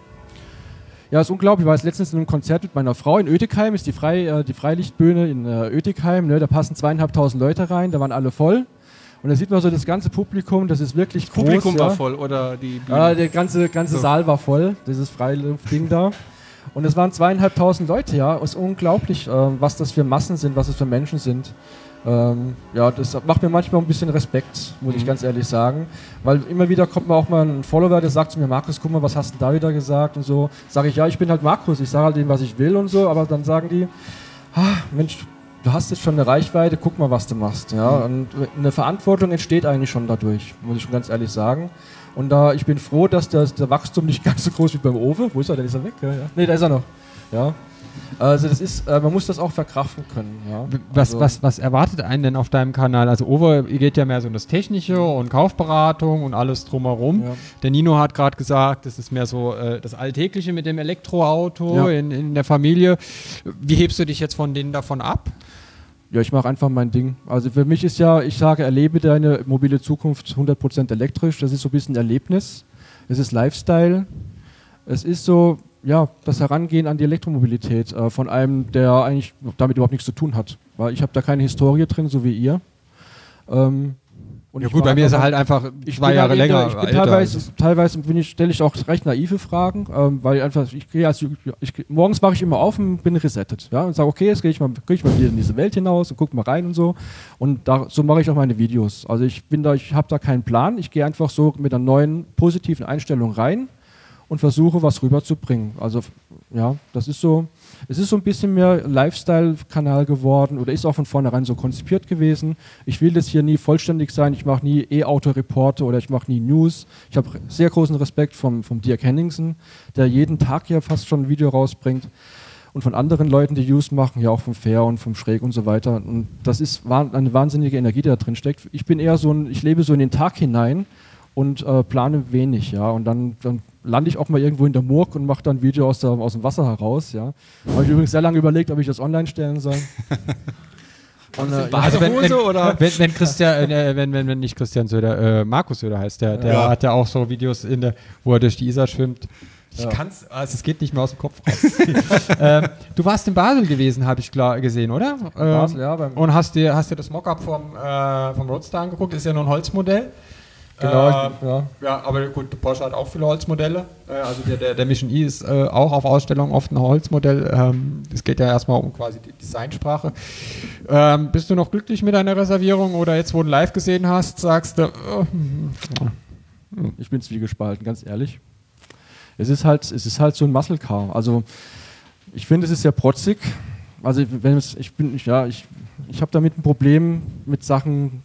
Ja, ist unglaublich. Ich war jetzt letztens in einem Konzert mit meiner Frau in Oetikheim, ist die, Frei, äh, die Freilichtbühne in äh, Oetikheim. Ne, da passen zweieinhalbtausend Leute rein, da waren alle voll. Und da sieht man so das ganze Publikum, das ist wirklich Das Publikum groß, war ja. voll oder die Bühne? Ja, der ganze, ganze So. Saal war voll, dieses Freiluftding da. Und es waren zweieinhalbtausend Leute, ja. Es ist unglaublich, äh, was das für Massen sind, was es für Menschen sind. Ähm, ja, das macht mir manchmal ein bisschen Respekt, muss ich ganz ehrlich sagen. Weil immer wieder kommt mir auch mal ein Follower, der sagt zu mir, Markus, guck mal, was hast du da wieder gesagt und so. Sage ich, ja, ich bin halt Markus, ich sage halt dem, was ich will und so. Aber dann sagen die, ah, Mensch, du hast jetzt schon eine Reichweite, guck mal, was du machst. Ja? Und eine Verantwortung entsteht eigentlich schon dadurch, muss ich schon ganz ehrlich sagen. Und da, ich bin froh, dass der, der Wachstum nicht ganz so groß wie beim Owe. Wo ist er denn? Ist er weg? Ja, ja. Nee, da ist er noch. Ja. Also das ist, äh, man muss das auch verkraften können. Ja. Was, also, was, was erwartet einen denn auf deinem Kanal? Also Owe geht ja mehr so um das Technische und Kaufberatung und alles drumherum. Ja. Der Nino hat gerade gesagt, das ist mehr so äh, das Alltägliche mit dem Elektroauto Ja. in, in der Familie. Wie hebst du dich jetzt von denen davon ab? Ja, ich mache einfach mein Ding. Also für mich ist ja, ich sage, erlebe deine mobile Zukunft hundert Prozent elektrisch. Das ist so ein bisschen Erlebnis. Es ist Lifestyle. Es ist so, ja, das Herangehen an die Elektromobilität äh, von einem, der eigentlich damit überhaupt nichts zu tun hat. Weil ich habe da keine Historie drin, so wie ihr. Ähm, und Ja ich gut, war bei mir ist er einfach- halt einfach ich zwei bin Jahre halt in der- länger Ich bin älter. teilweise, teilweise bin ich, stelle ich auch recht naive Fragen, ähm, weil einfach, ich gehe als, ich, morgens wache ich immer auf und bin resettet, ja, und sage, okay, jetzt gehe ich mal, gehe ich mal wieder in diese Welt hinaus und gucke mal rein und so, und da, so mache ich auch meine Videos. Also ich bin da, ich habe da keinen Plan, ich gehe einfach so mit einer neuen positiven Einstellung rein und versuche, was rüberzubringen. Also ja, das ist so, es ist so ein bisschen mehr Lifestyle-Kanal geworden oder ist auch von vornherein so konzipiert gewesen. Ich will das hier nie vollständig sein, ich mache nie E-Auto-Reporte oder ich mache nie News. Ich habe sehr großen Respekt vom, vom Dirk Henningsen, der jeden Tag hier fast schon ein Video rausbringt. Und von anderen Leuten, die News machen, ja auch vom Fair und vom Schräg und so weiter. Und das ist wa- eine wahnsinnige Energie, die da drin steckt. Ich bin eher so ein, ich lebe so in den Tag hinein und äh, plane wenig, ja. Und dann, dann lande ich auch mal irgendwo in der Murg und mache dann ein Video aus, der, aus dem Wasser heraus, ja. Habe ich übrigens sehr lange überlegt, ob ich das online stellen soll. Und, äh, ja, Also wenn, wenn, oder? wenn, wenn Christian, äh, wenn, wenn, wenn nicht Christian Söder, äh, Markus Söder heißt, der, der Ja. hat ja auch so Videos, in der, wo er durch die Isar schwimmt. Ich ja. kann's, also es geht nicht mehr aus dem Kopf raus. ähm, du warst in Basel gewesen, habe ich klar gesehen, oder? Ähm, Basel, ja. Beim und hast dir, hast dir das Mockup vom, äh, vom Roadster angeguckt? Ist ja nur ein Holzmodell. Genau, äh, ich, ja. Ja, aber gut, Porsche hat auch viele Holzmodelle. Äh, also der, der, der Mission E ist äh, auch auf Ausstellung oft ein Holzmodell. Ähm, es geht ja erstmal um quasi die Designsprache. Ähm, bist du noch glücklich mit deiner Reservierung oder jetzt, wo du live gesehen hast, sagst du... Äh, ich bin zwiegespalten, ganz ehrlich. Es ist halt, es ist halt so ein Muscle Car. Also ich finde, es ist sehr protzig. Also wenn es, ich bin, ich, ja, ich, ich habe damit ein Problem mit Sachen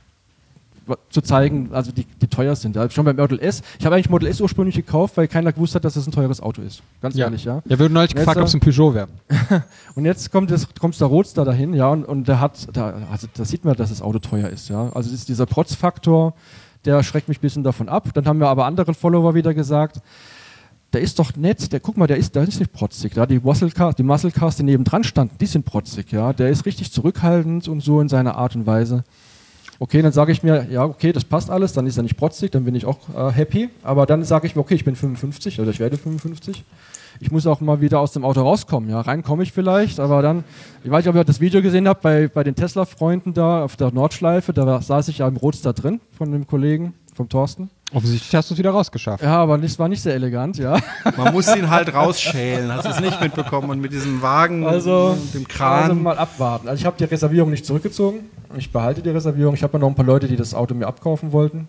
zu zeigen, also die, die teuer sind. Ja, schon beim Model S. Ich habe eigentlich Model S ursprünglich gekauft, weil keiner gewusst hat, dass das ein teures Auto ist. Ganz ja. ehrlich, ja. Ja, wir wurden neulich gefragt, ob es ein Peugeot wäre. Und jetzt kommt, das, kommt der Roadster dahin, ja, und, und der hat, da, also da sieht man, dass das Auto teuer ist, ja. Also ist dieser Protzfaktor, der schreckt mich ein bisschen davon ab. Dann haben wir aber andere Follower wieder gesagt, der ist doch nett, der, guck mal, der ist, der ist nicht protzig. Ja. Die Muscle Cars, die Muscle Cars, die nebendran standen, die sind protzig, ja. Der ist richtig zurückhaltend und so in seiner Art und Weise. Okay, dann sage ich mir, ja, okay, das passt alles, dann ist er nicht protzig, dann bin ich auch äh, happy. Aber dann sage ich mir, okay, ich bin fünfundfünfzig oder ich werde fünfundfünfzig. Ich muss auch mal wieder aus dem Auto rauskommen. Ja, rein komme ich vielleicht, aber dann, ich weiß nicht, ob ihr das Video gesehen habt, bei, bei den Tesla-Freunden da auf der Nordschleife, da saß ich ja im Roadster drin von dem Kollegen, vom Thorsten. Offensichtlich hast du es wieder rausgeschafft. Ja, aber es war nicht sehr elegant, ja. Man muss ihn halt rausschälen, hast du es nicht mitbekommen und mit diesem Wagen, also, dem Kran. Also mal abwarten. Also ich habe die Reservierung nicht zurückgezogen, ich behalte die Reservierung. Ich habe noch ein paar Leute, die das Auto mir abkaufen wollten.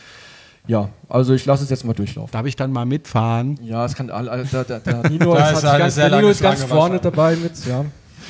Ja, also ich lasse es jetzt mal durchlaufen. Darf ich dann mal mitfahren? Ja, es kann alle. Der, der, der Nino Da ist, ist hat eine ganz, sehr der Nino lange ist ganz Schlange vorne wahrscheinlich. dabei mit, ja.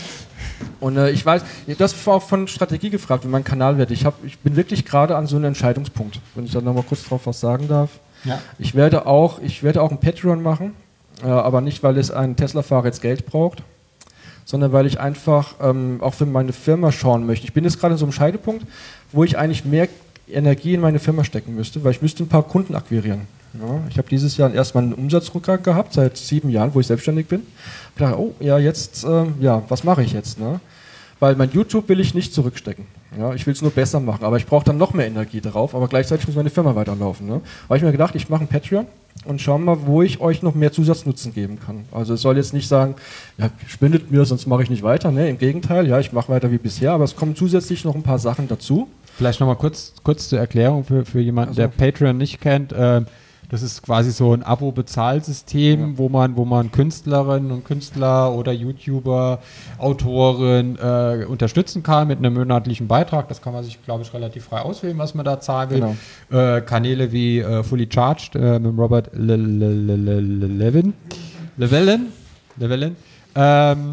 Und äh, ich weiß, das war auch von Strategie gefragt, wie mein Kanal wird. Ich, hab, ich bin wirklich gerade an so einem Entscheidungspunkt, wenn ich da nochmal kurz drauf was sagen darf. Ja. Ich werde auch, ich werde auch ein Patreon machen, äh, aber nicht, weil es ein Tesla-Fahrer jetzt Geld braucht, sondern weil ich einfach ähm, auch für meine Firma schauen möchte. Ich bin jetzt gerade in so einem Scheidepunkt, wo ich eigentlich mehr Energie in meine Firma stecken müsste, weil ich müsste ein paar Kunden akquirieren. Ja, ich habe dieses Jahr erstmal einen Umsatzrückgang gehabt, seit sieben Jahren, wo ich selbstständig bin. Ich dachte, oh, ja, jetzt, äh, ja, was mache ich jetzt? Ne? Weil mein YouTube will ich nicht zurückstecken. Ja, ich will es nur besser machen, aber ich brauche dann noch mehr Energie darauf, aber gleichzeitig muss meine Firma weiterlaufen. Ne? Da habe ich mir gedacht, ich mache ein Patreon und schaue mal, wo ich euch noch mehr Zusatznutzen geben kann. Also es soll jetzt nicht sagen, ja, spendet mir, sonst mache ich nicht weiter. Ne? Im Gegenteil, ja, ich mache weiter wie bisher, aber es kommen zusätzlich noch ein paar Sachen dazu. Vielleicht nochmal kurz, kurz zur Erklärung für, für jemanden, Also. der Patreon nicht kennt. Äh, das ist quasi so ein Abo-Bezahlsystem, Ja. wo man, wo man Künstlerinnen und Künstler oder YouTuber, Autoren äh, unterstützen kann mit einem monatlichen Beitrag. Das kann man sich, glaube ich, relativ frei auswählen, was man da zahlen will. Genau. Äh, Kanäle wie äh, Fully Charged äh, mit Robert Le- Le- Le- Le- Le- Levin. Levellen. Levellen. Ähm,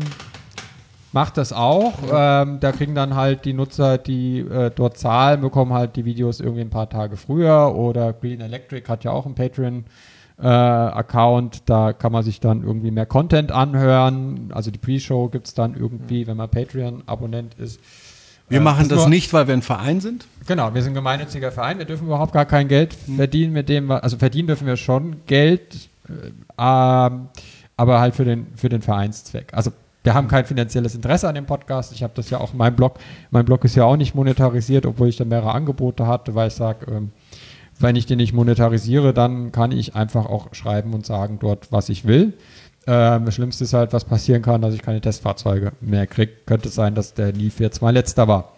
macht das auch. Ähm, da kriegen dann halt die Nutzer, die äh, dort zahlen, bekommen halt die Videos irgendwie ein paar Tage früher. Oder Green Electric hat ja auch einen Patreon-Account. Äh, da kann man sich dann irgendwie mehr Content anhören. Also die Pre-Show gibt es dann irgendwie, wenn man Patreon-Abonnent ist. Wir Äh, machen ist das nur- nicht, weil wir ein Verein sind. Genau, wir sind ein gemeinnütziger Verein. Wir dürfen überhaupt gar kein Geld verdienen, mit dem wir, also verdienen dürfen wir schon Geld, äh, ähm, aber halt für den, für den Vereinszweck. Also wir haben kein finanzielles Interesse an dem Podcast. Ich habe das ja auch in meinem Blog. Mein Blog ist ja auch nicht monetarisiert, obwohl ich da mehrere Angebote hatte, weil ich sage, ähm, wenn ich den nicht monetarisiere, dann kann ich einfach auch schreiben und sagen dort, was ich will. Ähm, das Schlimmste ist halt, was passieren kann, dass ich keine Testfahrzeuge mehr kriege. Könnte sein, dass der Leaf jetzt mein letzter war.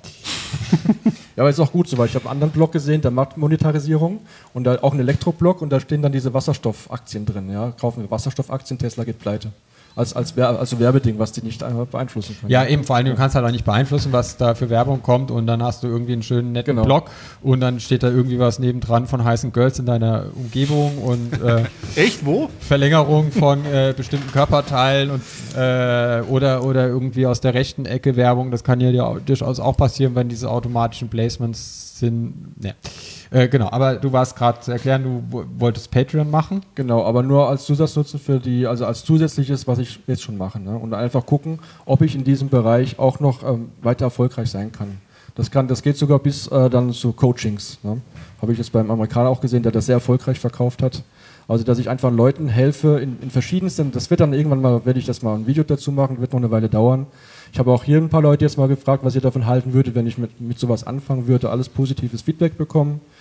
Ja, aber ist auch gut so, weil ich habe einen anderen Blog gesehen, der macht Monetarisierung und da auch einen Elektroblog und da stehen dann diese Wasserstoffaktien drin. Ja? Kaufen wir Wasserstoffaktien, Tesla geht pleite. Als, als Wer also Werbeding, was die nicht einfach beeinflussen können. Ja, eben, vor allem, du kannst halt auch nicht beeinflussen, was da für Werbung kommt und dann hast du irgendwie einen schönen, netten Genau. Blog und dann steht da irgendwie was nebendran von heißen Girls in deiner Umgebung und äh, Echt? Wo? Verlängerung von äh, bestimmten Körperteilen und, äh, oder, oder irgendwie aus der rechten Ecke Werbung. Das kann ja dir au- durchaus auch passieren, wenn diese automatischen Placements sind. Ja. Äh, genau, aber du warst gerade zu erklären, du wo- wolltest Patreon machen. Genau, aber nur als Zusatznutzen für die, also als zusätzliches, was ich jetzt schon mache. Ne? Und einfach gucken, ob ich in diesem Bereich auch noch ähm, weiter erfolgreich sein kann. Das kann, das geht sogar bis äh, dann zu Coachings. Ne? Habe ich jetzt beim Amerikaner auch gesehen, der das sehr erfolgreich verkauft hat. Also, dass ich einfach Leuten helfe in, in verschiedensten, das wird dann irgendwann mal, werde ich das mal ein Video dazu machen, wird noch eine Weile dauern. Ich habe auch hier ein paar Leute jetzt mal gefragt, was ihr davon halten würdet, wenn ich mit, mit sowas anfangen würde, alles positives Feedback bekommen.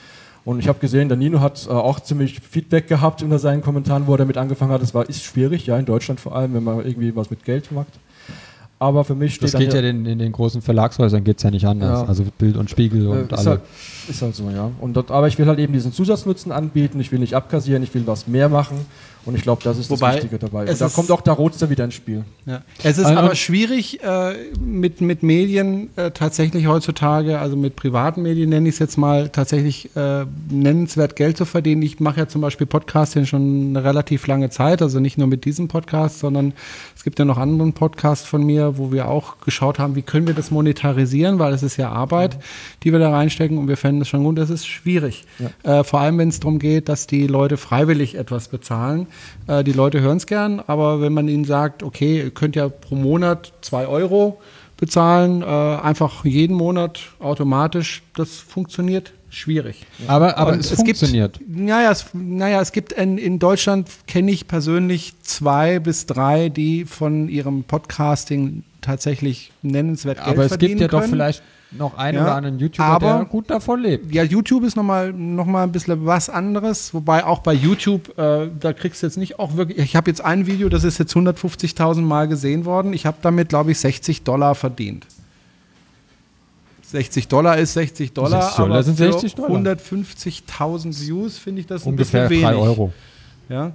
Und ich habe gesehen, der Nino hat äh, auch ziemlich Feedback gehabt unter seinen Kommentaren, wo er damit angefangen hat. Das war, ist schwierig, ja, in Deutschland vor allem, wenn man irgendwie was mit Geld macht. Aber für mich steht das geht ja den, in den großen Verlagshäusern geht es ja nicht anders. Ja. Also Bild und Spiegel und äh, ist alle. Halt, ist halt so, ja. Und dort, aber ich will halt eben diesen Zusatznutzen anbieten, ich will nicht abkassieren, ich will was mehr machen. Und ich glaube, das ist Wobei, das Wichtige dabei. es Und da ist- kommt auch der Roadster wieder ins Spiel. Ja. Es ist Also- aber schwierig äh, mit, mit Medien äh, tatsächlich heutzutage, also mit privaten Medien nenne ich es jetzt mal, tatsächlich äh, nennenswert Geld zu verdienen. Ich mache ja zum Beispiel Podcasting schon eine relativ lange Zeit, also nicht nur mit diesem Podcast, sondern es gibt ja noch anderen Podcasts von mir, wo wir auch geschaut haben, wie können wir das monetarisieren, weil es ist ja Arbeit, mhm. die wir da reinstecken und wir fänden das schon gut. Das ist schwierig. Ja. Äh, vor allem, wenn es darum geht, dass die Leute freiwillig etwas bezahlen. Äh, die Leute hören es gern, aber wenn man ihnen sagt, okay, ihr könnt ja pro Monat zwei Euro bezahlen, äh, einfach jeden Monat automatisch, das funktioniert schwierig. Aber, aber Und es, es funktioniert. Gibt, naja, es, naja, es gibt in, in Deutschland, kenne ich persönlich zwei bis drei, die von ihrem Podcasting tatsächlich nennenswert Geld aber es verdienen gibt ja können. doch vielleicht noch einen Ja, oder anderen YouTuber, aber- der gut davon lebt. Ja, YouTube ist nochmal noch mal ein bisschen was anderes, wobei auch bei YouTube, äh, da kriegst du jetzt nicht auch wirklich, ich habe jetzt ein Video, das ist jetzt hundertfünfzigtausend Mal gesehen worden, ich habe damit, glaube ich, sechzig Dollar verdient. sechzig Dollar ist sechzig Dollar, sechzig Dollar aber sind für sechzig Dollar. hundertfünfzigtausend Views finde ich das Ungefähr ein bisschen drei wenig. Euro. Ja.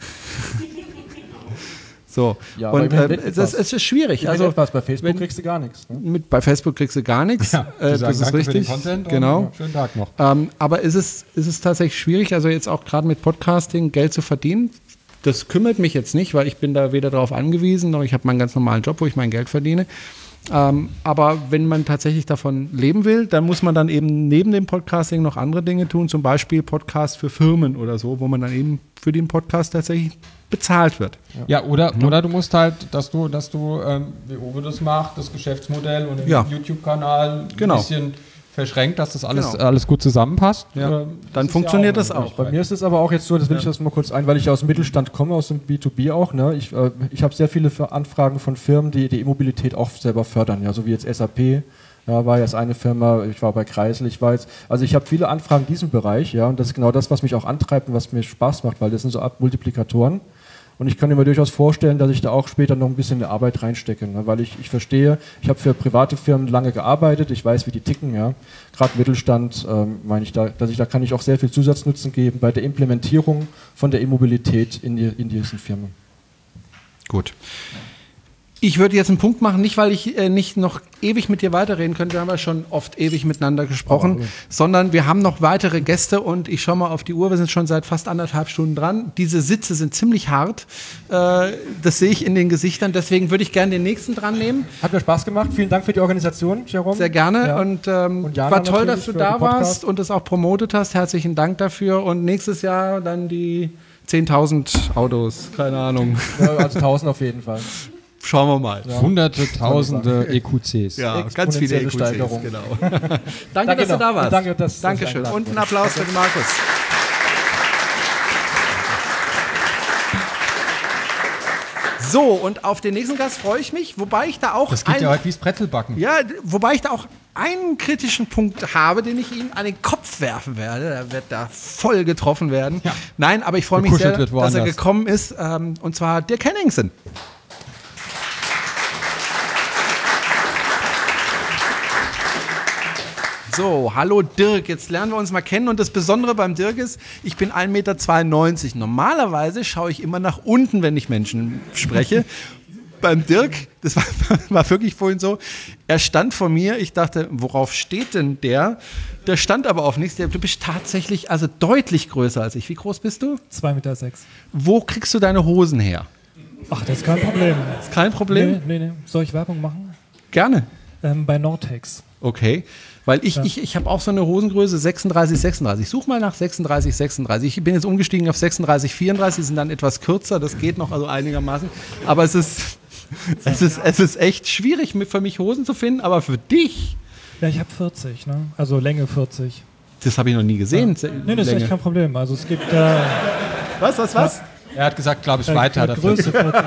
So, Ja, aber und immerhin äh, etwas. das, es ist schwierig. Also Also etwas, bei Facebook wenn- kriegst du gar nichts. Ne? mit, bei Facebook kriegst du gar nichts. Die äh, sagen, das ist danke für den richtig. Content und, Genau. ja, schönen Tag noch. Ähm, aber ist es, ist es tatsächlich schwierig, also jetzt auch gerade mit Podcasting Geld zu verdienen? Das kümmert mich jetzt nicht, weil ich bin da weder darauf angewiesen, noch ich habe meinen ganz normalen Job, wo ich mein Geld verdiene. Ähm, aber wenn man tatsächlich davon leben will, dann muss man dann eben neben dem Podcasting noch andere Dinge tun, zum Beispiel Podcast für Firmen oder so, wo man dann eben für den Podcast tatsächlich bezahlt wird. Ja, oder, oder du musst halt, dass du, dass du, ähm, wie Uwe das macht, das Geschäftsmodell und den Ja. YouTube-Kanal Genau. ein bisschen verschränkt, dass das alles, Genau. alles gut zusammenpasst. Ja. Ähm, Dann ist funktioniert ja das auch. Bei mir ist es aber auch jetzt so, das will ich das mal kurz ein, weil ich aus dem Mittelstand komme, aus dem B zwei B auch. Ne? Ich, äh, ich habe sehr viele Ver- Anfragen von Firmen, die die E-Mobilität auch selber fördern, ja, so wie jetzt S A P. Ja, war jetzt eine Firma, ich war bei Kreisel, ich war jetzt, also ich habe viele Anfragen in diesem Bereich, ja, und das ist genau das, was mich auch antreibt und was mir Spaß macht, weil das sind so Art Multiplikatoren. Und ich kann mir durchaus vorstellen, dass ich da auch später noch ein bisschen eine Arbeit reinstecke, ne? Weil ich, ich verstehe, ich habe für private Firmen lange gearbeitet, ich weiß, wie die ticken, ja. Gerade Mittelstand, ähm, meine ich, da, dass ich, da kann ich auch sehr viel Zusatznutzen geben bei der Implementierung von der E-Mobilität in, die, in diesen Firmen. Gut. Ich würde jetzt einen Punkt machen, nicht weil ich äh, nicht noch ewig mit dir weiterreden könnte, wir haben ja schon oft ewig miteinander gesprochen, sondern wir haben noch weitere Gäste und ich schaue mal auf die Uhr, wir sind schon seit fast anderthalb Stunden dran. Diese Sitze sind ziemlich hart, äh, das sehe ich in den Gesichtern, deswegen würde ich gerne den nächsten dran nehmen. Hat mir Spaß gemacht, vielen Dank für die Organisation, Jerome. Sehr gerne Ja. und, ähm, Und Jana war toll, natürlich dass du für da den Podcast. warst und es auch promotet hast. Herzlichen Dank dafür und nächstes Jahr dann die zehntausend Autos, keine Ahnung. Ja, also tausend auf jeden Fall. Schauen wir mal. Hunderte, Tausende E Q Cs. Ja, ganz viele E Q Cs, Steigerung. genau. Danke, Danke dass du noch. da warst. Und danke, dass- dass ich Dankeschön. eingeladen Und einen wurde. Applaus für den Markus. So, und auf den nächsten Gast freue ich mich, wobei ich da auch Das geht ein- ja heute wie das Brezelbacken. ja, d- wobei ich da auch einen kritischen Punkt habe, den ich ihm an den Kopf werfen werde. Er wird da voll getroffen werden. Ja. Nein, aber ich freue mich Gekuschelt sehr, wird dass er woanders. gekommen ist. Ähm, und zwar Dirk Henningsen. So, hallo Dirk, jetzt lernen wir uns mal kennen und das Besondere beim Dirk ist, ich bin ein Meter zweiundneunzig. Normalerweise schaue ich immer nach unten, wenn ich Menschen spreche. Beim Dirk, das war, war wirklich vorhin so, er stand vor mir, ich dachte, worauf steht denn der? Der stand aber auf nichts, du bist tatsächlich also deutlich größer als ich. Wie groß bist du? zwei Meter sechs. Wo kriegst du deine Hosen her? Ach, das ist kein Problem. Ist kein Problem? Nee, nee, nee. Soll ich Werbung machen? Gerne. Ähm, bei Nortex. Okay, weil ich, ich, ich habe auch so eine Hosengröße sechsunddreißig, sechsunddreißig. Such mal nach sechsunddreißig, sechsunddreißig. Ich bin jetzt umgestiegen auf sechsunddreißig, vierunddreißig, die sind dann etwas kürzer, das geht noch also einigermaßen. Aber es ist, es ist, es ist echt schwierig für mich Hosen zu finden, aber für dich, Ja, ich habe vierzig, ne? Also Länge vierzig. das habe ich noch nie gesehen. Ja. Nee, das ist echt kein Problem. Also es gibt äh, Was, was, was? Er hat gesagt, glaube ich, äh, weiter. äh, dafür. Größe vierzig.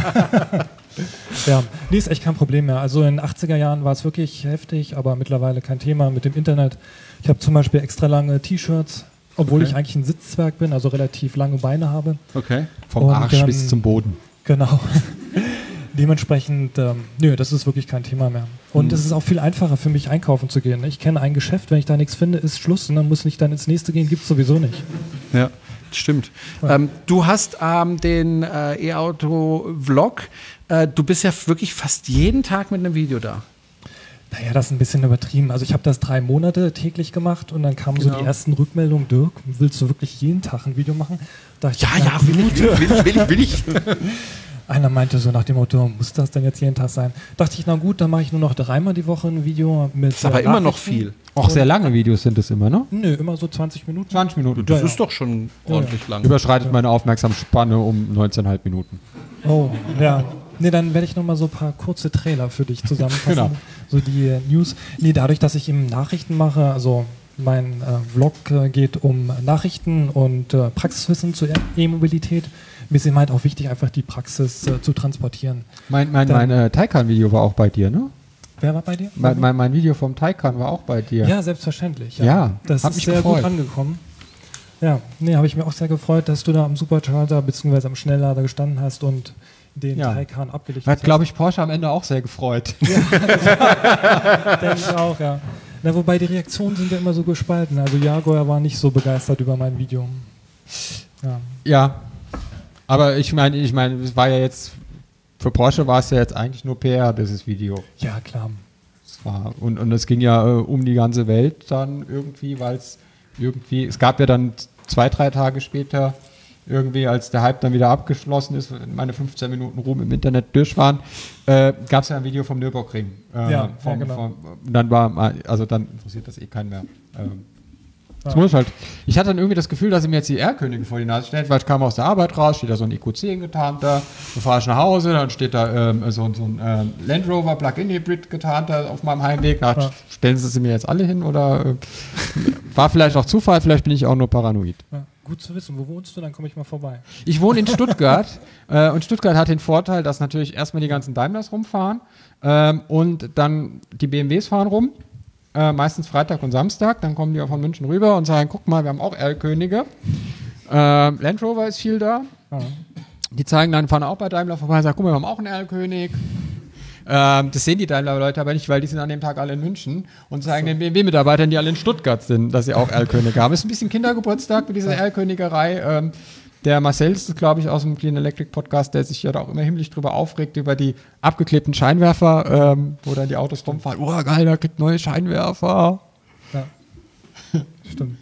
Ja, nee, ist echt kein Problem mehr. Also in den achtziger Jahren war es wirklich heftig, aber mittlerweile kein Thema mit dem Internet. Ich habe zum Beispiel extra lange T-Shirts obwohl Okay. ich eigentlich ein Sitzzwerg bin, also relativ lange Beine habe. Okay. Vom Und, Arsch ähm, bis zum Boden. Genau. Dementsprechend, ähm, nö, das ist wirklich kein Thema mehr. Und Mhm. es ist auch viel einfacher für mich, einkaufen zu gehen. Ich kenne ein Geschäft, wenn ich da nichts finde, ist Schluss und dann muss ich dann ins nächste gehen, gibt es sowieso nicht. Ja, stimmt. Ja. Ähm, du hast ähm, den äh, E-Auto-Vlog. Äh, du bist ja wirklich fast jeden Tag mit einem Video da. Naja, das ist ein bisschen übertrieben. Also ich habe das drei Monate täglich gemacht und dann kamen Genau. so die ersten Rückmeldungen, Dirk, willst du wirklich jeden Tag ein Video machen? Da ich, na will ich, will ich, will ich, will ich. Einer meinte so nach dem Motto, muss das denn jetzt jeden Tag sein? Dachte ich, na gut, dann mache ich nur noch dreimal die Woche ein Video mit. Das ist aber äh, immer noch Nachrichten. viel. Auch sehr lange Videos sind es immer, ne? Nö, immer so zwanzig Minuten. zwanzig Minuten. Das Ja, ist doch schon ordentlich lang. Überschreitet meine Aufmerksamkeitsspanne um neunzehn Komma fünf Minuten. Oh, ja. Nee, dann werde ich noch mal so ein paar kurze Trailer für dich zusammenfassen. Genau. So die äh, News. Nee, dadurch, dass ich eben Nachrichten mache, also mein äh, Vlog äh, geht um Nachrichten und äh, Praxiswissen zur E-Mobilität. Mir ist eben halt auch wichtig, einfach die Praxis äh, zu transportieren. Mein, mein, Dann- mein äh, Taycan-Video war auch bei dir, ne? Wer war bei dir? Mein, mein, mein Video vom Taycan war auch bei dir. Ja, selbstverständlich. Ja, das hat ist mich sehr gefreut. gut angekommen. Ja, nee, habe ich mir auch sehr gefreut, dass du da am Supercharger bzw. am Schnelllader gestanden hast und den Ja. Taycan abgelichtet Hat, glaube ich, Porsche am Ende auch sehr gefreut. Denke ich auch, ja. Na, wobei die Reaktionen sind ja immer so gespalten. Also Jaguar war nicht so begeistert über mein Video. Ja. Ja. Aber ich meine, ich meine, es war ja jetzt, für Porsche war es ja jetzt eigentlich nur P R, dieses Video. Ja, klar. Es war, und, und es ging ja äh, um die ganze Welt dann irgendwie, weil es irgendwie, es gab ja dann zwei, drei Tage später, irgendwie, als der Hype dann wieder abgeschlossen ist, meine fünfzehn Minuten Ruhm im Internet durch waren, äh, gab es ja ein Video vom Nürburgring. Äh, Ja, vom, ja, genau. vom, dann war, also dann interessiert das eh keinen mehr. Ähm, das Ja. muss ich halt. Ich hatte dann irgendwie das Gefühl, dass sie mir jetzt die R-Königin vor die Nase stellt, weil ich kam aus der Arbeit raus, steht da so ein E Q zehn getarnter, dann fahre ich nach Hause, dann steht da ähm, so, so ein ähm, Land Rover Plug-in Hybrid getarnter auf meinem Heimweg. Na, Ja. Stellen Sie sie mir jetzt alle hin oder äh, war vielleicht auch Zufall, vielleicht bin ich auch nur paranoid. Ja. Gut zu wissen. Wo wohnst du? Dann komme ich mal vorbei. Ich wohne in Stuttgart äh, und Stuttgart hat den Vorteil, dass natürlich erstmal die ganzen Daimlers rumfahren ähm, und dann die B M Ws fahren rum, äh, meistens Freitag und Samstag, dann kommen die auch von München rüber und sagen, guck mal, wir haben auch R-Könige. Ähm, Land Rover ist viel da. Ja. Die zeigen dann, fahren auch bei Daimler vorbei und sagen, guck mal, wir haben auch einen R-König. Ähm, das sehen die Daimler-Leute aber nicht, weil die sind an dem Tag alle in München und zeigen den B M W-Mitarbeitern, die alle in Stuttgart sind, dass sie auch R-Könige haben. Ist ein bisschen Kindergeburtstag mit dieser R-Königerei. Ähm, der Marcel ist, glaube ich, aus dem Clean Electric Podcast, der sich ja da auch immer himmlisch drüber aufregt, über die abgeklebten Scheinwerfer, ähm, wo dann die Autos rumfahren. Oh, geil, da kriegt neue Scheinwerfer. Ja. Stimmt.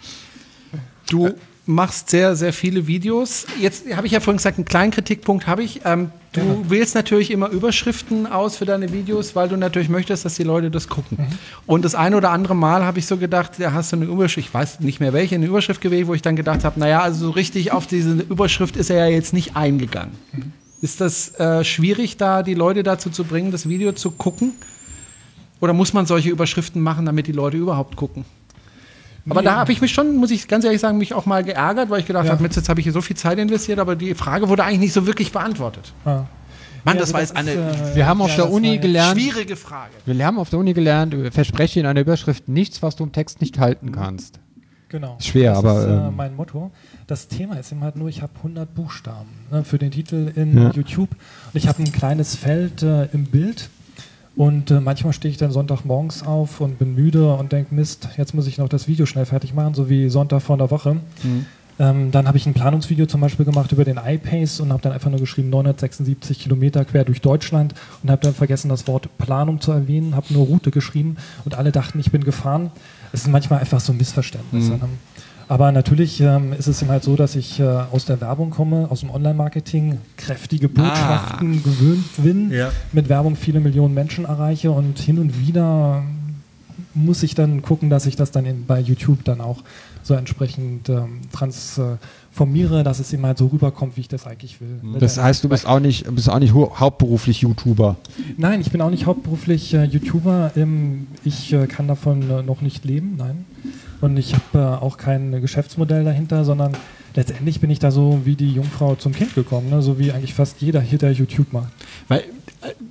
Du machst sehr, sehr viele Videos. Jetzt habe ich ja vorhin gesagt, einen kleinen Kritikpunkt habe ich. Ähm, du Ja. wählst natürlich immer Überschriften aus für deine Videos, weil du natürlich möchtest, dass die Leute das gucken. Und das eine oder andere Mal habe ich so gedacht, da hast du eine Überschrift, ich weiß nicht mehr welche, eine Überschrift gewählt, wo ich dann gedacht habe, naja, also so richtig auf diese Überschrift ist er ja jetzt nicht eingegangen. Ist das äh, schwierig, da die Leute dazu zu bringen, das Video zu gucken? Oder muss man solche Überschriften machen, damit die Leute überhaupt gucken? Aber da habe ich mich schon, muss ich ganz ehrlich sagen, mich auch mal geärgert, weil ich gedacht Ja. habe, jetzt habe ich hier so viel Zeit investiert, aber die Frage wurde eigentlich nicht so wirklich beantwortet. Ja. Mann, Ja, das also war jetzt eine ist, äh, Wir haben auf ja, der das Uni war ja- gelernt, schwierige Frage. wir haben auf der Uni gelernt, verspreche in einer Überschrift nichts, was du im Text nicht halten kannst. Genau. Schwer, das aber, ist äh, ähm, mein Motto. Das Thema ist eben halt nur, ich habe hundert Buchstaben ne, für den Titel in Ja. YouTube und ich habe ein kleines Feld äh, im Bild und äh, manchmal stehe ich dann Sonntagmorgens auf und bin müde und denke, Mist, jetzt muss ich noch das Video schnell fertig machen, so wie Sonntag vor der Woche. Ähm, dann habe ich ein Planungsvideo zum Beispiel gemacht über den iPace und habe dann einfach nur geschrieben neunhundertsechsundsiebzig Kilometer quer durch Deutschland und habe dann vergessen, das Wort Planung zu erwähnen, habe nur Route geschrieben und alle dachten, ich bin gefahren. Es sind manchmal einfach so Missverständnisse. Mhm. Ne? Aber natürlich ähm, ist es eben halt so, dass ich äh, aus der Werbung komme, aus dem Online-Marketing, kräftige Botschaften gewöhnt bin, Ja. mit mit Werbung viele Millionen Menschen erreiche und hin und wieder muss ich dann gucken, dass ich das dann in, bei YouTube dann auch so entsprechend ähm, transformiere, dass es eben halt so rüberkommt, wie ich das eigentlich will. Das heißt, du bist auch nicht, bist auch nicht hu- hauptberuflich YouTuber. Nein, ich bin auch nicht hauptberuflich äh, YouTuber. Ähm, ich äh, kann davon äh, noch nicht leben, nein. Und ich habe äh, auch kein Geschäftsmodell dahinter, sondern letztendlich bin ich da so wie die Jungfrau zum Kind gekommen, ne? So wie eigentlich fast jeder hier, der YouTube macht. Weil äh,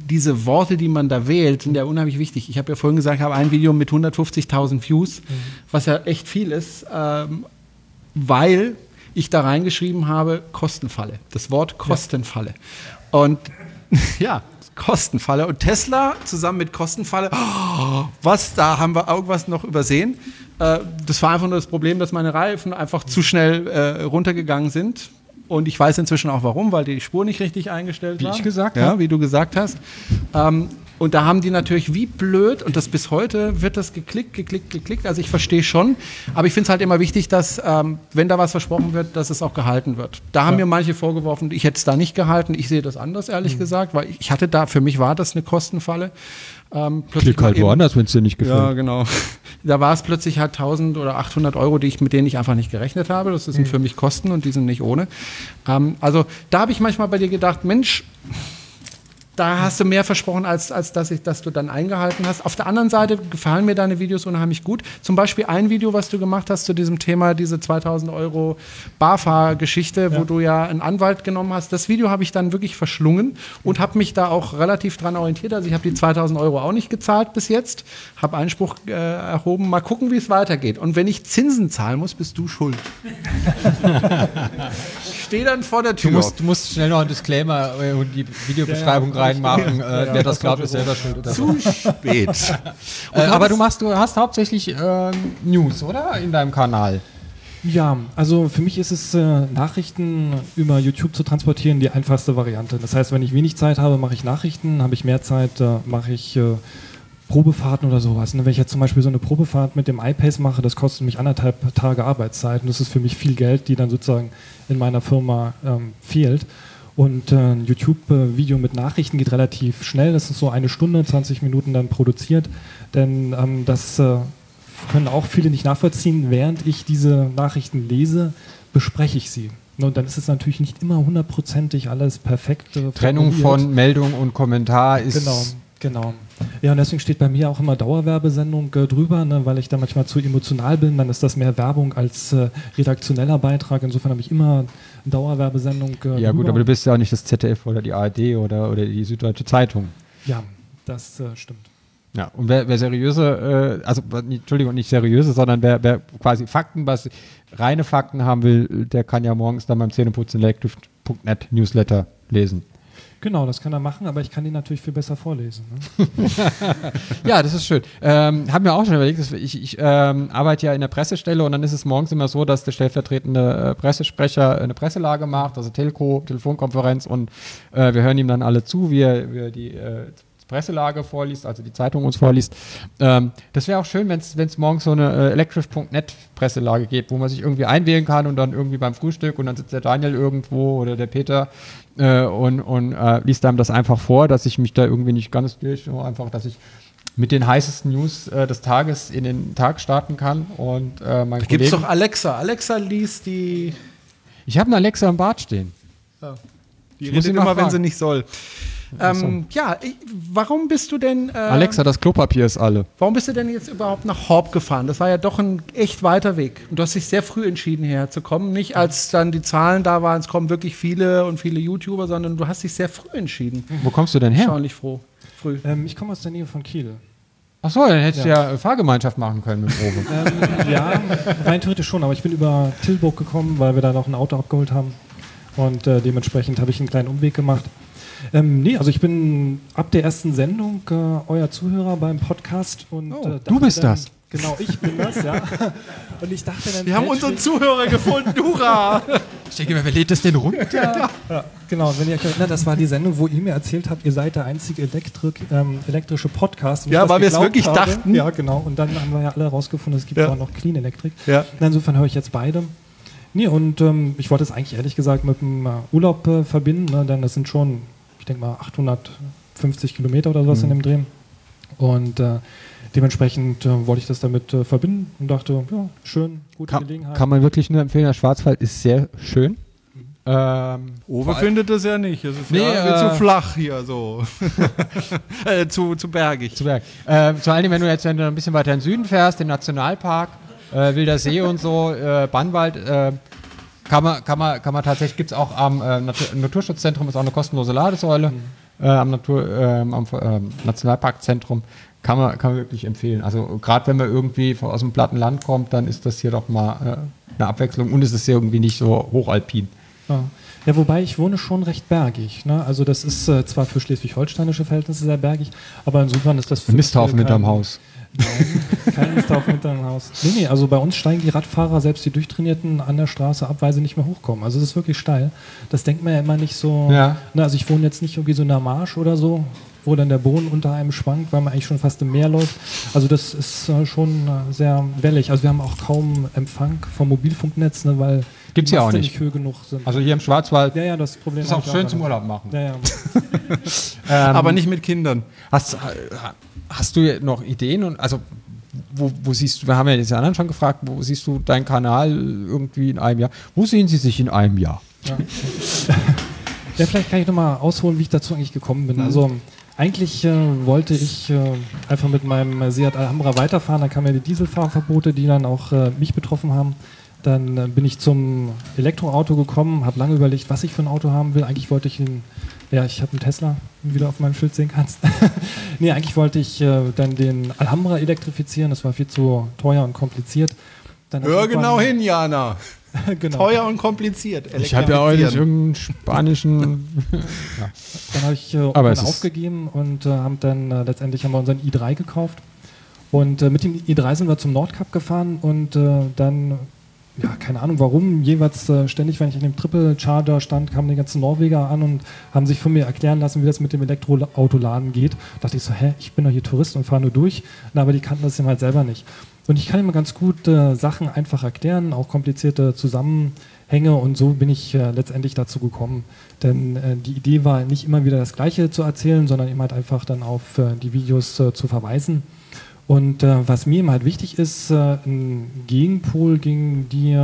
diese Worte, die man da wählt, sind ja unheimlich wichtig. Ich habe ja vorhin gesagt, ich habe ein Video mit hundertfünfzigtausend Views, mhm. was ja echt viel ist, ähm, weil ich da reingeschrieben habe, Kostenfalle. Das Wort Kostenfalle. Ja. Und ja, Kostenfalle. Und Tesla zusammen mit Kostenfalle, oh, was, da haben wir irgendwas noch übersehen. Äh, das war einfach nur das Problem, dass meine Reifen einfach zu schnell äh, runtergegangen sind. Und ich weiß inzwischen auch warum, weil die Spur nicht richtig eingestellt wie war. Wie ich gesagt habe. Ja, hab. wie du gesagt hast. Ähm, und da haben die natürlich wie blöd, und das bis heute wird das geklickt, geklickt, geklickt. Also ich verstehe schon, aber ich finde es halt immer wichtig, dass, ähm, wenn da was versprochen wird, dass es auch gehalten wird. Da haben ja. mir manche vorgeworfen, ich hätte es da nicht gehalten. Ich sehe das anders, ehrlich mhm. gesagt, weil ich hatte da, für mich war das eine Kostenfalle. Ähm, Klick halt woanders, wenn es dir nicht gefällt. Ja, genau. Da war es plötzlich halt tausend oder achthundert Euro, die ich, mit denen ich einfach nicht gerechnet habe. Das sind mhm. für mich Kosten und die sind nicht ohne. Ähm, also da habe ich manchmal bei dir gedacht, Mensch, da hast du mehr versprochen, als, als dass, ich, dass du dann eingehalten hast. Auf der anderen Seite gefallen mir deine Videos unheimlich gut. Zum Beispiel ein Video, was du gemacht hast zu diesem Thema, diese zweitausend Euro Barfahr-Geschichte, ja. wo du ja einen Anwalt genommen hast. Das Video habe ich dann wirklich verschlungen und habe mich da auch relativ dran orientiert. Also ich habe die zweitausend Euro auch nicht gezahlt bis jetzt, habe Einspruch äh, erhoben. Mal gucken, wie es weitergeht. Und wenn ich Zinsen zahlen muss, bist du schuld. Ich stehe dann vor der Tür. Du musst, du musst schnell noch einen Disclaimer und die Videobeschreibung ja, ja. reinmachen. Ja, äh, ja, wer das glaubt, ist selber schuld. Oder Zu so. spät. äh, aber du machst, du hast hauptsächlich äh, News, oder? In deinem Kanal. Ja, also für mich ist es, äh, Nachrichten über YouTube zu transportieren, die einfachste Variante. Das heißt, wenn ich wenig Zeit habe, mache ich Nachrichten. Habe ich mehr Zeit, äh, mache ich äh, Probefahrten oder sowas. Und wenn ich jetzt zum Beispiel so eine Probefahrt mit dem iPace mache, das kostet mich anderthalb Tage Arbeitszeit. Und das ist für mich viel Geld, die dann sozusagen in meiner Firma ähm, fehlt. Und äh, ein YouTube-Video mit Nachrichten geht relativ schnell. Das ist so eine Stunde, zwanzig Minuten dann produziert. Denn ähm, das äh, können auch viele nicht nachvollziehen. Während ich diese Nachrichten lese, bespreche ich sie. Und dann ist es natürlich nicht immer hundertprozentig alles perfekt. Äh, Trennung von Meldung und Kommentar ist... Genau, genau. Ja, und deswegen steht bei mir auch immer Dauerwerbesendung äh, drüber, ne, weil ich da manchmal zu emotional bin. Dann ist das mehr Werbung als äh, redaktioneller Beitrag. Insofern habe ich immer Dauerwerbesendung äh, Ja drüber. gut, aber du bist ja auch nicht das Z D F oder die A R D oder, oder die Süddeutsche Zeitung. Ja, das äh, stimmt. Ja, und wer, wer seriöse, äh, also Entschuldigung, nicht seriöse, sondern wer, wer quasi Fakten, was reine Fakten haben will, der kann ja morgens dann beim Zähneputzen elektrisch punkt net Newsletter lesen. Genau, das kann er machen, aber ich kann ihn natürlich viel besser vorlesen. Ne? Ja, das ist schön. Ähm, haben wir auch schon überlegt, dass ich, ich ähm, arbeite ja in der Pressestelle und dann ist es morgens immer so, dass der stellvertretende äh, Pressesprecher eine Presselage macht, also Telco, Telefonkonferenz und äh, wir hören ihm dann alle zu, wie er, wie er die äh, Presselage vorliest, also die Zeitung uns vorliest. Ähm, das wäre auch schön, wenn es morgens so eine äh, elektrisch punkt net Presselage gibt, wo man sich irgendwie einwählen kann und dann irgendwie beim Frühstück und dann sitzt der Daniel irgendwo oder der Peter äh, und, und äh, liest einem das einfach vor, dass ich mich da irgendwie nicht ganz durch, einfach, dass ich mit den heißesten News äh, des Tages in den Tag starten kann. Und äh, mein Da gibt es doch Alexa. Alexa liest die... Ich habe eine Alexa im Bad stehen. Ja. Die redet immer, fragen. wenn sie nicht soll. Ähm, ja, ich, warum bist du denn... Äh, Alexa, das Klopapier ist alle. Warum bist du denn jetzt überhaupt nach Horb gefahren? Das war ja doch ein echt weiter Weg. Und du hast dich sehr früh entschieden, hierher zu kommen. Nicht als dann die Zahlen da waren, es kommen wirklich viele und viele YouTuber, sondern du hast dich sehr früh entschieden. Wo kommst du denn her? Erstaunlich froh. Früh. Ähm, ich komme aus der Nähe von Kiel. Ach so, dann hättest du ja. ja Fahrgemeinschaft machen können mit Probe. ähm, ja, rein theoretisch schon, aber ich bin über Tilburg gekommen, weil wir da noch ein Auto abgeholt haben. Und äh, dementsprechend habe ich einen kleinen Umweg gemacht. Ähm, nee, also ich bin ab der ersten Sendung äh, euer Zuhörer beim Podcast. Und, oh, äh, du bist dann, das. Genau, ich bin das, ja. Und ich dachte dann... Wir haben unseren Zuhörer gefunden, hurra! Ich denke mir, wer lädt das denn runter? Ja, ja, genau, wenn ihr euch erinnert, das war die Sendung, wo ihr mir erzählt habt, ihr seid der einzige Elektrik, ähm, elektrische Podcast. Ja, weil wir es wirklich habe. dachten. Ja, genau. Und dann haben wir ja alle herausgefunden, es gibt ja auch noch Clean Electric. Ja. Insofern höre ich jetzt beide. Nee, und ähm, ich wollte es eigentlich ehrlich gesagt mit dem äh, Urlaub äh, verbinden, ne, denn das sind schon... ich denke mal achthundertfünfzig Kilometer oder sowas mhm. in dem Dreh. Und äh, dementsprechend äh, wollte ich das damit äh, verbinden und dachte, ja, schön, gute kann, Gelegenheit. Kann man wirklich nur empfehlen, der Schwarzwald ist sehr schön. Mhm. Ähm, Owe findet es ja nicht. Es ist nee, ja äh, zu flach hier so. äh, zu, zu bergig. Zu berg. Äh, vor allem, wenn du jetzt wenn du ein bisschen weiter in den Süden fährst, den Nationalpark, äh, Wilder See und so, äh, Bannwald, äh, Kann man, kann man, kann man tatsächlich, gibt es auch am äh, Natur- Naturschutzzentrum ist auch eine kostenlose Ladesäule. Mhm. äh, am, Natur, ähm, am ähm, Nationalparkzentrum. Kann man, kann man wirklich empfehlen. Also gerade wenn man irgendwie aus dem platten Land kommt, dann ist das hier doch mal äh, eine Abwechslung und es ist irgendwie nicht so hochalpin. Ja. Ja, wobei ich wohne schon recht bergig. Ne? Also das ist äh, zwar für schleswig-holsteinische Verhältnisse sehr bergig, aber insofern ist das für Ein Misthaufen kein, hinterm Haus. Nein, kein Misthaufen hinterm Haus. Nee, nee, also bei uns steigen die Radfahrer, selbst die Durchtrainierten, an der Straße ab, weil sie nicht mehr hochkommen. Also es ist wirklich steil. Das denkt man ja immer nicht so. Ja. Ne, also ich wohne jetzt nicht irgendwie so in der Marsch oder so, wo dann der Boden unter einem schwankt, weil man eigentlich schon fast im Meer läuft. Also das ist äh, schon äh, sehr wellig. Also wir haben auch kaum Empfang vom Mobilfunknetz, ne, weil Gibt's die ja auch Maste nicht. höher genug sind. Also hier im Schwarzwald ja, ja, das Problem ist auch hab ich schön zum noch. Urlaub machen. Ja, ja. Ähm, Aber nicht mit Kindern. Hast, hast du noch Ideen? Und also wo, wo siehst du, wir haben ja jetzt die anderen schon gefragt, wo siehst du deinen Kanal irgendwie in einem Jahr? Wo sehen Sie sich in einem Jahr? Ja, ja, vielleicht kann ich nochmal ausholen, wie ich dazu eigentlich gekommen bin. Also eigentlich äh, wollte ich äh, einfach mit meinem Seat Alhambra weiterfahren, dann kamen ja die Dieselfahrverbote, die dann auch äh, mich betroffen haben. Dann äh, bin ich zum Elektroauto gekommen, habe lange überlegt, was ich für ein Auto haben will. Eigentlich wollte ich einen, ja, ich habe einen Tesla, wie du wieder auf meinem Schild sehen kannst. Nee, eigentlich wollte ich äh, dann den Alhambra elektrifizieren, das war viel zu teuer und kompliziert. Dann Hör genau hin, Jana. genau. Teuer und kompliziert. Ich habe ja auch nicht irgendeinen spanischen. Ja. Dann habe ich äh, Aber irgendwann aufgegeben und äh, haben dann äh, letztendlich haben wir unseren i drei gekauft. Und äh, mit dem i drei sind wir zum Nordkap gefahren und äh, dann, ja, keine Ahnung warum, jeweils äh, ständig, wenn ich in dem Triple Charger stand, kamen die ganzen Norweger an und haben sich von mir erklären lassen, wie das mit dem Elektroautoladen geht. Da dachte ich so, hä, ich bin doch hier Tourist und fahre nur durch. Na, aber die kannten das eben halt selber nicht. Und ich kann immer ganz gut äh, Sachen einfach erklären, auch komplizierte Zusammenhänge und so bin ich äh, letztendlich dazu gekommen. Denn äh, die Idee war nicht immer wieder das Gleiche zu erzählen, sondern eben halt einfach dann auf äh, die Videos äh, zu verweisen. Und äh, was mir eben halt wichtig ist, äh, ein Gegenpol gegen die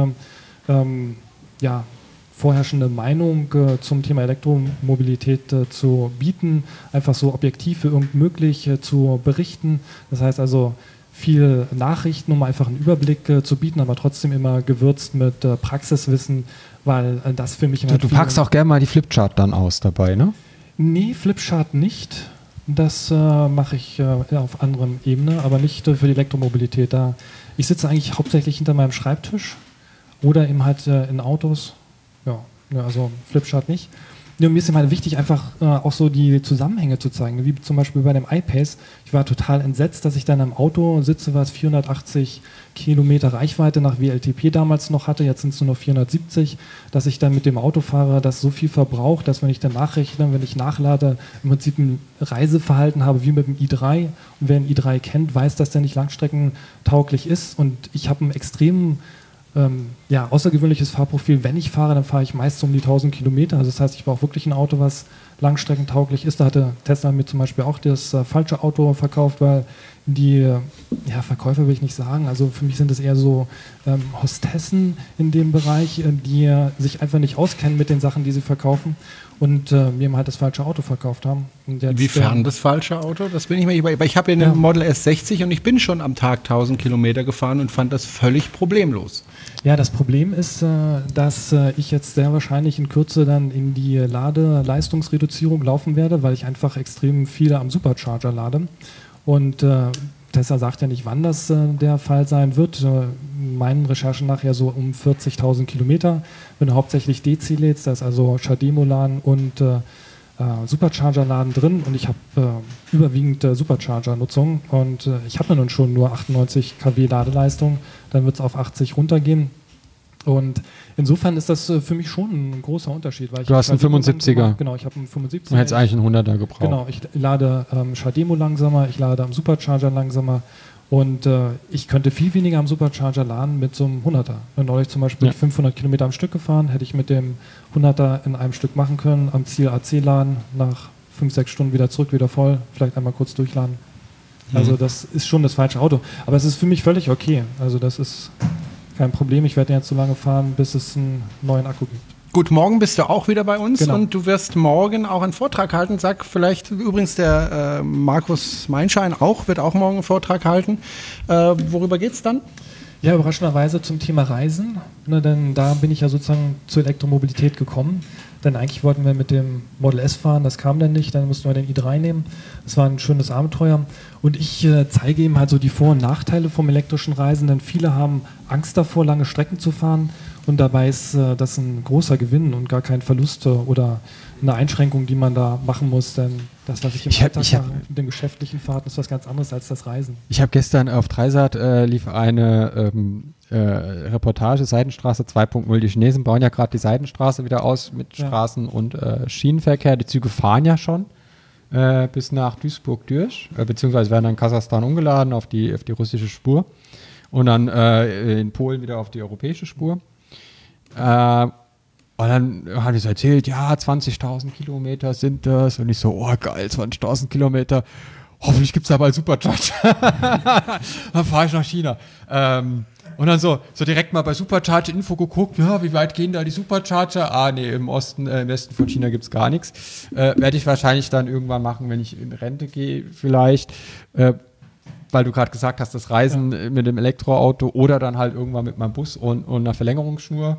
ähm, ja, vorherrschende Meinung äh, zum Thema Elektromobilität äh, zu bieten, einfach so objektiv wie irgend möglich äh, zu berichten. Das heißt also, viel Nachrichten, um einfach einen Überblick äh, zu bieten, aber trotzdem immer gewürzt mit äh, Praxiswissen, weil äh, das für mich... Du, du packst auch gerne mal die Flipchart dann aus dabei, ne? Nee, Flipchart nicht. Das äh, mache ich äh, auf anderem Ebene, aber nicht äh, für die Elektromobilität. Da ich sitze eigentlich hauptsächlich hinter meinem Schreibtisch oder eben halt äh, in Autos. Ja, ja, also Flipchart nicht. Ja, mir ist immer wichtig, einfach äh, auch so die Zusammenhänge zu zeigen, wie zum Beispiel bei dem iPace. Ich war total entsetzt, dass ich dann im Auto sitze, was vierhundertachtzig Kilometer Reichweite nach W L T P damals noch hatte, jetzt sind es nur noch vierhundertsiebzig, dass ich dann mit dem Auto fahre, das so viel verbraucht, dass wenn ich dann nachrechne, wenn ich nachlade, im Prinzip ein Reiseverhalten habe wie mit dem i drei. Und wer den i drei kennt, weiß, dass der nicht langstreckentauglich ist und ich habe einen extremen Ähm, ja, außergewöhnliches Fahrprofil. Wenn ich fahre, dann fahre ich meist um die tausend Kilometer. Also das heißt, ich brauche wirklich ein Auto, was langstreckentauglich ist. Da hatte Tesla mir zum Beispiel auch das äh, falsche Auto verkauft, weil die äh, ja, Verkäufer will ich nicht sagen. Also für mich sind es eher so ähm, Hostessen in dem Bereich, äh, die äh, sich einfach nicht auskennen mit den Sachen, die sie verkaufen und äh, mir halt das falsche Auto verkauft haben. Und jetzt, Inwiefern ähm, das falsche Auto? Das bin ich mir, weil ich habe ja eine Ja. Model S sechzig und ich bin schon am Tag tausend Kilometer gefahren und fand das völlig problemlos. Ja, das Problem ist, äh, dass äh, ich jetzt sehr wahrscheinlich in Kürze dann in die Ladeleistungsreduzierung laufen werde, weil ich einfach extrem viele am Supercharger lade. Und äh, Tesla sagt ja nicht, wann das äh, der Fall sein wird. Äh, meinen Recherchen nachher so um vierzigtausend Kilometer. Wenn du hauptsächlich D C lädst, da ist also Chademo-Laden und äh, äh, Supercharger-Laden drin und ich habe äh, überwiegend äh, Supercharger-Nutzung und äh, ich habe dann nun schon nur achtundneunzig Kilowatt Ladeleistung, dann wird es auf achtzig runtergehen. Und insofern ist das äh, für mich schon ein großer Unterschied. Weil ich Du hast einen Chademo fünfundsiebziger. langsamer- Genau, ich habe einen fünfundsiebziger. Du hättest eigentlich einen hunderter gebraucht. Genau, ich lade ähm, Chademo langsamer, ich lade am Supercharger langsamer und äh, ich könnte viel weniger am Supercharger laden mit so einem hunderter. Wenn neulich zum Beispiel Ja. fünfhundert Kilometer am Stück gefahren, hätte ich mit dem hunderter in einem Stück machen können, am Ziel A C laden, nach fünf, sechs Stunden wieder zurück, wieder voll, vielleicht einmal kurz durchladen. Also das ist schon das falsche Auto. Aber es ist für mich völlig okay. Also das ist kein Problem. Ich werde jetzt so lange fahren, bis es einen neuen Akku gibt. Gut, morgen bist du auch wieder bei uns Genau. und du wirst morgen auch einen Vortrag halten. Sag vielleicht übrigens der äh, Markus Meinschein auch, wird auch morgen einen Vortrag halten. Äh, worüber geht's dann? Ja, überraschenderweise zum Thema Reisen, ne, denn da bin ich ja sozusagen zur Elektromobilität gekommen, Denn eigentlich wollten wir mit dem Model S fahren, das kam dann nicht, dann mussten wir den i drei nehmen. Das war ein schönes Abenteuer. Und ich äh, zeige ihm halt so die Vor- und Nachteile vom elektrischen Reisen, denn viele haben Angst davor, lange Strecken zu fahren. Und dabei ist äh, das ein großer Gewinn und gar kein Verlust oder eine Einschränkung, die man da machen muss. Denn das, was ich im Ich hab- Alltag ich hab- mache, mit dem geschäftlichen Fahrten, ist was ganz anderes als das Reisen. Ich habe gestern auf Dreisat äh, lief eine ähm, äh, Reportage, Seidenstraße zwei Punkt null. Die Chinesen bauen ja gerade die Seidenstraße wieder aus mit Ja. Straßen- und äh, Schienenverkehr. Die Züge fahren ja schon äh, bis nach Duisburg durch, äh, beziehungsweise werden dann in Kasachstan umgeladen auf die, auf die russische Spur und dann äh, in Polen wieder auf die europäische Spur. Äh, und dann haben die so erzählt, ja, zwanzigtausend Kilometer sind das. Und ich so, oh geil, zwanzigtausend Kilometer. Hoffentlich gibt es da bald Supercharger. Dann fahre ich nach China. Ähm, und dann so, so direkt mal bei Supercharger-Info geguckt, ja, wie weit gehen da die Supercharger? Ah, nee, im Osten, äh, im Westen von China gibt es gar nichts. Äh, werde ich wahrscheinlich dann irgendwann machen, wenn ich in Rente gehe, vielleicht. Äh, weil du gerade gesagt hast, das Reisen ja. mit dem Elektroauto oder dann halt irgendwann mit meinem Bus und, und einer Verlängerungsschnur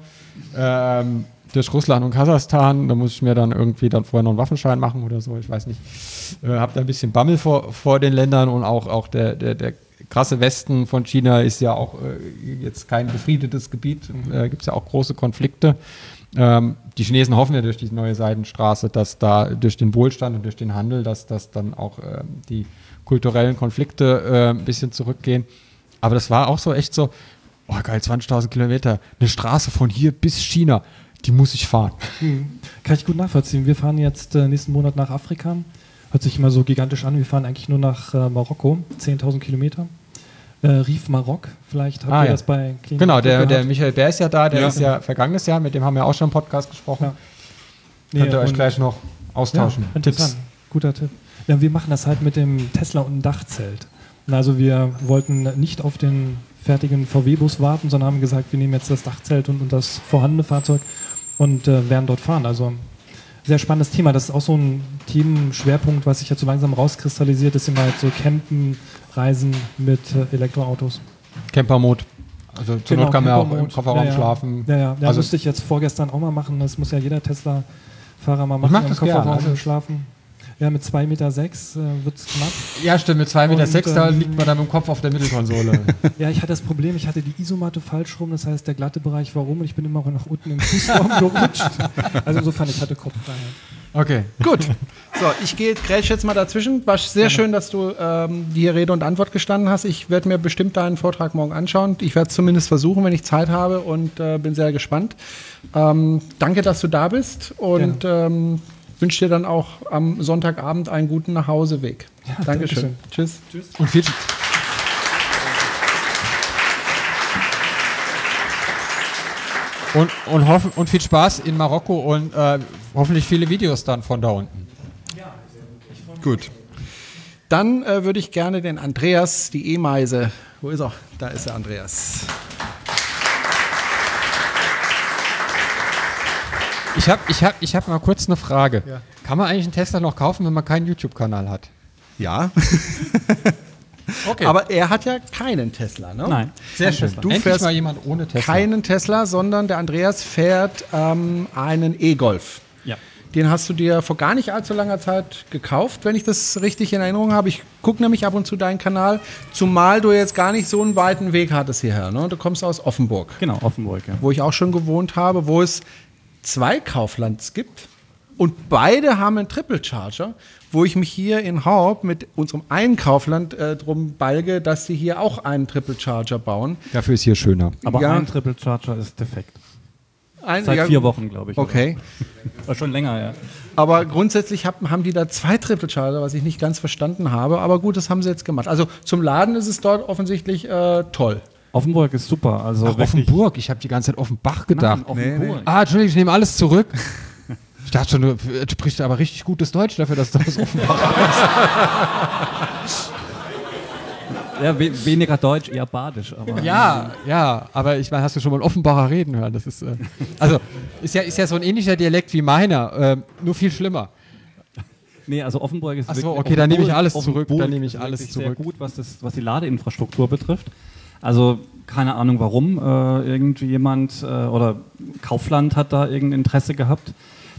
ähm, durch Russland und Kasachstan. Da muss ich mir dann irgendwie dann vorher noch einen Waffenschein machen oder so, ich weiß nicht. Äh, hab da ein bisschen Bammel vor, vor den Ländern und auch, auch der, der, der krasse Westen von China ist ja auch äh, jetzt kein befriedetes Gebiet. Äh, gibt es ja auch große Konflikte. Ähm, die Chinesen hoffen ja durch die neue Seidenstraße, dass da durch den Wohlstand und durch den Handel, dass das dann auch äh, die kulturellen Konflikte äh, ein bisschen zurückgehen. Aber das war auch so echt so, oh geil, zwanzigtausend Kilometer, eine Straße von hier bis China, die muss ich fahren. Hm. Kann ich gut nachvollziehen. Wir fahren jetzt äh, nächsten Monat nach Afrika. Hört sich immer so gigantisch an. Wir fahren eigentlich nur nach äh, Marokko, zehntausend Kilometer. Äh, Rif Marok, vielleicht habt Ah, ihr ja. das bei Klinik Genau, der, gehört. der Michael Bär ist ja da, der Ja. ist ja vergangenes Jahr, mit dem haben wir auch schon im Podcast gesprochen. Ja. Nee, Könnt ihr euch und- gleich noch austauschen. Ja, interessant. Guter Tipp. Ja, wir machen das halt mit dem Tesla und einem Dachzelt. Also wir wollten nicht auf den fertigen V W-Bus warten, sondern haben gesagt, wir nehmen jetzt das Dachzelt und, und das vorhandene Fahrzeug und äh, werden dort fahren. Also sehr spannendes Thema. Das ist auch so ein Themenschwerpunkt, was sich jetzt so langsam rauskristallisiert, ist immer halt so Campen, Reisen mit äh, Elektroautos. Camper-Mode. Also zur Genau, Not kann man ja auch im Camper-Mode. Kofferraum ja, ja. schlafen. Ja, ja. ja Also- musste ich jetzt vorgestern auch mal machen. Das muss ja jeder Tesla-Fahrer mal machen, mach im das Kofferraum gern, also- schlafen. Ja, mit zwei Meter sechs äh, wird es knapp. Ja, stimmt, mit zwei Meter Und, sechs, da ähm, liegt man dann mit dem Kopf auf der Mittelkonsole. Ja, ich hatte das Problem, ich hatte die Isomatte falsch rum, das heißt, der glatte Bereich war rum und ich bin immer auch nach unten im Fußraum gerutscht. Also insofern, ich hatte Kopffreiheit. Okay. Gut. So, ich gehe grätsch jetzt mal dazwischen. War sehr schön, dass du ähm, hier Rede und Antwort gestanden hast. Ich werde mir bestimmt deinen Vortrag morgen anschauen. Ich werde es zumindest versuchen, wenn ich Zeit habe und äh, bin sehr gespannt. Ähm, danke, dass du da bist und ähm, wünsche dir dann auch am Sonntagabend einen guten Nachhauseweg. Ja, Dankeschön. Dankeschön. Tschüss. Tschüss. Und viel, und, und, hoff, und viel Spaß in Marokko und äh, hoffentlich viele Videos dann von da unten. Gut. Dann äh, würde ich gerne den Andreas, die E-Meise, wo ist er? Da ist der Andreas. Ich habe ich hab, ich hab mal kurz eine Frage. Ja. Kann man eigentlich einen Tesla noch kaufen, wenn man keinen YouTube-Kanal hat? Ja. Okay. Aber er hat ja keinen Tesla, ne? Nein. sehr schön. Du Endlich fährst mal jemand ohne Tesla. Keinen Tesla, sondern der Andreas fährt ähm, einen E-Golf. Ja. Den hast du dir vor gar nicht allzu langer Zeit gekauft, wenn ich das richtig in Erinnerung habe. Ich gucke nämlich ab und zu deinen Kanal, zumal du jetzt gar nicht so einen weiten Weg hattest hierher. Ne? Du kommst aus Offenburg, Genau, Offenburg. Ja. wo ich auch schon gewohnt habe, wo es zwei Kauflands gibt. Und beide haben einen Triple Charger, wo ich mich hier in Horb mit unserem einen Kaufland äh, drum balge, dass sie hier auch einen Triple Charger bauen. Dafür ist hier schöner. Aber Ja. ein Triple Charger ist defekt. Ein, Seit ja, vier Wochen, glaube ich. Okay. Oder? War schon länger, ja. Aber grundsätzlich hab, haben die da zwei Triple Charger, was ich nicht ganz verstanden habe. Aber gut, das haben sie jetzt gemacht. Also zum Laden ist es dort offensichtlich äh, toll. Offenburg ist super. Also Ach, wirklich- Offenburg. Ich habe die ganze Zeit Offenbach gedacht. Nein, Offenburg. Ah, Entschuldigung, ich nehme alles zurück. Ich dachte schon, du du sprichst aber richtig gutes Deutsch dafür, dass du aus Offenbach kommst. Ja, we weniger Deutsch, eher Badisch. Aber Ja, ja, aber ich meine, hast du schon mal Offenbacher reden hören? Das ist, äh, also, ist ja, ist ja so ein ähnlicher Dialekt wie meiner, äh, nur viel schlimmer. Nee, also Offenburg ist Ach so, wirklich- okay, dann nehme ich Offenburg- alles zurück, Offenburg dann nehme ich ist alles wirklich zurück. Sehr gut, was, das, was die Ladeinfrastruktur betrifft. Also keine Ahnung warum. Äh, irgendjemand äh, oder Kaufland hat da irgendein Interesse gehabt.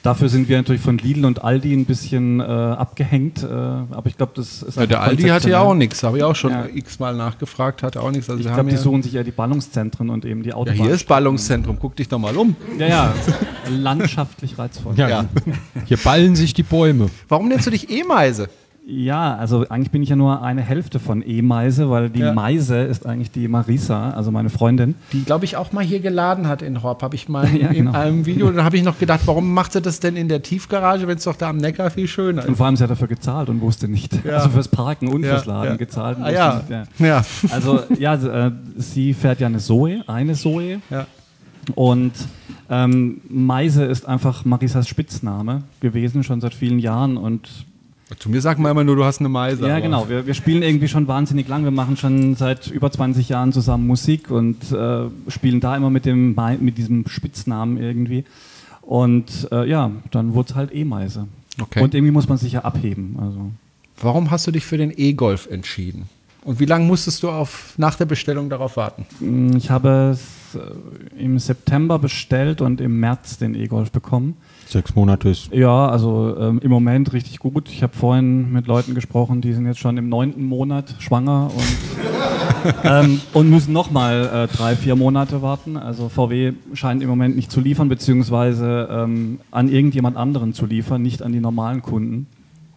Dafür sind wir natürlich von Lidl und Aldi ein bisschen äh, abgehängt, äh, aber ich glaube, das ist Ja, der Aldi hatte ja auch nichts, habe ich auch schon Ja. x-mal nachgefragt, hatte auch nichts. Also Ich wir glaube, haben die ja, suchen sich eher die Ballungszentren und eben die ja, Autobahn. hier ist Ballungszentrum, guck dich doch mal um. Ja, ja, landschaftlich reizvoll. Ja. Ja. Hier ballen sich die Bäume. Warum nennst du dich E-Meise? Ja, also eigentlich bin ich ja nur eine Hälfte von E-Meise, weil die Ja. Meise ist eigentlich die Marisa, also meine Freundin. Die, glaube ich, auch mal hier geladen hat in Horb, habe ich mal Ja, in genau. einem Video. Da habe ich noch gedacht, warum macht sie das denn in der Tiefgarage, wenn es doch da am Neckar viel schöner Und ist? vor allem, sie hat dafür gezahlt und wusste nicht. Ja. Also fürs Parken und Ja, fürs Laden ja. gezahlt. Und Ah, wusste ja. nicht, ja. Ja. Also ja, äh, sie fährt ja eine Zoe, eine Zoe. Ja. Und ähm, Meise ist einfach Marisas Spitzname gewesen, schon seit vielen Jahren. Und Zu mir sagt man immer nur, du hast eine Meise. ja, aber- genau, wir, wir spielen irgendwie schon wahnsinnig lang. Wir machen schon seit über zwanzig Jahren zusammen Musik und äh, spielen da immer mit, dem, Mai- mit diesem Spitznamen irgendwie. Und äh, ja, dann wurde es halt E-Meise. Okay. Und irgendwie muss man sich ja abheben. Also. Warum hast du dich für den E-Golf entschieden? Und wie lange musstest du auf, nach der Bestellung darauf warten? Ich habe es äh, im September bestellt und im März den E-Golf bekommen. Sechs Monate ist. Ja, also ähm, im Moment richtig gut. Ich habe vorhin mit Leuten gesprochen, die sind jetzt schon im neunten Monat schwanger und, ähm, und müssen nochmal äh, drei, vier Monate warten. Also V W scheint im Moment nicht zu liefern, beziehungsweise ähm, an irgendjemand anderen zu liefern, nicht an die normalen Kunden.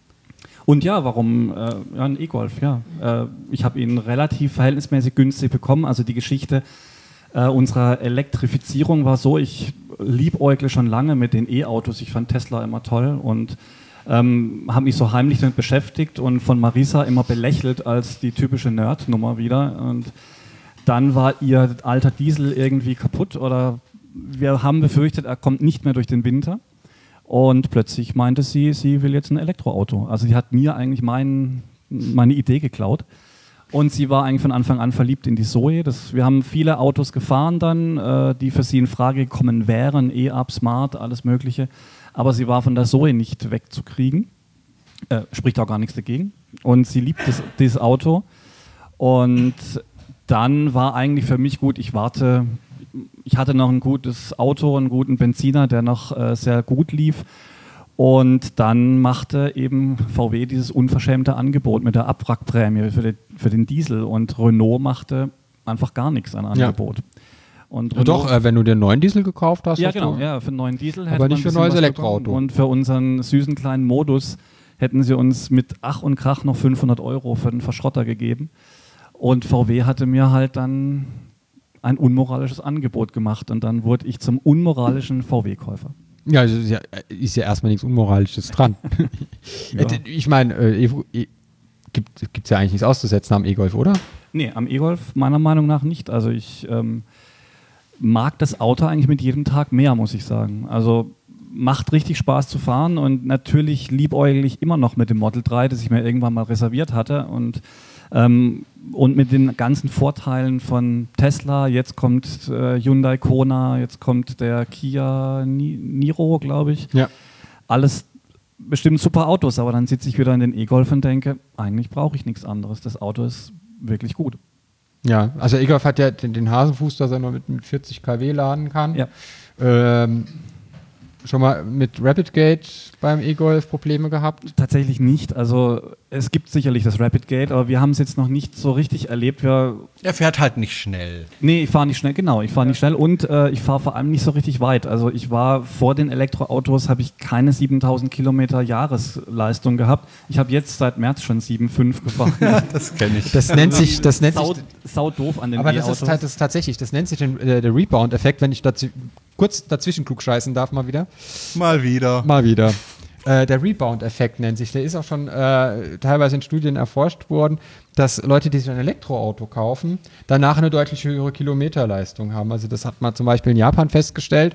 Und ja, warum? Äh, ja, ein E-Golf, ja. Äh, ich habe ihn relativ verhältnismäßig günstig bekommen. Also die Geschichte äh, unserer Elektrifizierung war so, ich liebäugle schon lange mit den E-Autos. Ich fand Tesla immer toll und ähm, habe mich so heimlich damit beschäftigt und von Marisa immer belächelt als die typische Nerd-Nummer wieder. Und dann war ihr alter Diesel irgendwie kaputt oder wir haben befürchtet, er kommt nicht mehr durch den Winter. Und plötzlich meinte sie, sie will jetzt ein Elektroauto. Also sie hat mir eigentlich mein, meine Idee geklaut. Und sie war eigentlich von Anfang an verliebt in die Zoe. Das, wir haben viele Autos gefahren dann, äh, die für sie in Frage gekommen wären, E-Up, Smart, alles mögliche. Aber sie war von der Zoe nicht wegzukriegen. Äh, spricht auch gar nichts dagegen. Und sie liebt das, dieses Auto. Und dann war eigentlich für mich gut, ich warte. Ich hatte noch ein gutes Auto, einen guten Benziner, der noch äh, sehr gut lief. Und dann machte eben V W dieses unverschämte Angebot mit der Abwrackprämie für den, für den Diesel. Und Renault machte einfach gar nichts an Angebot. Und Ja, doch, äh, wenn du dir einen neuen Diesel gekauft hast. ja, hast genau, du, ja, für einen neuen Diesel hätte Aber man nicht für ein bisschen neues was Elektroauto. bekommen. Und für unseren süßen kleinen Modus hätten sie uns mit Ach und Krach noch fünfhundert Euro für den Verschrotter gegeben. Und V W hatte mir halt dann ein unmoralisches Angebot gemacht und dann wurde ich zum unmoralischen V W-Käufer. Ja, also ist ja, ist ja erstmal nichts Unmoralisches dran. Ja. Ich meine, äh, Evo- e gibt es ja eigentlich nichts auszusetzen am E-Golf, oder? Nee, am E-Golf meiner Meinung nach nicht. Also ich ähm, mag das Auto eigentlich mit jedem Tag mehr, muss ich sagen. Also macht richtig Spaß zu fahren und natürlich liebäugle ich immer noch mit dem Model drei, das ich mir irgendwann mal reserviert hatte und Ähm, und mit den ganzen Vorteilen von Tesla, jetzt kommt äh, Hyundai Kona, jetzt kommt der Kia Ni Niro, glaube ich. Ja. Alles bestimmt super Autos, aber dann sitze ich wieder in den E-Golf und denke, eigentlich brauche ich nichts anderes. Das Auto ist wirklich gut. Ja, also E-Golf hat ja den, den Hasenfuß, dass er nur mit, mit vierzig Kilowatt laden kann. Ja. Ähm, schon mal mit RapidGate beim E-Golf Probleme gehabt? Tatsächlich nicht. Also es gibt sicherlich das RapidGate, aber wir haben es jetzt noch nicht so richtig erlebt. Wir Er fährt halt nicht schnell. Nee, ich fahre nicht schnell, genau. Ich fahre nicht schnell und äh, ich fahre vor allem nicht so richtig weit. Also ich war vor den Elektroautos, habe ich keine siebentausend Kilometer Jahresleistung gehabt. Ich habe jetzt seit März schon sieben Komma fünf gefahren. Das kenne ich. Das nennt sich, das nennt sau, sich, sau doof an den aber das E-Autos. ist, das ist tatsächlich, das nennt sich den, äh, der Rebound-Effekt, wenn ich dazu, kurz dazwischen klugscheißen darf mal wieder. Mal wieder. Mal wieder. Äh, der Rebound-Effekt nennt sich. Der ist auch schon äh, teilweise in Studien erforscht worden, dass Leute, die sich ein Elektroauto kaufen, danach eine deutlich höhere Kilometerleistung haben. Also das hat man zum Beispiel in Japan festgestellt,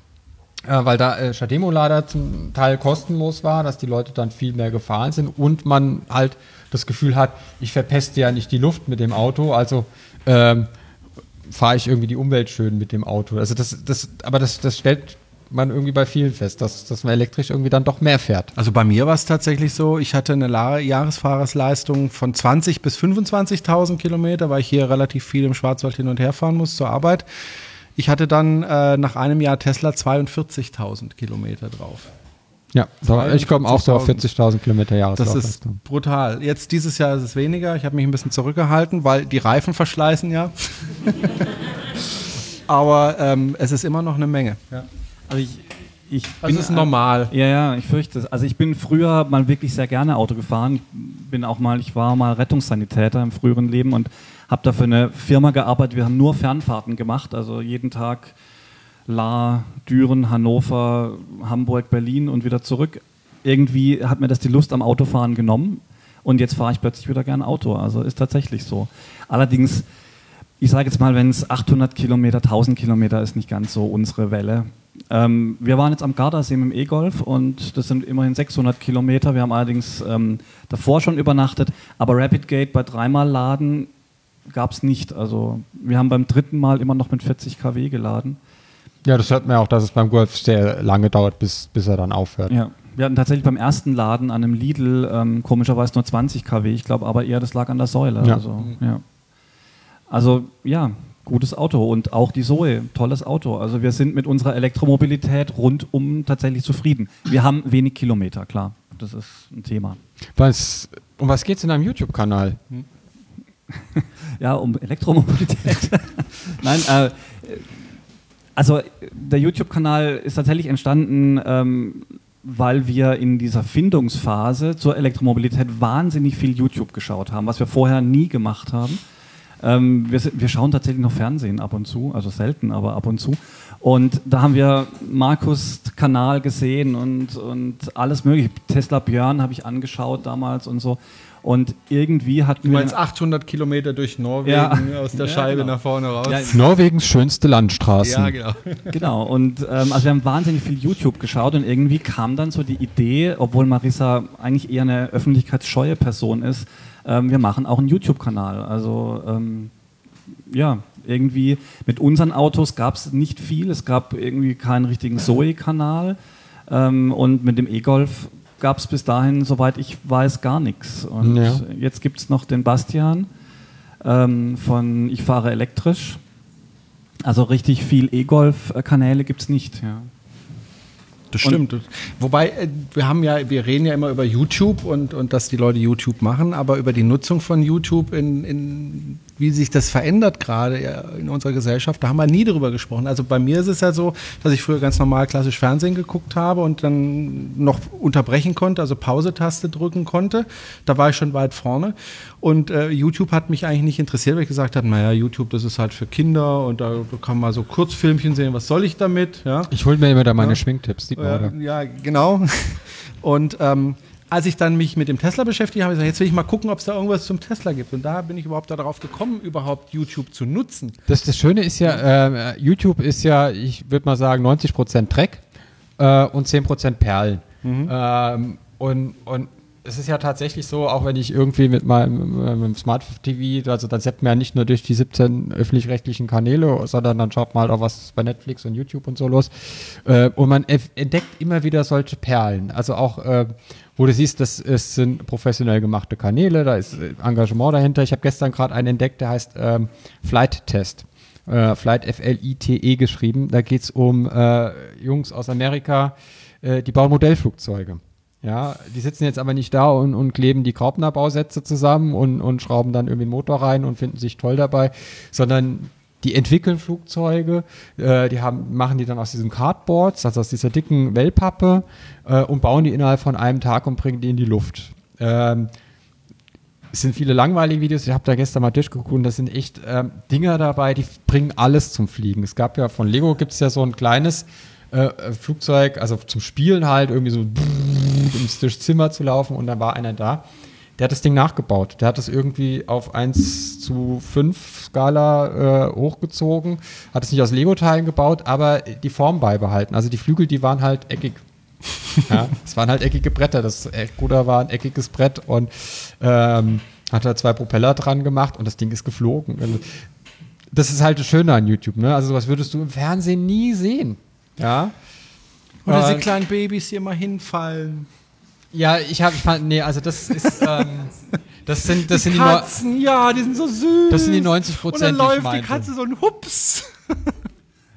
äh, weil da äh, Shademo-Lader zum Teil kostenlos war, dass die Leute dann viel mehr gefahren sind und man halt das Gefühl hat, ich verpeste ja nicht die Luft mit dem Auto, also ähm, fahre ich irgendwie die Umwelt schön mit dem Auto. Also das, das, aber das, das stellt man irgendwie bei vielen fest, dass, dass man elektrisch irgendwie dann doch mehr fährt. Also bei mir war es tatsächlich so, ich hatte eine La- Jahresfahrersleistung von zwanzig bis fünfundzwanzigtausend Kilometer, weil ich hier relativ viel im Schwarzwald hin und her fahren muss zur Arbeit. Ich hatte dann äh, nach einem Jahr Tesla zweiundvierzigtausend Kilometer drauf. Ja, so, ich komme auch so auf vierzigtausend Kilometer Das Jahreslaufleistung. ist brutal. Jetzt dieses Jahr ist es weniger. Ich habe mich ein bisschen zurückgehalten, weil die Reifen verschleißen ja. Aber ähm, es ist immer noch eine Menge. Ja. Also ich, ich Also bin es ist normal. Ja, ja, ich fürchte es. Also ich bin früher mal wirklich sehr gerne Auto gefahren. Ich bin auch mal, ich war mal Rettungssanitäter im früheren Leben und habe da für eine Firma gearbeitet. Wir haben nur Fernfahrten gemacht, also jeden Tag Lahr, Düren, Hannover, Hamburg, Berlin und wieder zurück. Irgendwie hat mir das die Lust am Autofahren genommen und jetzt fahre ich plötzlich wieder gern Auto. Also ist tatsächlich so. Allerdings, ich sage jetzt mal, wenn es achthundert Kilometer, tausend Kilometer ist nicht ganz so unsere Welle. Ähm, wir waren jetzt am Gardasee mit dem E-Golf und das sind immerhin sechshundert Kilometer. Wir haben allerdings ähm, davor schon übernachtet, aber Rapid Gate bei dreimal Laden gab es nicht. Also wir haben beim dritten Mal immer noch mit vierzig Kilowatt geladen. Ja, das hört man ja auch, dass es beim Golf sehr lange dauert, bis, bis er dann aufhört. Ja, wir hatten tatsächlich beim ersten Laden an einem Lidl ähm, komischerweise nur zwanzig Kilowatt. Ich glaube aber eher, das lag an der Säule. Ja. Also, ja. also ja, gutes Auto und auch die Zoe, tolles Auto. Also wir sind mit unserer Elektromobilität rundum tatsächlich zufrieden. Wir haben wenig Kilometer, klar. Das ist ein Thema. Was, um was geht es in einem YouTube-Kanal? Hm. Ja, um Elektromobilität. Nein, äh, also der YouTube-Kanal ist tatsächlich entstanden, ähm, weil wir in dieser Findungsphase zur Elektromobilität wahnsinnig viel YouTube geschaut haben, was wir vorher nie gemacht haben. Ähm, wir, wir schauen tatsächlich noch Fernsehen ab und zu, also selten, aber ab und zu. Und da haben wir Markus' Kanal gesehen und, und alles mögliche. Tesla Björn habe ich angeschaut damals und so. Und irgendwie hatten Du wir... meinst achthundert Kilometer durch Norwegen Ja. aus der Ja, Scheibe genau. nach vorne raus. Ja, Norwegens schönste Landstraßen. Ja, genau. Genau, und ähm, also wir haben wahnsinnig viel YouTube geschaut und irgendwie kam dann so die Idee, obwohl Marissa eigentlich eher eine öffentlichkeitsscheue Person ist, ähm, wir machen auch einen YouTube-Kanal. Also ähm, ja, irgendwie mit unseren Autos gab es nicht viel, es gab irgendwie keinen richtigen Zoe-Kanal ähm, und mit dem E-Golf gab es bis dahin, soweit ich weiß, gar nichts. Und Ja. jetzt gibt es noch den Bastian ähm, von Ich fahre elektrisch. Also richtig viel E-Golf-Kanäle gibt es nicht. Ja. Das stimmt. Wobei, äh, wir haben ja, wir reden ja immer über YouTube und, und dass die Leute YouTube machen, aber über die Nutzung von YouTube, in, in, wie sich das verändert gerade ja, in unserer Gesellschaft, da haben wir nie drüber gesprochen. Also bei mir ist es ja so, dass ich früher ganz normal klassisch Fernsehen geguckt habe und dann noch unterbrechen konnte, also Pause-Taste drücken konnte. Da war ich schon weit vorne. Und äh, YouTube hat mich eigentlich nicht interessiert, weil ich gesagt habe, naja, YouTube, das ist halt für Kinder und da, da kann man so Kurzfilmchen sehen, was soll ich damit? Ja. Ich hole mir immer da meine Ja. Schminktipps, sieht man, Ja, oder? ja, genau. Und ähm, als ich dann mich mit dem Tesla beschäftigt habe, habe ich gesagt, jetzt will ich mal gucken, ob es da irgendwas zum Tesla gibt. Und da bin ich überhaupt darauf gekommen, überhaupt YouTube zu nutzen. Das, das Schöne ist ja, äh, YouTube ist ja, ich würde mal sagen, neunzig Prozent Dreck äh, und zehn Prozent Perlen. Mhm. Ähm, und, und es ist ja tatsächlich so, auch wenn ich irgendwie mit meinem, äh, mit dem Smart T V, also dann zappt man ja nicht nur durch die siebzehn öffentlich-rechtlichen Kanäle, sondern dann schaut man halt auch, was ist bei Netflix und YouTube und so los. Äh, und man eff- entdeckt immer wieder solche Perlen. Also auch, äh, wo du siehst, das ist, sind professionell gemachte Kanäle, da ist äh, Engagement dahinter. Ich habe gestern gerade einen entdeckt, der heißt ähm, Flight Test. Äh, Flight F L I T E geschrieben. Da geht es um äh, Jungs aus Amerika, äh, die bauen Modellflugzeuge. Ja, die sitzen jetzt aber nicht da und, und kleben die Graupner-Bausätze zusammen und, und schrauben dann irgendwie den Motor rein und finden sich toll dabei, sondern die entwickeln Flugzeuge, äh, die haben, machen die dann aus diesen Cardboards, also aus dieser dicken Wellpappe äh, und bauen die innerhalb von einem Tag und bringen die in die Luft. Ähm, es sind viele langweilige Videos, ich habe da gestern mal durchgeguckt und da sind echt ähm, Dinger dabei, die bringen alles zum Fliegen. Es gab ja von Lego, gibt es ja so ein kleines äh, Flugzeug, also zum Spielen halt, irgendwie so ums durchs Zimmer zu laufen und dann war einer da, der hat das Ding nachgebaut. Der hat das irgendwie auf eins zu fünf Skala äh, hochgezogen, hat es nicht aus Lego-Teilen gebaut, aber die Form beibehalten. Also die Flügel, die waren halt eckig. Ja, es waren halt eckige Bretter. Das Ruder war ein eckiges Brett und ähm, hat da zwei Propeller dran gemacht und das Ding ist geflogen. Also, das ist halt das Schöne an YouTube, ne? Also sowas würdest du im Fernsehen nie sehen. Ja. Oder äh, die kleinen Babys, die immer hinfallen. Ja, ich habe, ich fand, nee, also das ist, ähm, das sind, das sind die, Neu- Katzen, ja, die sind so süß. das sind die neunzig Prozent, Und dann die ich läuft die meinte. Katze so ein Hups.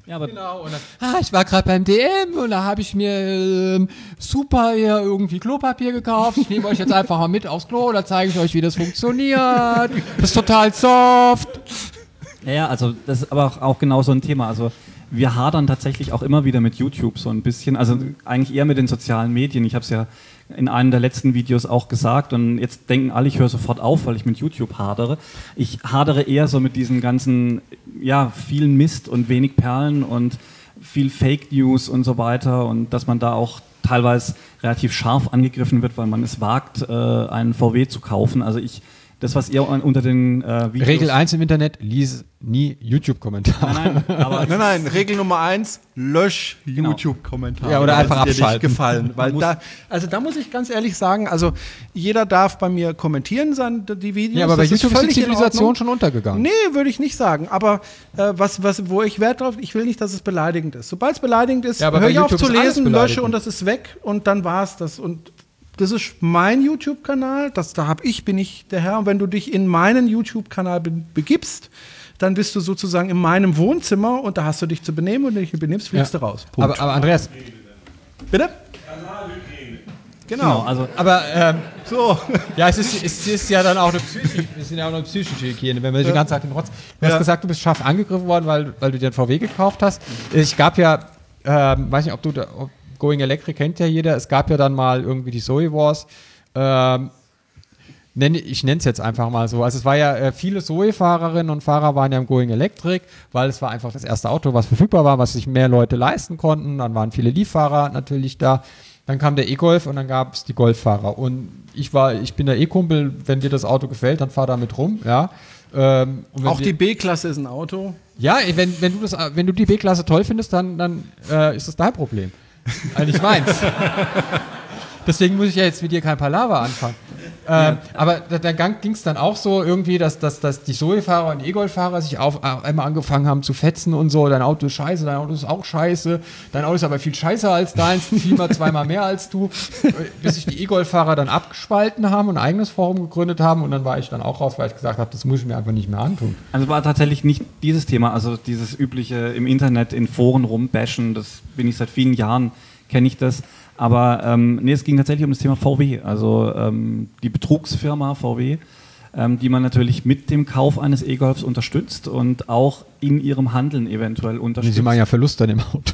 Ja, aber genau. Und dann, ah, ich war gerade beim D M und da habe ich mir ähm, super hier irgendwie Klopapier gekauft. Ich nehme euch jetzt einfach mal mit aufs Klo, da zeige ich euch, wie das funktioniert. Das ist total soft. Ja, ja, also das ist aber auch, auch genau so ein Thema. Also wir hadern tatsächlich auch immer wieder mit YouTube so ein bisschen, also eigentlich eher mit den sozialen Medien. Ich habe es ja in einem der letzten Videos auch gesagt und jetzt denken alle, ich höre sofort auf, weil ich mit YouTube hadere. Ich hadere eher so mit diesen ganzen, ja, vielen Mist und wenig Perlen und viel Fake News und so weiter und dass man da auch teilweise relativ scharf angegriffen wird, weil man es wagt, äh, einen V W zu kaufen. Also ich Das, was ihr unter den äh, Videos... Regel eins im Internet, lies nie YouTube-Kommentare. Nein, nein, aber Nein, nein, Regel Nummer eins, lösch Genau. YouTube-Kommentare. Ja, oder weil einfach sie dir nicht abschalten. gefallen. Weil da, also da muss ich ganz ehrlich sagen, also jeder darf bei mir kommentieren, sein, die Videos. Ja, aber bei das YouTube ist die völlig in Zivilisation Ordnung. schon untergegangen. Nee, würde ich nicht sagen. Aber äh, was, was, wo ich Wert drauf, ich will nicht, dass es beleidigend ist. Sobald es beleidigend ist, Ja, aber höre bei ich auf YouTube zu ist alles lesen, lösche beleidigend. und das ist weg und dann war es das. Und das ist mein YouTube-Kanal, das, da hab ich, bin ich der Herr. Und wenn du dich in meinen YouTube-Kanal be begibst, dann bist du sozusagen in meinem Wohnzimmer und da hast du dich zu benehmen und wenn du dich benimmst, fliegst Ja. du raus. Punkt. Aber, aber Andreas, Bitte? genau, Genau. also aber ähm, So. ja, es ist, es ist ja dann auch eine psychische, es ist ja auch eine psychische Hygiene, wenn man die ganze Zeit den Rotz. Du hast Ja. gesagt, du bist scharf angegriffen worden, weil, weil du dir einen V W gekauft hast. Ich gab ja, ähm, weiß nicht, ob du da, ob Going Electric kennt ja jeder, es gab ja dann mal irgendwie die Zoe Wars. Ähm, nenn, ich nenne es jetzt einfach mal so. Also es war ja, äh, viele Zoe-Fahrerinnen und Fahrer waren ja im Going Electric, weil es war einfach das erste Auto, was verfügbar war, was sich mehr Leute leisten konnten. Dann waren viele Leaf-Fahrer natürlich da. Dann kam der E-Golf und dann gab es die Golf-Fahrer. Und ich war, ich bin der E-Kumpel, wenn dir das Auto gefällt, dann fahr damit rum, ja. Ähm, und wenn Auch wir- die B-Klasse ist ein Auto. ja, wenn, wenn, du das, wenn du die B-Klasse toll findest, dann, dann äh, ist das dein Problem. Also nicht meins. Deswegen muss ich ja jetzt mit dir kein Palaver anfangen. Ähm, aber da, dann ging es dann auch so irgendwie, dass, dass, dass die Zoe-Fahrer und E-Golf-Fahrer sich auf, auf einmal angefangen haben zu fetzen und so. Dein Auto ist scheiße, dein Auto ist auch scheiße. Dein Auto ist aber viel scheißer als deins, viermal, zweimal mehr als du. Bis sich die E-Golf-Fahrer dann abgespalten haben und ein eigenes Forum gegründet haben. Und dann war ich dann auch raus, weil ich gesagt habe, das muss ich mir einfach nicht mehr antun. Also war tatsächlich nicht dieses Thema, also dieses übliche im Internet in Foren rumbashen, das bin ich seit vielen Jahren, kenne ich das. Aber ähm, nee, es ging tatsächlich um das Thema V W, also ähm, die Betrugsfirma V W, ähm, die man natürlich mit dem Kauf eines E-Golfs unterstützt und auch in ihrem Handeln eventuell unterstützt. Sie machen ja Verlust an dem Auto.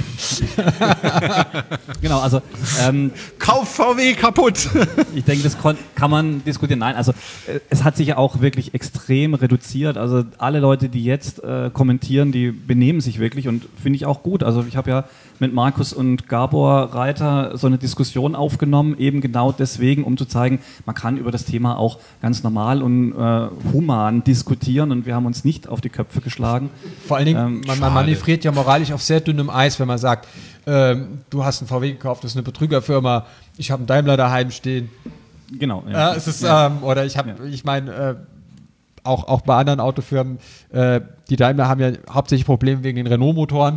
Ja. Genau, also ähm, Kauf V W kaputt. ich denke, das kon- kann man diskutieren. Nein, also äh, es hat sich ja auch wirklich extrem reduziert. Also alle Leute, die jetzt äh, kommentieren, die benehmen sich wirklich und finde ich auch gut. Also ich habe ja mit Markus und Gabor Reiter so eine Diskussion aufgenommen, eben genau deswegen, um zu zeigen, man kann über das Thema auch ganz normal und äh, human diskutieren und wir haben uns nicht auf die Köpfe geschlagen. Vor allen Dingen, Ähm, man, man manövriert ja moralisch auf sehr dünnem Eis, wenn man sagt, ähm, du hast einen V W gekauft, das ist eine Betrügerfirma, ich habe einen Daimler daheim stehen. Genau. Ja, es ist, Ja. ähm, oder ich habe, Ja. ich meine, äh, auch, auch bei anderen Autofirmen, äh, die Daimler haben ja hauptsächlich Probleme wegen den Renault-Motoren,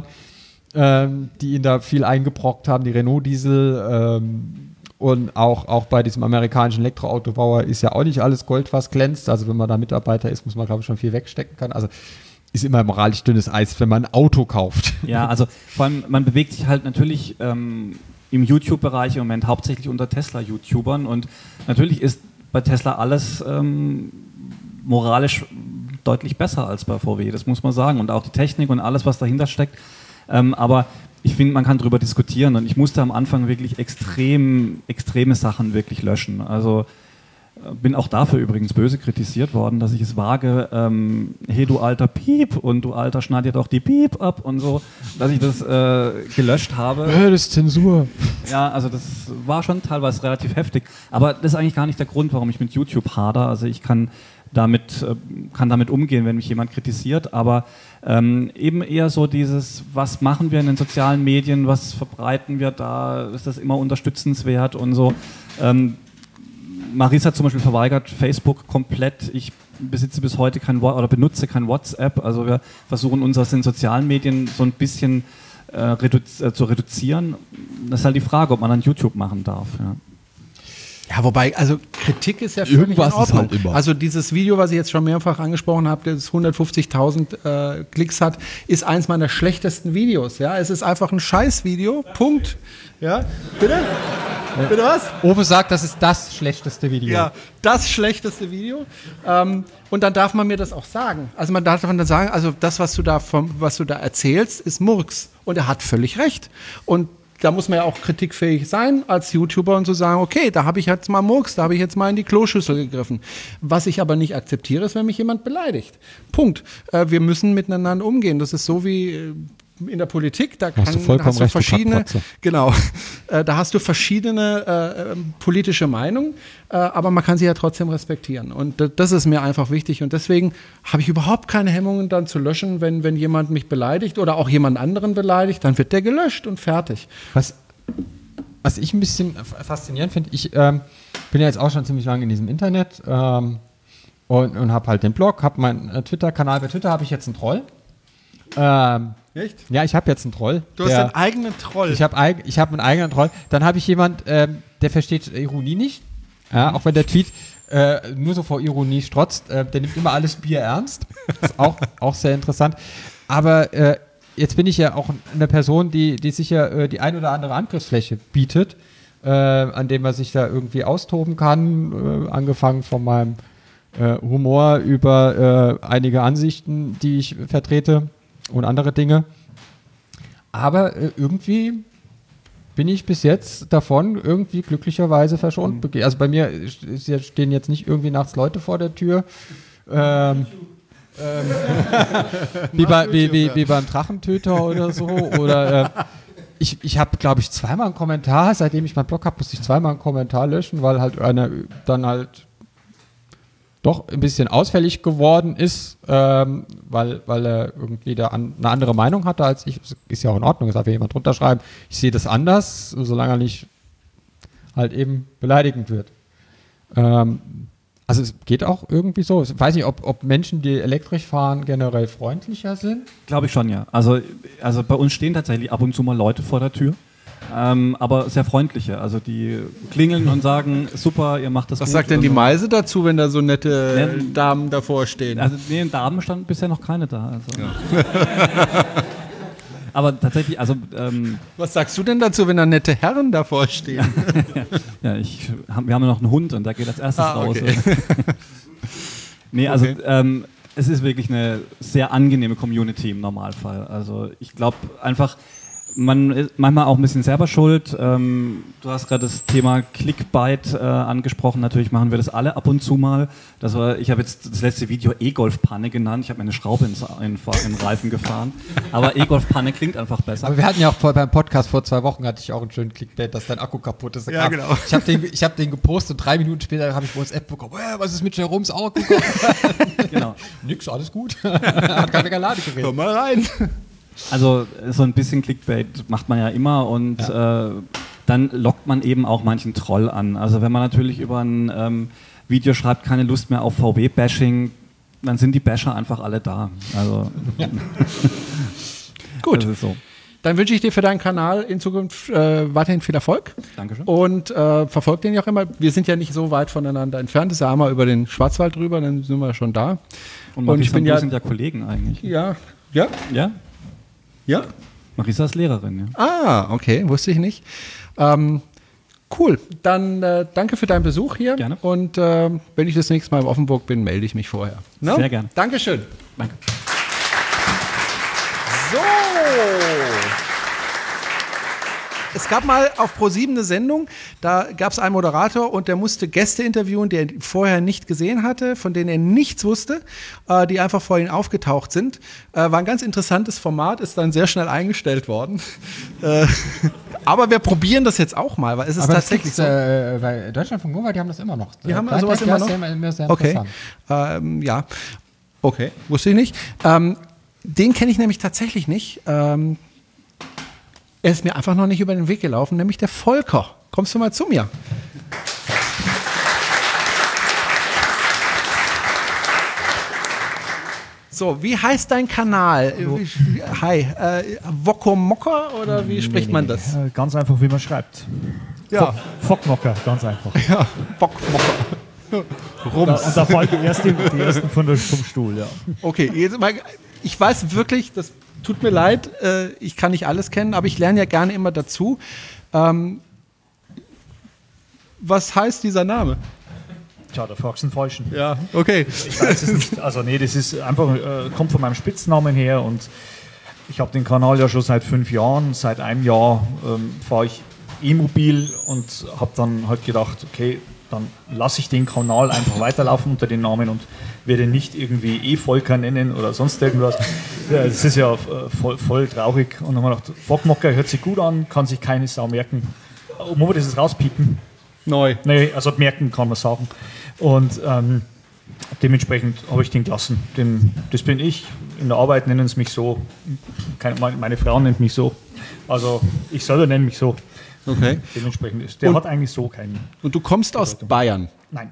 ähm, die ihnen da viel eingebrockt haben, die Renault-Diesel. Ähm, und auch, auch bei diesem amerikanischen Elektroautobauer ist ja auch nicht alles Gold, was glänzt. Also wenn man da Mitarbeiter ist, muss man, glaube ich, schon viel wegstecken können. Also ist immer moralisch dünnes Eis, wenn man ein Auto kauft. Ja, also vor allem, man bewegt sich halt natürlich ähm, im YouTube-Bereich im Moment hauptsächlich unter Tesla-YouTubern und natürlich ist bei Tesla alles ähm, moralisch deutlich besser als bei V W, das muss man sagen und auch die Technik und alles, was dahinter steckt, ähm, aber ich finde, man kann darüber diskutieren und ich musste am Anfang wirklich extrem, extreme Sachen wirklich löschen, also bin auch dafür übrigens böse kritisiert worden, dass ich es wage, ähm, hey du alter Piep und du alter schneid dir doch die Piep ab und so, dass ich das äh, gelöscht habe. Äh, das ist Zensur. Ja, also das war schon teilweise relativ heftig, aber das ist eigentlich gar nicht der Grund, warum ich mit YouTube hader. Also ich kann damit, äh, kann damit umgehen, wenn mich jemand kritisiert, aber ähm, eben eher so dieses, was machen wir in den sozialen Medien, was verbreiten wir da, ist das immer unterstützenswert und so. Ähm, Marisa hat zum Beispiel verweigert Facebook komplett. Ich besitze bis heute kein Wa- oder benutze kein WhatsApp. Also wir versuchen uns aus den sozialen Medien so ein bisschen äh, redu- äh, zu reduzieren. Das ist halt die Frage, ob man dann YouTube machen darf. Ja. Ja, wobei, also Kritik ist ja völlig Irgendwas in Ordnung. ist halt immer. Also dieses Video, was ich jetzt schon mehrfach angesprochen habe, das hundertfünfzigtausend äh, Klicks hat, ist eins meiner schlechtesten Videos. Ja, es ist einfach ein Scheißvideo. Punkt. Ja, bitte? Bitte was? Owe sagt, das ist das schlechteste Video. Ja, das schlechteste Video. Ähm, und dann darf man mir das auch sagen. Also man darf dann sagen, also das, was du da vom, was du da erzählst, ist Murks. Und er hat völlig recht. Und da muss man ja auch kritikfähig sein als YouTuber und zu sagen, okay, da habe ich jetzt mal Murks, da habe ich jetzt mal in die Kloschüssel gegriffen. Was ich aber nicht akzeptiere, ist, wenn mich jemand beleidigt. Punkt. Äh, wir müssen miteinander umgehen. Das ist so wie äh, in der Politik, da kann, Hast du vollkommen hast du recht, du verschiedene, Kackfotze. genau, äh, da hast du verschiedene äh, äh, politische Meinungen, äh, aber man kann sie ja trotzdem respektieren. Und d- das ist mir einfach wichtig. Und deswegen habe ich überhaupt keine Hemmungen, dann zu löschen, wenn, wenn jemand mich beleidigt oder auch jemand anderen beleidigt, dann wird der gelöscht und fertig. Was, was ich ein bisschen faszinierend finde, ich ähm, bin ja jetzt auch schon ziemlich lange in diesem Internet ähm, und, und habe halt den Blog, habe meinen äh, Twitter-Kanal. Bei Twitter habe ich jetzt einen Troll. Ähm, Echt? Ja, ich habe jetzt einen Troll. Du hast der, deinen eigenen Troll. Ich habe eig ich hab einen eigenen Troll. Dann habe ich jemand, ähm, der versteht Ironie nicht. Ja, auch wenn der Tweet äh, nur so vor Ironie strotzt. Äh, der nimmt immer alles Bier ernst. Ist auch, auch sehr interessant. Aber äh, jetzt bin ich ja auch eine Person, die, die sicher äh, die ein oder andere Angriffsfläche bietet, äh, an dem man sich da irgendwie austoben kann. Äh, angefangen von meinem äh, Humor über äh, einige Ansichten, die ich vertrete. Und andere Dinge. Aber äh, irgendwie bin ich bis jetzt davon irgendwie glücklicherweise verschont. Mhm. Also bei mir ist, stehen jetzt nicht irgendwie nachts Leute vor der Tür. Ähm, ähm, wie, bei, wie, wie, wie beim Drachentöter oder so. Oder äh, ich, ich habe, glaube ich, zweimal einen Kommentar, seitdem ich meinen Blog habe, musste ich zweimal einen Kommentar löschen, weil halt einer dann halt doch ein bisschen ausfällig geworden ist, ähm, weil, weil er irgendwie da an, eine andere Meinung hatte als ich. Ist ja auch in Ordnung, es darf ja jemand drunter schreiben. Ich sehe das anders, solange er nicht halt eben beleidigend wird. Ähm, also es geht auch irgendwie so. Ich weiß nicht, ob, ob Menschen, die elektrisch fahren, generell freundlicher sind. Glaube ich schon, ja. Also, also bei uns stehen tatsächlich ab und zu mal Leute vor der Tür. Ähm, aber sehr freundliche. Also die klingeln und sagen, super, ihr macht das Was gut. sagt denn die Meise dazu, wenn da so nette Ja, Damen davor stehen? Also nee, Damen standen bisher noch keine da. Also. Ja. Aber tatsächlich, also ähm, was sagst du denn dazu, wenn da nette Herren davor stehen? ja, ich, wir haben ja noch einen Hund und der geht als erstes ah, okay. raus. nee, also okay. ähm, es ist wirklich eine sehr angenehme Community im Normalfall. Also ich glaube einfach, man ist manchmal auch ein bisschen selber schuld. Ähm, du hast gerade das Thema Clickbait äh, angesprochen. Natürlich machen wir das alle ab und zu mal. Das war, ich habe jetzt das letzte Video E-Golf-Panne genannt. Ich habe meine Schraube ins, in, in den Reifen gefahren. Aber E-Golf-Panne klingt einfach besser. Aber wir hatten ja auch vor, beim Podcast vor zwei Wochen hatte ich auch einen schönen Clickbait, dass dein Akku kaputt ist. Ja, genau. Ich habe den, ich hab den gepostet, drei Minuten später habe ich WhatsApp bekommen. Was ist mit Jeroms Akku? Genau. Nix, alles gut. Hat keine Ladegerät. Komm mal rein. Also so ein bisschen Clickbait macht man ja immer und ja. Äh, dann lockt man eben auch manchen Troll an. Also wenn man natürlich über ein ähm, Video schreibt, keine Lust mehr auf V W-Bashing, dann sind die Basher einfach alle da. Also ja. Gut. Das ist so. Dann wünsche ich dir für deinen Kanal in Zukunft äh, weiterhin viel Erfolg. Dankeschön. Und äh, verfolgt den ja auch immer. Wir sind ja nicht so weit voneinander entfernt. Das ist ja einmal über den Schwarzwald drüber, dann sind wir schon da. Und Marisa und ich bin und du ja, sind ja Kollegen eigentlich. Ja. Ja? Ja? Ja? Marisa ist Lehrerin, ja. Ah, okay, wusste ich nicht. Ähm, cool, dann äh, danke für deinen Besuch hier. Gerne. Und äh, wenn ich das nächste Mal in Offenburg bin, melde ich mich vorher. No? Sehr gerne. Dankeschön. Danke. So. Es gab mal auf ProSieben eine Sendung, da gab es einen Moderator und der musste Gäste interviewen, die er vorher nicht gesehen hatte, von denen er nichts wusste, äh, die einfach vor ihm aufgetaucht sind. Äh, war ein ganz interessantes Format, ist dann sehr schnell eingestellt worden. äh, aber wir probieren das jetzt auch mal, weil es ist aber tatsächlich so. Äh, bei Deutschlandfunk Nova, die haben das immer noch. Die haben Blind sowas Tag, immer ja, noch? Sehr, sehr, sehr okay, interessant. ähm, ja, okay, wusste ich nicht. Ähm, den kenne ich nämlich tatsächlich nicht. Ähm, Er ist mir einfach noch nicht über den Weg gelaufen, nämlich der Volker. Kommst du mal zu mir? So, wie heißt dein Kanal? Hallo. Hi, äh, Wokomokka oder wie spricht man das? Ganz einfach, wie man schreibt. Ja. Fockmocker, ganz einfach. Ja, Bockmocker. Rums. Und da fallen die ersten, die ersten von der, vom Stuhl, ja. Okay, jetzt mal, ich weiß wirklich, das tut mir leid, äh, ich kann nicht alles kennen, aber ich lerne ja gerne immer dazu. Ähm, was heißt dieser Name? Tja, da fragst du den Falschen. Ja, okay. Ich weiß es nicht. Also nee, das ist einfach, äh, kommt von meinem Spitznamen her und ich habe den Kanal ja schon seit fünf Jahren. Seit einem Jahr ähm, fahre ich E-Mobil und habe dann halt gedacht, okay, dann lasse ich den Kanal einfach weiterlaufen unter den Namen und werde nicht irgendwie E-Volker nennen oder sonst irgendwas. Ja, das ist ja voll, voll traurig. Und dann habe ich gedacht, Fockmocker hört sich gut an, kann sich keine Sau merken. Muss man das jetzt rauspiepen? Neu. Nee, also merken kann man sagen. Und ähm, dementsprechend habe ich den gelassen. Den, das bin ich. In der Arbeit nennen sie mich so. Keine, meine Frau nennt mich so. Also ich selber nenne mich so. Okay. Dementsprechend ist. Der und, hat eigentlich so keinen. Und du kommst aus Bayern? Nein.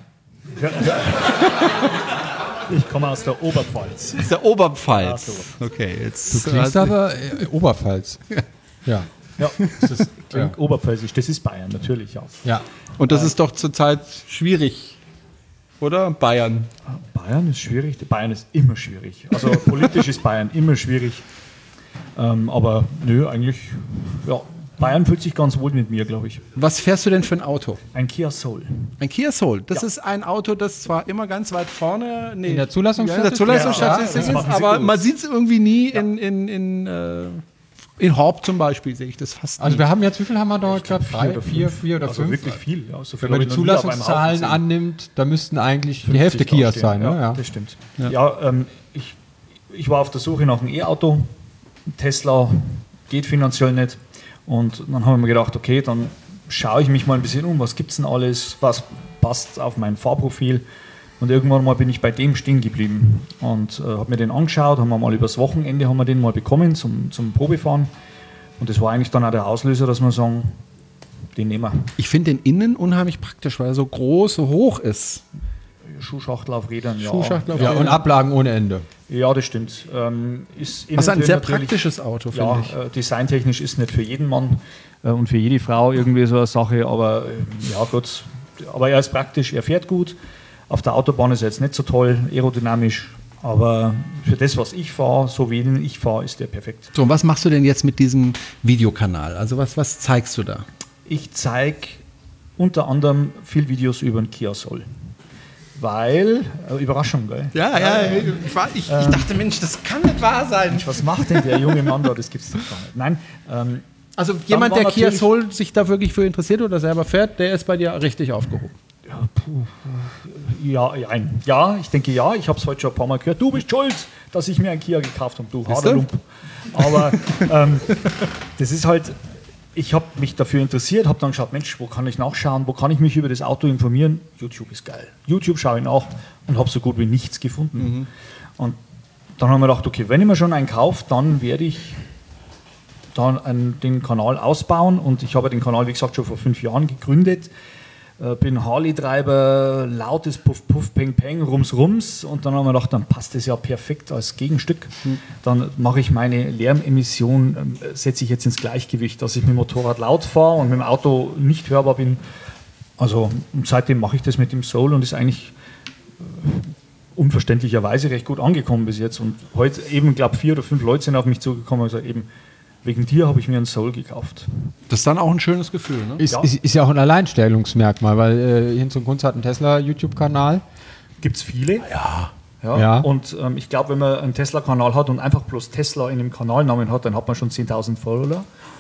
Ich komme aus der Oberpfalz. Aus der Oberpfalz. Ja, so. Okay, jetzt. Du klingst aber äh, Oberpfalz. Ja. Ja, das ist, klingt Ja. oberpfälzisch. Das ist Bayern, natürlich, ja. Ja. Und das ist doch zurzeit schwierig, oder? Bayern. Bayern ist schwierig. Bayern ist immer schwierig. Also politisch ist Bayern immer schwierig. Ähm, aber nö, eigentlich, ja. Bayern fühlt sich ganz wohl mit mir, glaube ich. Was fährst du denn für ein Auto? Ein Kia Soul. Ein Kia Soul. Das Ja. ist ein Auto, das zwar immer ganz weit vorne nee, In der Zulassungsstatistik? ja, in der Zulassungsstatistik Ja, das ist, machen sie aber gut. man sieht es irgendwie nie in, in, in, äh, in Horb zum Beispiel, sehe ich das fast Also nie. wir haben jetzt, wie viel haben wir dort gerade? Drei, oder vier, fünf. vier oder Also fünf? wirklich viel. Ja, so viel Wenn man die habe ich noch nie auf einem Zulassungszahlen Haufen gesehen. annimmt, da müssten eigentlich die Hälfte Kias dastehen. sein. Ne? Ja, Ja. das stimmt. Ja, ähm, ich, ich war auf der Suche nach einem E-Auto. Tesla geht finanziell nicht. Und dann haben wir mir gedacht, okay, dann schaue ich mich mal ein bisschen um, was gibt es denn alles, was passt auf mein Fahrprofil. Und irgendwann mal bin ich bei dem stehen geblieben und äh, habe mir den angeschaut, haben wir mal übers Wochenende haben wir den mal bekommen zum, zum Probefahren. Und das war eigentlich dann auch der Auslöser, dass wir sagen, den nehmen wir. Ich finde den innen unheimlich praktisch, weil er so groß, so hoch ist. Schuhschachtel auf Rädern, ja. Schuhschachtel auf Ja, Rädern. und Ablagen ohne Ende. Ja, das stimmt. Ähm, ist innen Also ein drin sehr natürlich- praktisches Auto, finde Ja, ich. äh, designtechnisch ist nicht für jeden Mann äh, und für jede Frau irgendwie so eine Sache, aber äh, ja gut. Aber er ist praktisch, er fährt gut. Auf der Autobahn ist er jetzt nicht so toll, aerodynamisch, aber für das, was ich fahre, so wie den ich fahre, ist der perfekt. So, und was machst du denn jetzt mit diesem Videokanal? Also was, was zeigst du da? Ich zeige unter anderem viel Videos über den Kia Soul. Weil, äh, Überraschung, gell? Ja, ja, ich, war, ich, ich dachte, Mensch, das kann nicht wahr sein. Was macht denn der junge Mann da? Das gibt's doch gar nicht. Nein, ähm, Also jemand, war der Kia natürlich- Soul sich da wirklich für interessiert oder selber fährt, der ist bei dir richtig aufgehoben. Ja, puh. Ja, ja, ein- ja, ich denke ja. Ich habe es heute schon ein paar Mal gehört. Du bist schuld, dass ich mir ein Kia gekauft habe, du Siehst du? Haderlump. Aber ähm, das ist halt, ich habe mich dafür interessiert, habe dann geschaut, Mensch, wo kann ich nachschauen, wo kann ich mich über das Auto informieren? YouTube ist geil. YouTube schaue ich nach und habe so gut wie nichts gefunden. Mhm. Und dann haben wir gedacht, okay, wenn ich mir schon einen kaufe, dann werde ich dann einen, den Kanal ausbauen. Und ich habe den Kanal, wie gesagt, schon vor fünf Jahren gegründet. Äh, bin Harley-Treiber, lautes Puff, Puff, Peng, Peng, Rums, Rums. Und dann haben wir gedacht, dann passt das ja perfekt als Gegenstück. Dann mache ich meine Lärmemission, ähm, setze ich jetzt ins Gleichgewicht, dass ich mit dem Motorrad laut fahre und mit dem Auto nicht hörbar bin. Also und seitdem mache ich das mit dem Soul und ist eigentlich äh, unverständlicherweise recht gut angekommen bis jetzt. Und heute eben, glaube ich, vier oder fünf Leute sind auf mich zugekommen und gesagt, eben, wegen dir habe ich mir einen Soul gekauft. Das ist dann auch ein schönes Gefühl, ne? Ist, Ja. ist, ist ja auch ein Alleinstellungsmerkmal, weil äh, Hinz und Kunz hat einen Tesla-YouTube-Kanal. Gibt es viele? Ja. Ja. Ja. Und ähm, ich glaube, wenn man einen Tesla-Kanal hat und einfach bloß Tesla in dem Kanalnamen hat, dann hat man schon zehntausend Follower.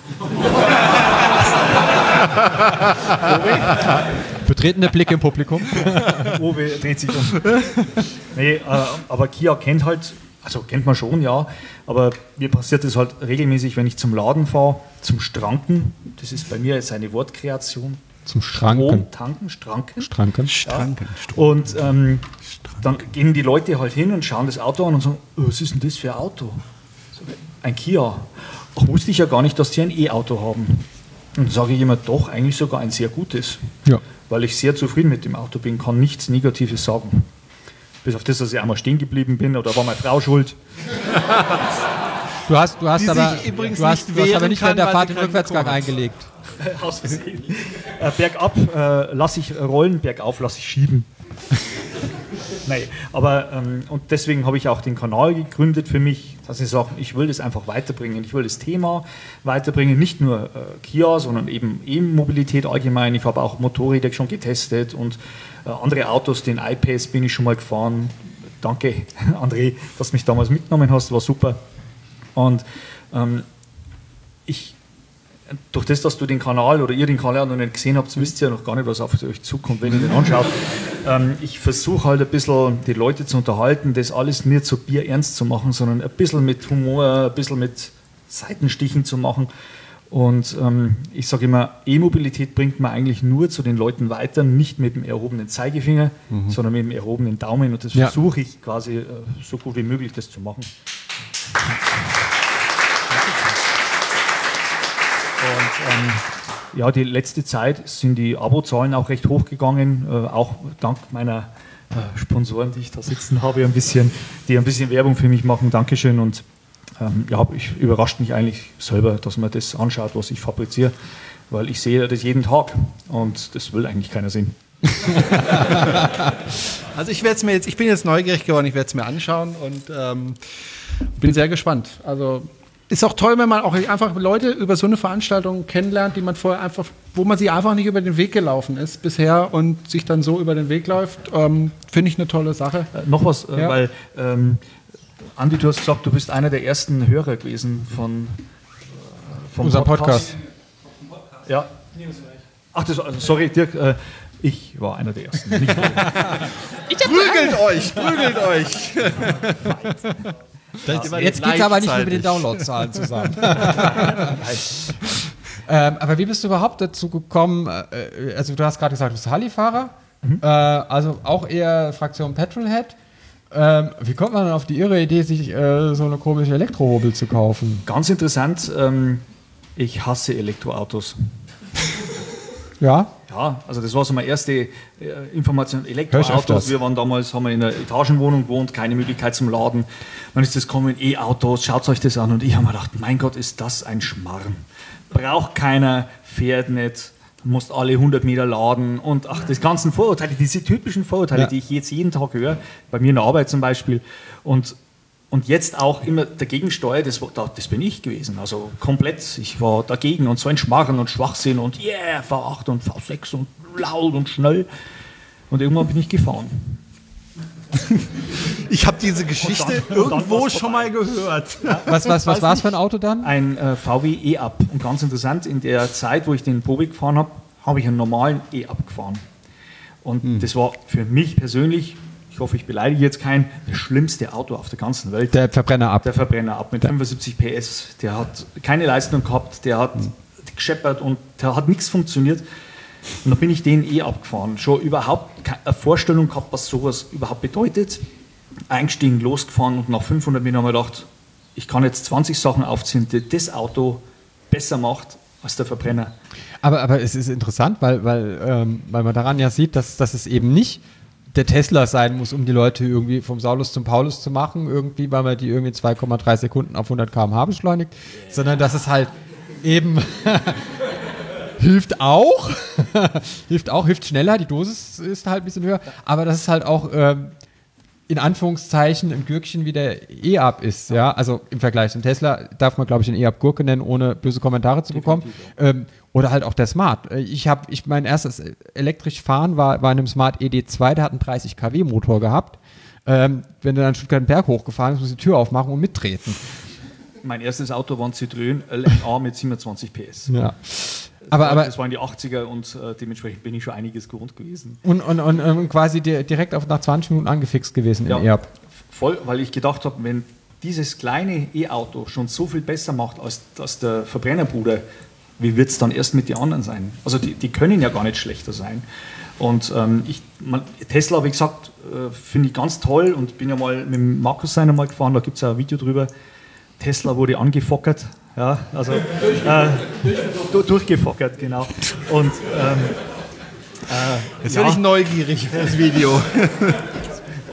Betretene Blick im Publikum. Uwe dreht sich um. Nee, äh, aber Kia kennt halt, also kennt man schon, ja, aber mir passiert das halt regelmäßig, wenn ich zum Laden fahre, zum Stranken. Das ist bei mir jetzt eine Wortkreation. Zum Schranken. Strom, tanken, Stranken. Stranken. Stranken. Und ähm, dann gehen die Leute halt hin und schauen das Auto an und sagen, oh, was ist denn das für ein Auto? So, ein Kia. Ach, wusste ich ja gar nicht, dass die ein E-Auto haben. Und dann sage ich immer, doch, eigentlich sogar ein sehr gutes. Ja. Weil ich sehr zufrieden mit dem Auto bin, kann nichts Negatives sagen. Bis auf das, dass ich einmal stehen geblieben bin oder war meine Frau schuld. Du hast, du hast Die aber, sich übrigens du hast, nicht du hast aber wehren nicht kann, während der weil Fahrt sie den keinen Rückwärtsgang Motor hat. eingelegt. Aus Versehen. Äh, bergab äh, lasse ich rollen, bergauf lasse ich schieben. Nein, aber ähm, und deswegen habe ich auch den Kanal gegründet für mich, dass ich sage, ich will das einfach weiterbringen. Ich will das Thema weiterbringen, nicht nur äh, Kia, sondern eben E-Mobilität allgemein. Ich habe auch Motorräder schon getestet und äh, andere Autos, den I-Pace bin ich schon mal gefahren. Danke, André, dass du mich damals mitgenommen hast, war super. Und ähm, ich durch das, dass du den Kanal oder ihr den Kanal noch nicht gesehen habt, wisst ihr ja noch gar nicht, was auf euch zukommt, wenn ihr den anschaut. Ähm, ich versuche halt ein bisschen die Leute zu unterhalten, das alles nicht so bierernst zu machen, sondern ein bisschen mit Humor, ein bisschen mit Seitenstichen zu machen. Und ähm, ich sage immer, E-Mobilität bringt man eigentlich nur zu den Leuten weiter, nicht mit dem erhobenen Zeigefinger, mhm. sondern mit dem erhobenen Daumen. Und das ja. versuche ich quasi äh, so gut wie möglich, das zu machen. Und ähm, ja, die letzte Zeit sind die Abozahlen auch recht hochgegangen, äh, auch dank meiner äh, Sponsoren, die ich da sitzen habe, ein bisschen, die ein bisschen Werbung für mich machen. Dankeschön. Und ähm, ja, ich überrascht mich eigentlich selber, dass man das anschaut, was ich fabriziere, weil ich sehe das jeden Tag und das will eigentlich keiner sehen. Also ich werde es mir jetzt, ich bin jetzt neugierig geworden, ich werde es mir anschauen und ähm, bin sehr gespannt. Also ist auch toll, wenn man auch einfach Leute über so eine Veranstaltung kennenlernt, die man vorher einfach, wo man sie einfach nicht über den Weg gelaufen ist bisher und sich dann so über den Weg läuft, ähm, finde ich eine tolle Sache. Äh, noch was, äh, ja. weil ähm, Andi, du hast gesagt, du bist einer der ersten Hörer gewesen von äh, vom unser Podcast. Podcast. Ja. Ach, das, also, sorry, Dirk, äh, ich war einer der ersten. Nicht prügelt euch, prügelt euch. Das, jetzt geht es aber nicht mit den Downloadzahlen zusammen. ähm, aber wie bist du überhaupt dazu gekommen? Äh, also du hast gerade gesagt, du bist Harley-Fahrer, mhm. äh, also auch eher Fraktion Petrolhead. Ähm, wie kommt man dann auf die irre Idee, sich äh, so eine komische Elektrohobel zu kaufen? Ganz interessant, ähm, ich hasse Elektroautos. Ja? Ja, also das war so meine erste äh, Information. Elektroautos, wir waren damals, haben wir in einer Etagenwohnung gewohnt, keine Möglichkeit zum Laden. Dann ist das kommen, E-Autos, schaut euch das an. Und ich habe mir gedacht, mein Gott, ist das ein Schmarrn. Braucht keiner, fährt nicht, musst alle hundert Meter laden. Und ach, das ganzen Vorurteile, diese typischen Vorurteile, ja. die ich jetzt jeden Tag höre, bei mir in der Arbeit zum Beispiel. Und Und jetzt auch immer dagegen steuere, das, das bin ich gewesen. Also komplett, ich war dagegen und so ein Schmarren und Schwachsinn und yeah, V acht und V sechs und laut und schnell. Und irgendwann bin ich gefahren. Ich habe diese Geschichte dann, irgendwo schon mal gehört. Ja. Was, was, was war es für ein Auto dann? Ein äh, V W E-Up. Und ganz interessant, in der Zeit, wo ich den Probe gefahren habe, habe ich einen normalen E-Up gefahren. Und hm. das war für mich persönlich, ich hoffe, ich beleidige jetzt keinen, das schlimmste Auto auf der ganzen Welt. Der Verbrenner ab. Der Verbrenner ab mit ja. fünfundsiebzig P S. Der hat keine Leistung gehabt, der hat mhm. gescheppert und der hat nichts funktioniert. Und da bin ich den eh abgefahren. Schon überhaupt keine Vorstellung gehabt, was sowas überhaupt bedeutet. Eingestiegen, losgefahren und nach fünfhundert Metern haben wir gedacht, ich kann jetzt zwanzig Sachen aufziehen, die das Auto besser macht als der Verbrenner. Aber, aber es ist interessant, weil, weil, ähm, weil man daran ja sieht, dass, dass es eben nicht der Tesla sein muss, um die Leute irgendwie vom Saulus zum Paulus zu machen, irgendwie, weil man die irgendwie zwei Komma drei Sekunden auf hundert Kilometer pro Stunde beschleunigt, yeah. sondern dass es halt eben hilft auch, hilft auch, hilft schneller, die Dosis ist halt ein bisschen höher, aber dass es halt auch ähm, in Anführungszeichen ein Gürkchen wie der E-Up ist, ja, also im Vergleich zum Tesla darf man, glaube ich, den E-Up Gurke nennen, ohne böse Kommentare zu bekommen. Ähm, oder halt auch der Smart. Ich habe, ich mein erstes elektrisch Fahren war, war in einem Smart E D zwei, der hat einen dreißig Kilowatt Motor gehabt. Ähm, wenn du dann Stuttgart Berg hochgefahren bist, musst du die Tür aufmachen und mittreten. Mein erstes Auto war ein Citroën L M A mit siebenundzwanzig P S. Ja. Aber, aber, das waren die achtziger und äh, dementsprechend bin ich schon einiges gewohnt gewesen. Und, und, und ähm, quasi di- direkt auf nach zwanzig Minuten angefixt gewesen ja, im E-Up. Voll, weil ich gedacht habe, wenn dieses kleine E-Auto schon so viel besser macht als, als der Verbrennerbruder, wie wird es dann erst mit den anderen sein? Also die, die können ja gar nicht schlechter sein. Und ähm, ich, man, Tesla, wie gesagt, äh, finde ich ganz toll und bin ja mal mit dem Markus seiner mal gefahren, da gibt es ja ein Video drüber. Tesla wurde angefockert, ja, also äh, durch, durchgefockert, genau. Und ähm, äh, jetzt ja. bin ich neugierig auf das Video.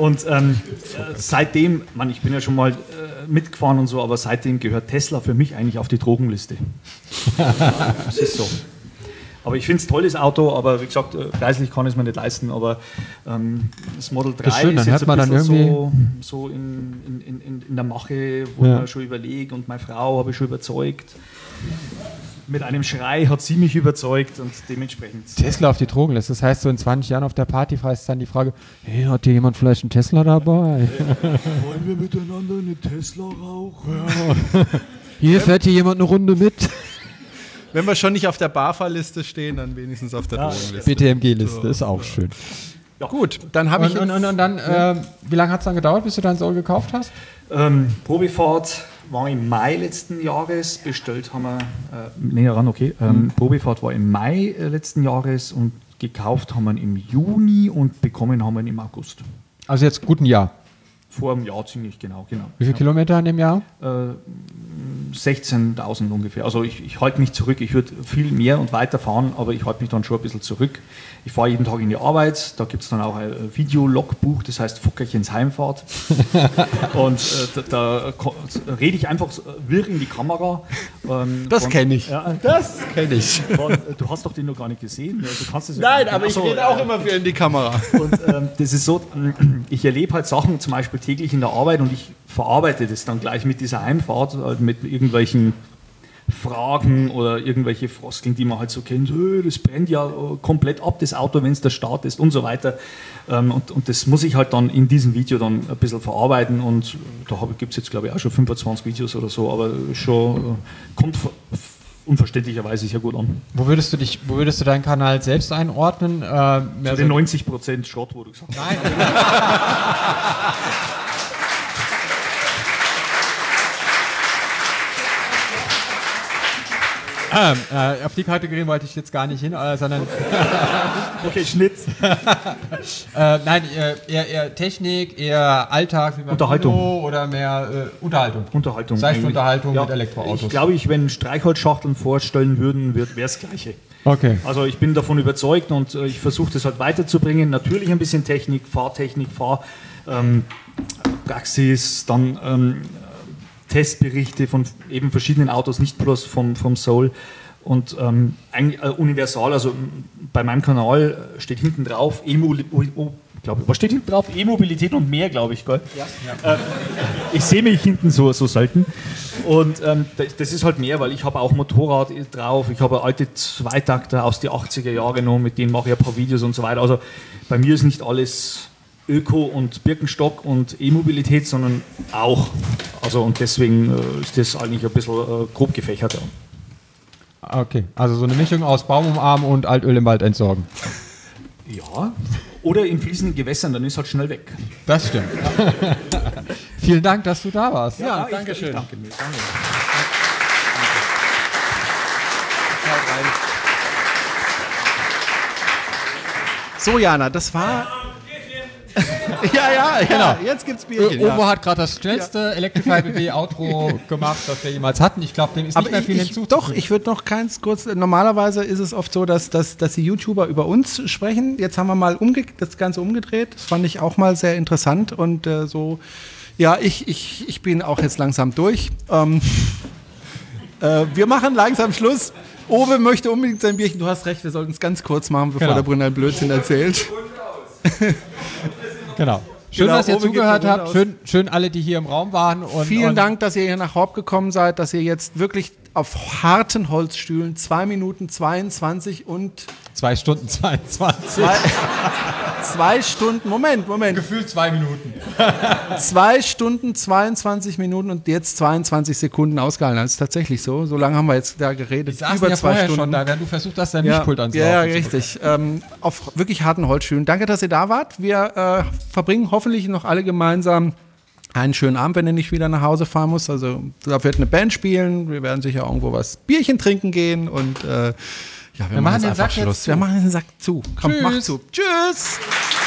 Und ähm, äh, seitdem, Mann, ich bin ja schon mal äh, mitgefahren und so, aber seitdem gehört Tesla für mich eigentlich auf die Drogenliste. Das ist so. Aber ich finde es ein tolles Auto, aber wie gesagt, äh, preislich kann ich es mir nicht leisten, aber ähm, das Model drei Das ist schön, dann ist jetzt hört man ein dann bisschen irgendwie- so, so in, in, in, in der Mache, wo Ja. ich mir schon überlege und meine Frau habe ich schon überzeugt. Mit einem Schrei hat sie mich überzeugt und dementsprechend. Tesla auf die Drogenliste. Das heißt, so in zwanzig Jahren auf der Partyfeier ist dann die Frage, hey, hat hier jemand vielleicht einen Tesla dabei? Wollen wir miteinander eine Tesla rauchen? Hier fährt hier jemand eine Runde mit. Wenn wir schon nicht auf der BAFA-Liste stehen, dann wenigstens auf der Ja, Drogenliste. B T M G-Liste, ist auch schön. Gut, dann habe ich Und, und, und, und dann, äh, wie lange hat es dann gedauert, bis du dein Soul gekauft hast? Ähm, Probefahrt war im Mai letzten Jahres, bestellt haben wir, äh, näher ran, okay. Ähm, Probefahrt war im Mai äh, letzten Jahres und gekauft haben wir ihn im Juni und bekommen haben wir ihn im August. Also jetzt gut ein Jahr. Vor einem Jahr ziemlich genau, genau. Wie viele Kilometer in dem Jahr? Äh, sechzehntausend ungefähr. Also ich, ich halte mich zurück. Ich würde viel mehr und weiter fahren, aber ich halte mich dann schon ein bisschen zurück. Ich fahre jeden Tag in die Arbeit. Da gibt es dann auch ein Videologbuch, das heißt Fuckerchens Heimfahrt. Und äh, da, da ko- rede ich einfach so wirr in die Kamera. Ähm, Das von- kenne ich. Ja, Das kenne ich. von, du hast doch den noch gar nicht gesehen. Ja, du kannst es ja Nein, gar aber nicht. ich Ach so, rede auch ja. immer für in die Kamera. Und ähm, das ist so, ich erlebe halt Sachen zum Beispiel täglich in der Arbeit und ich verarbeite das dann gleich mit dieser Heimfahrt, halt mit irgendwelchen Fragen oder irgendwelche Floskeln, die man halt so kennt, "Äh, das brennt ja äh, komplett ab, das Auto, wenn es der Start ist und so weiter. Ähm, und, und das muss ich halt dann in diesem Video dann ein bisschen verarbeiten und da gibt es jetzt glaube ich auch schon fünfundzwanzig Videos oder so, aber schon äh, kommt ver- unverständlicherweise sehr gut an. Wo würdest du dich, wo würdest du deinen Kanal selbst einordnen? Äh, mehr Zu so- den neunzig Prozent Schrott, wo du gesagt hast. Nein. ähm, äh, auf die Kategorie wollte ich jetzt gar nicht hin, äh, sondern Okay, Schnitt. äh, nein, eher, eher, eher Technik, eher Alltag, wie beim Unterhaltung. Kino oder mehr äh, Unterhaltung. Unterhaltung. Seichte eigentlich. Unterhaltung Ja, mit Elektroautos. Ich glaube, ich, wenn Streichholzschachteln vorstellen würden, wäre es das Gleiche. Okay. Also ich bin davon überzeugt und äh, ich versuche das halt weiterzubringen. Natürlich ein bisschen Technik, Fahrtechnik, Fahrpraxis, dann ähm, Testberichte von eben verschiedenen Autos, nicht bloß vom, vom Soul. Und ähm, eigentlich äh, universal, also m, bei meinem Kanal steht hinten drauf, E-Mo- oh, glaube ich, was steht hinten drauf? E-Mobilität und mehr, glaube ich, gell? Ja. Äh, ich sehe mich hinten so, so selten. Und ähm, das, das ist halt mehr, weil ich habe auch Motorrad drauf, ich habe alte Zweitakter aus den achtziger Jahren noch, mit denen mache ich ein paar Videos und so weiter. Also bei mir ist nicht alles Öko und Birkenstock und E-Mobilität, sondern auch. Also und deswegen äh, ist das eigentlich ein bisschen äh, grob gefächert. Ja. Okay, also so eine Mischung aus Baum umarmen und Altöl im Wald entsorgen. Ja, oder in fließenden Gewässern, dann ist halt schnell weg. Das stimmt. Vielen Dank, dass du da warst. Ja, danke schön. Danke mir. Danke. So, Jana, das war. ja, ja, ja, Genau. jetzt gibt's Bierchen. Obo Ja. hat gerade das schnellste Electrify B W Outro gemacht, das wir jemals hatten. Ich glaube, dem ist Aber nicht mehr ich, viel ich, hinzuzufügen. doch, ich würde noch ganz kurz, normalerweise ist es oft so, dass, dass, dass die YouTuber über uns sprechen. Jetzt haben wir mal umge das Ganze umgedreht. Das fand ich auch mal sehr interessant und äh, so, ja, ich, ich, ich bin auch jetzt langsam durch. Ähm, äh, wir machen langsam Schluss. Owe möchte unbedingt sein Bierchen. Du hast recht, wir sollten es ganz kurz machen, bevor Genau. der Brünner einen Blödsinn erzählt. Genau. Schön, Genau, dass ihr Owe gibt zugehört den Mund habt. aus. Schön, schön alle, die hier im Raum waren. Und, Vielen und Dank, dass ihr hier nach Horb gekommen seid, dass ihr jetzt wirklich auf harten Holzstühlen zwei Minuten zweiundzwanzig und zwei Stunden zweiundzwanzig. zwei, zwei Stunden, Moment, Moment, Gefühlt zwei Minuten. zwei Stunden zweiundzwanzig Minuten und jetzt zweiundzwanzig Sekunden ausgehalten. Das ist tatsächlich so. So lange haben wir jetzt da geredet. Ich saß Über ja zwei vorher Stunden. schon da, während du versucht hast, dein Ja, Mischpult ans ja, ja, Laufen zu richtig. Ähm, auf wirklich harten Holzstühlen. Danke, dass ihr da wart. Wir äh, verbringen hoffentlich noch alle gemeinsam einen schönen Abend, wenn ihr nicht wieder nach Hause fahren muss. Also da wird eine Band spielen. Wir werden sicher irgendwo was Bierchen trinken gehen und äh, ja, wir, Wir machen jetzt den einfach Sack jetzt Schluss. zu. Wir machen den Sack zu. Komm, Tschüss. mach zu. Tschüss.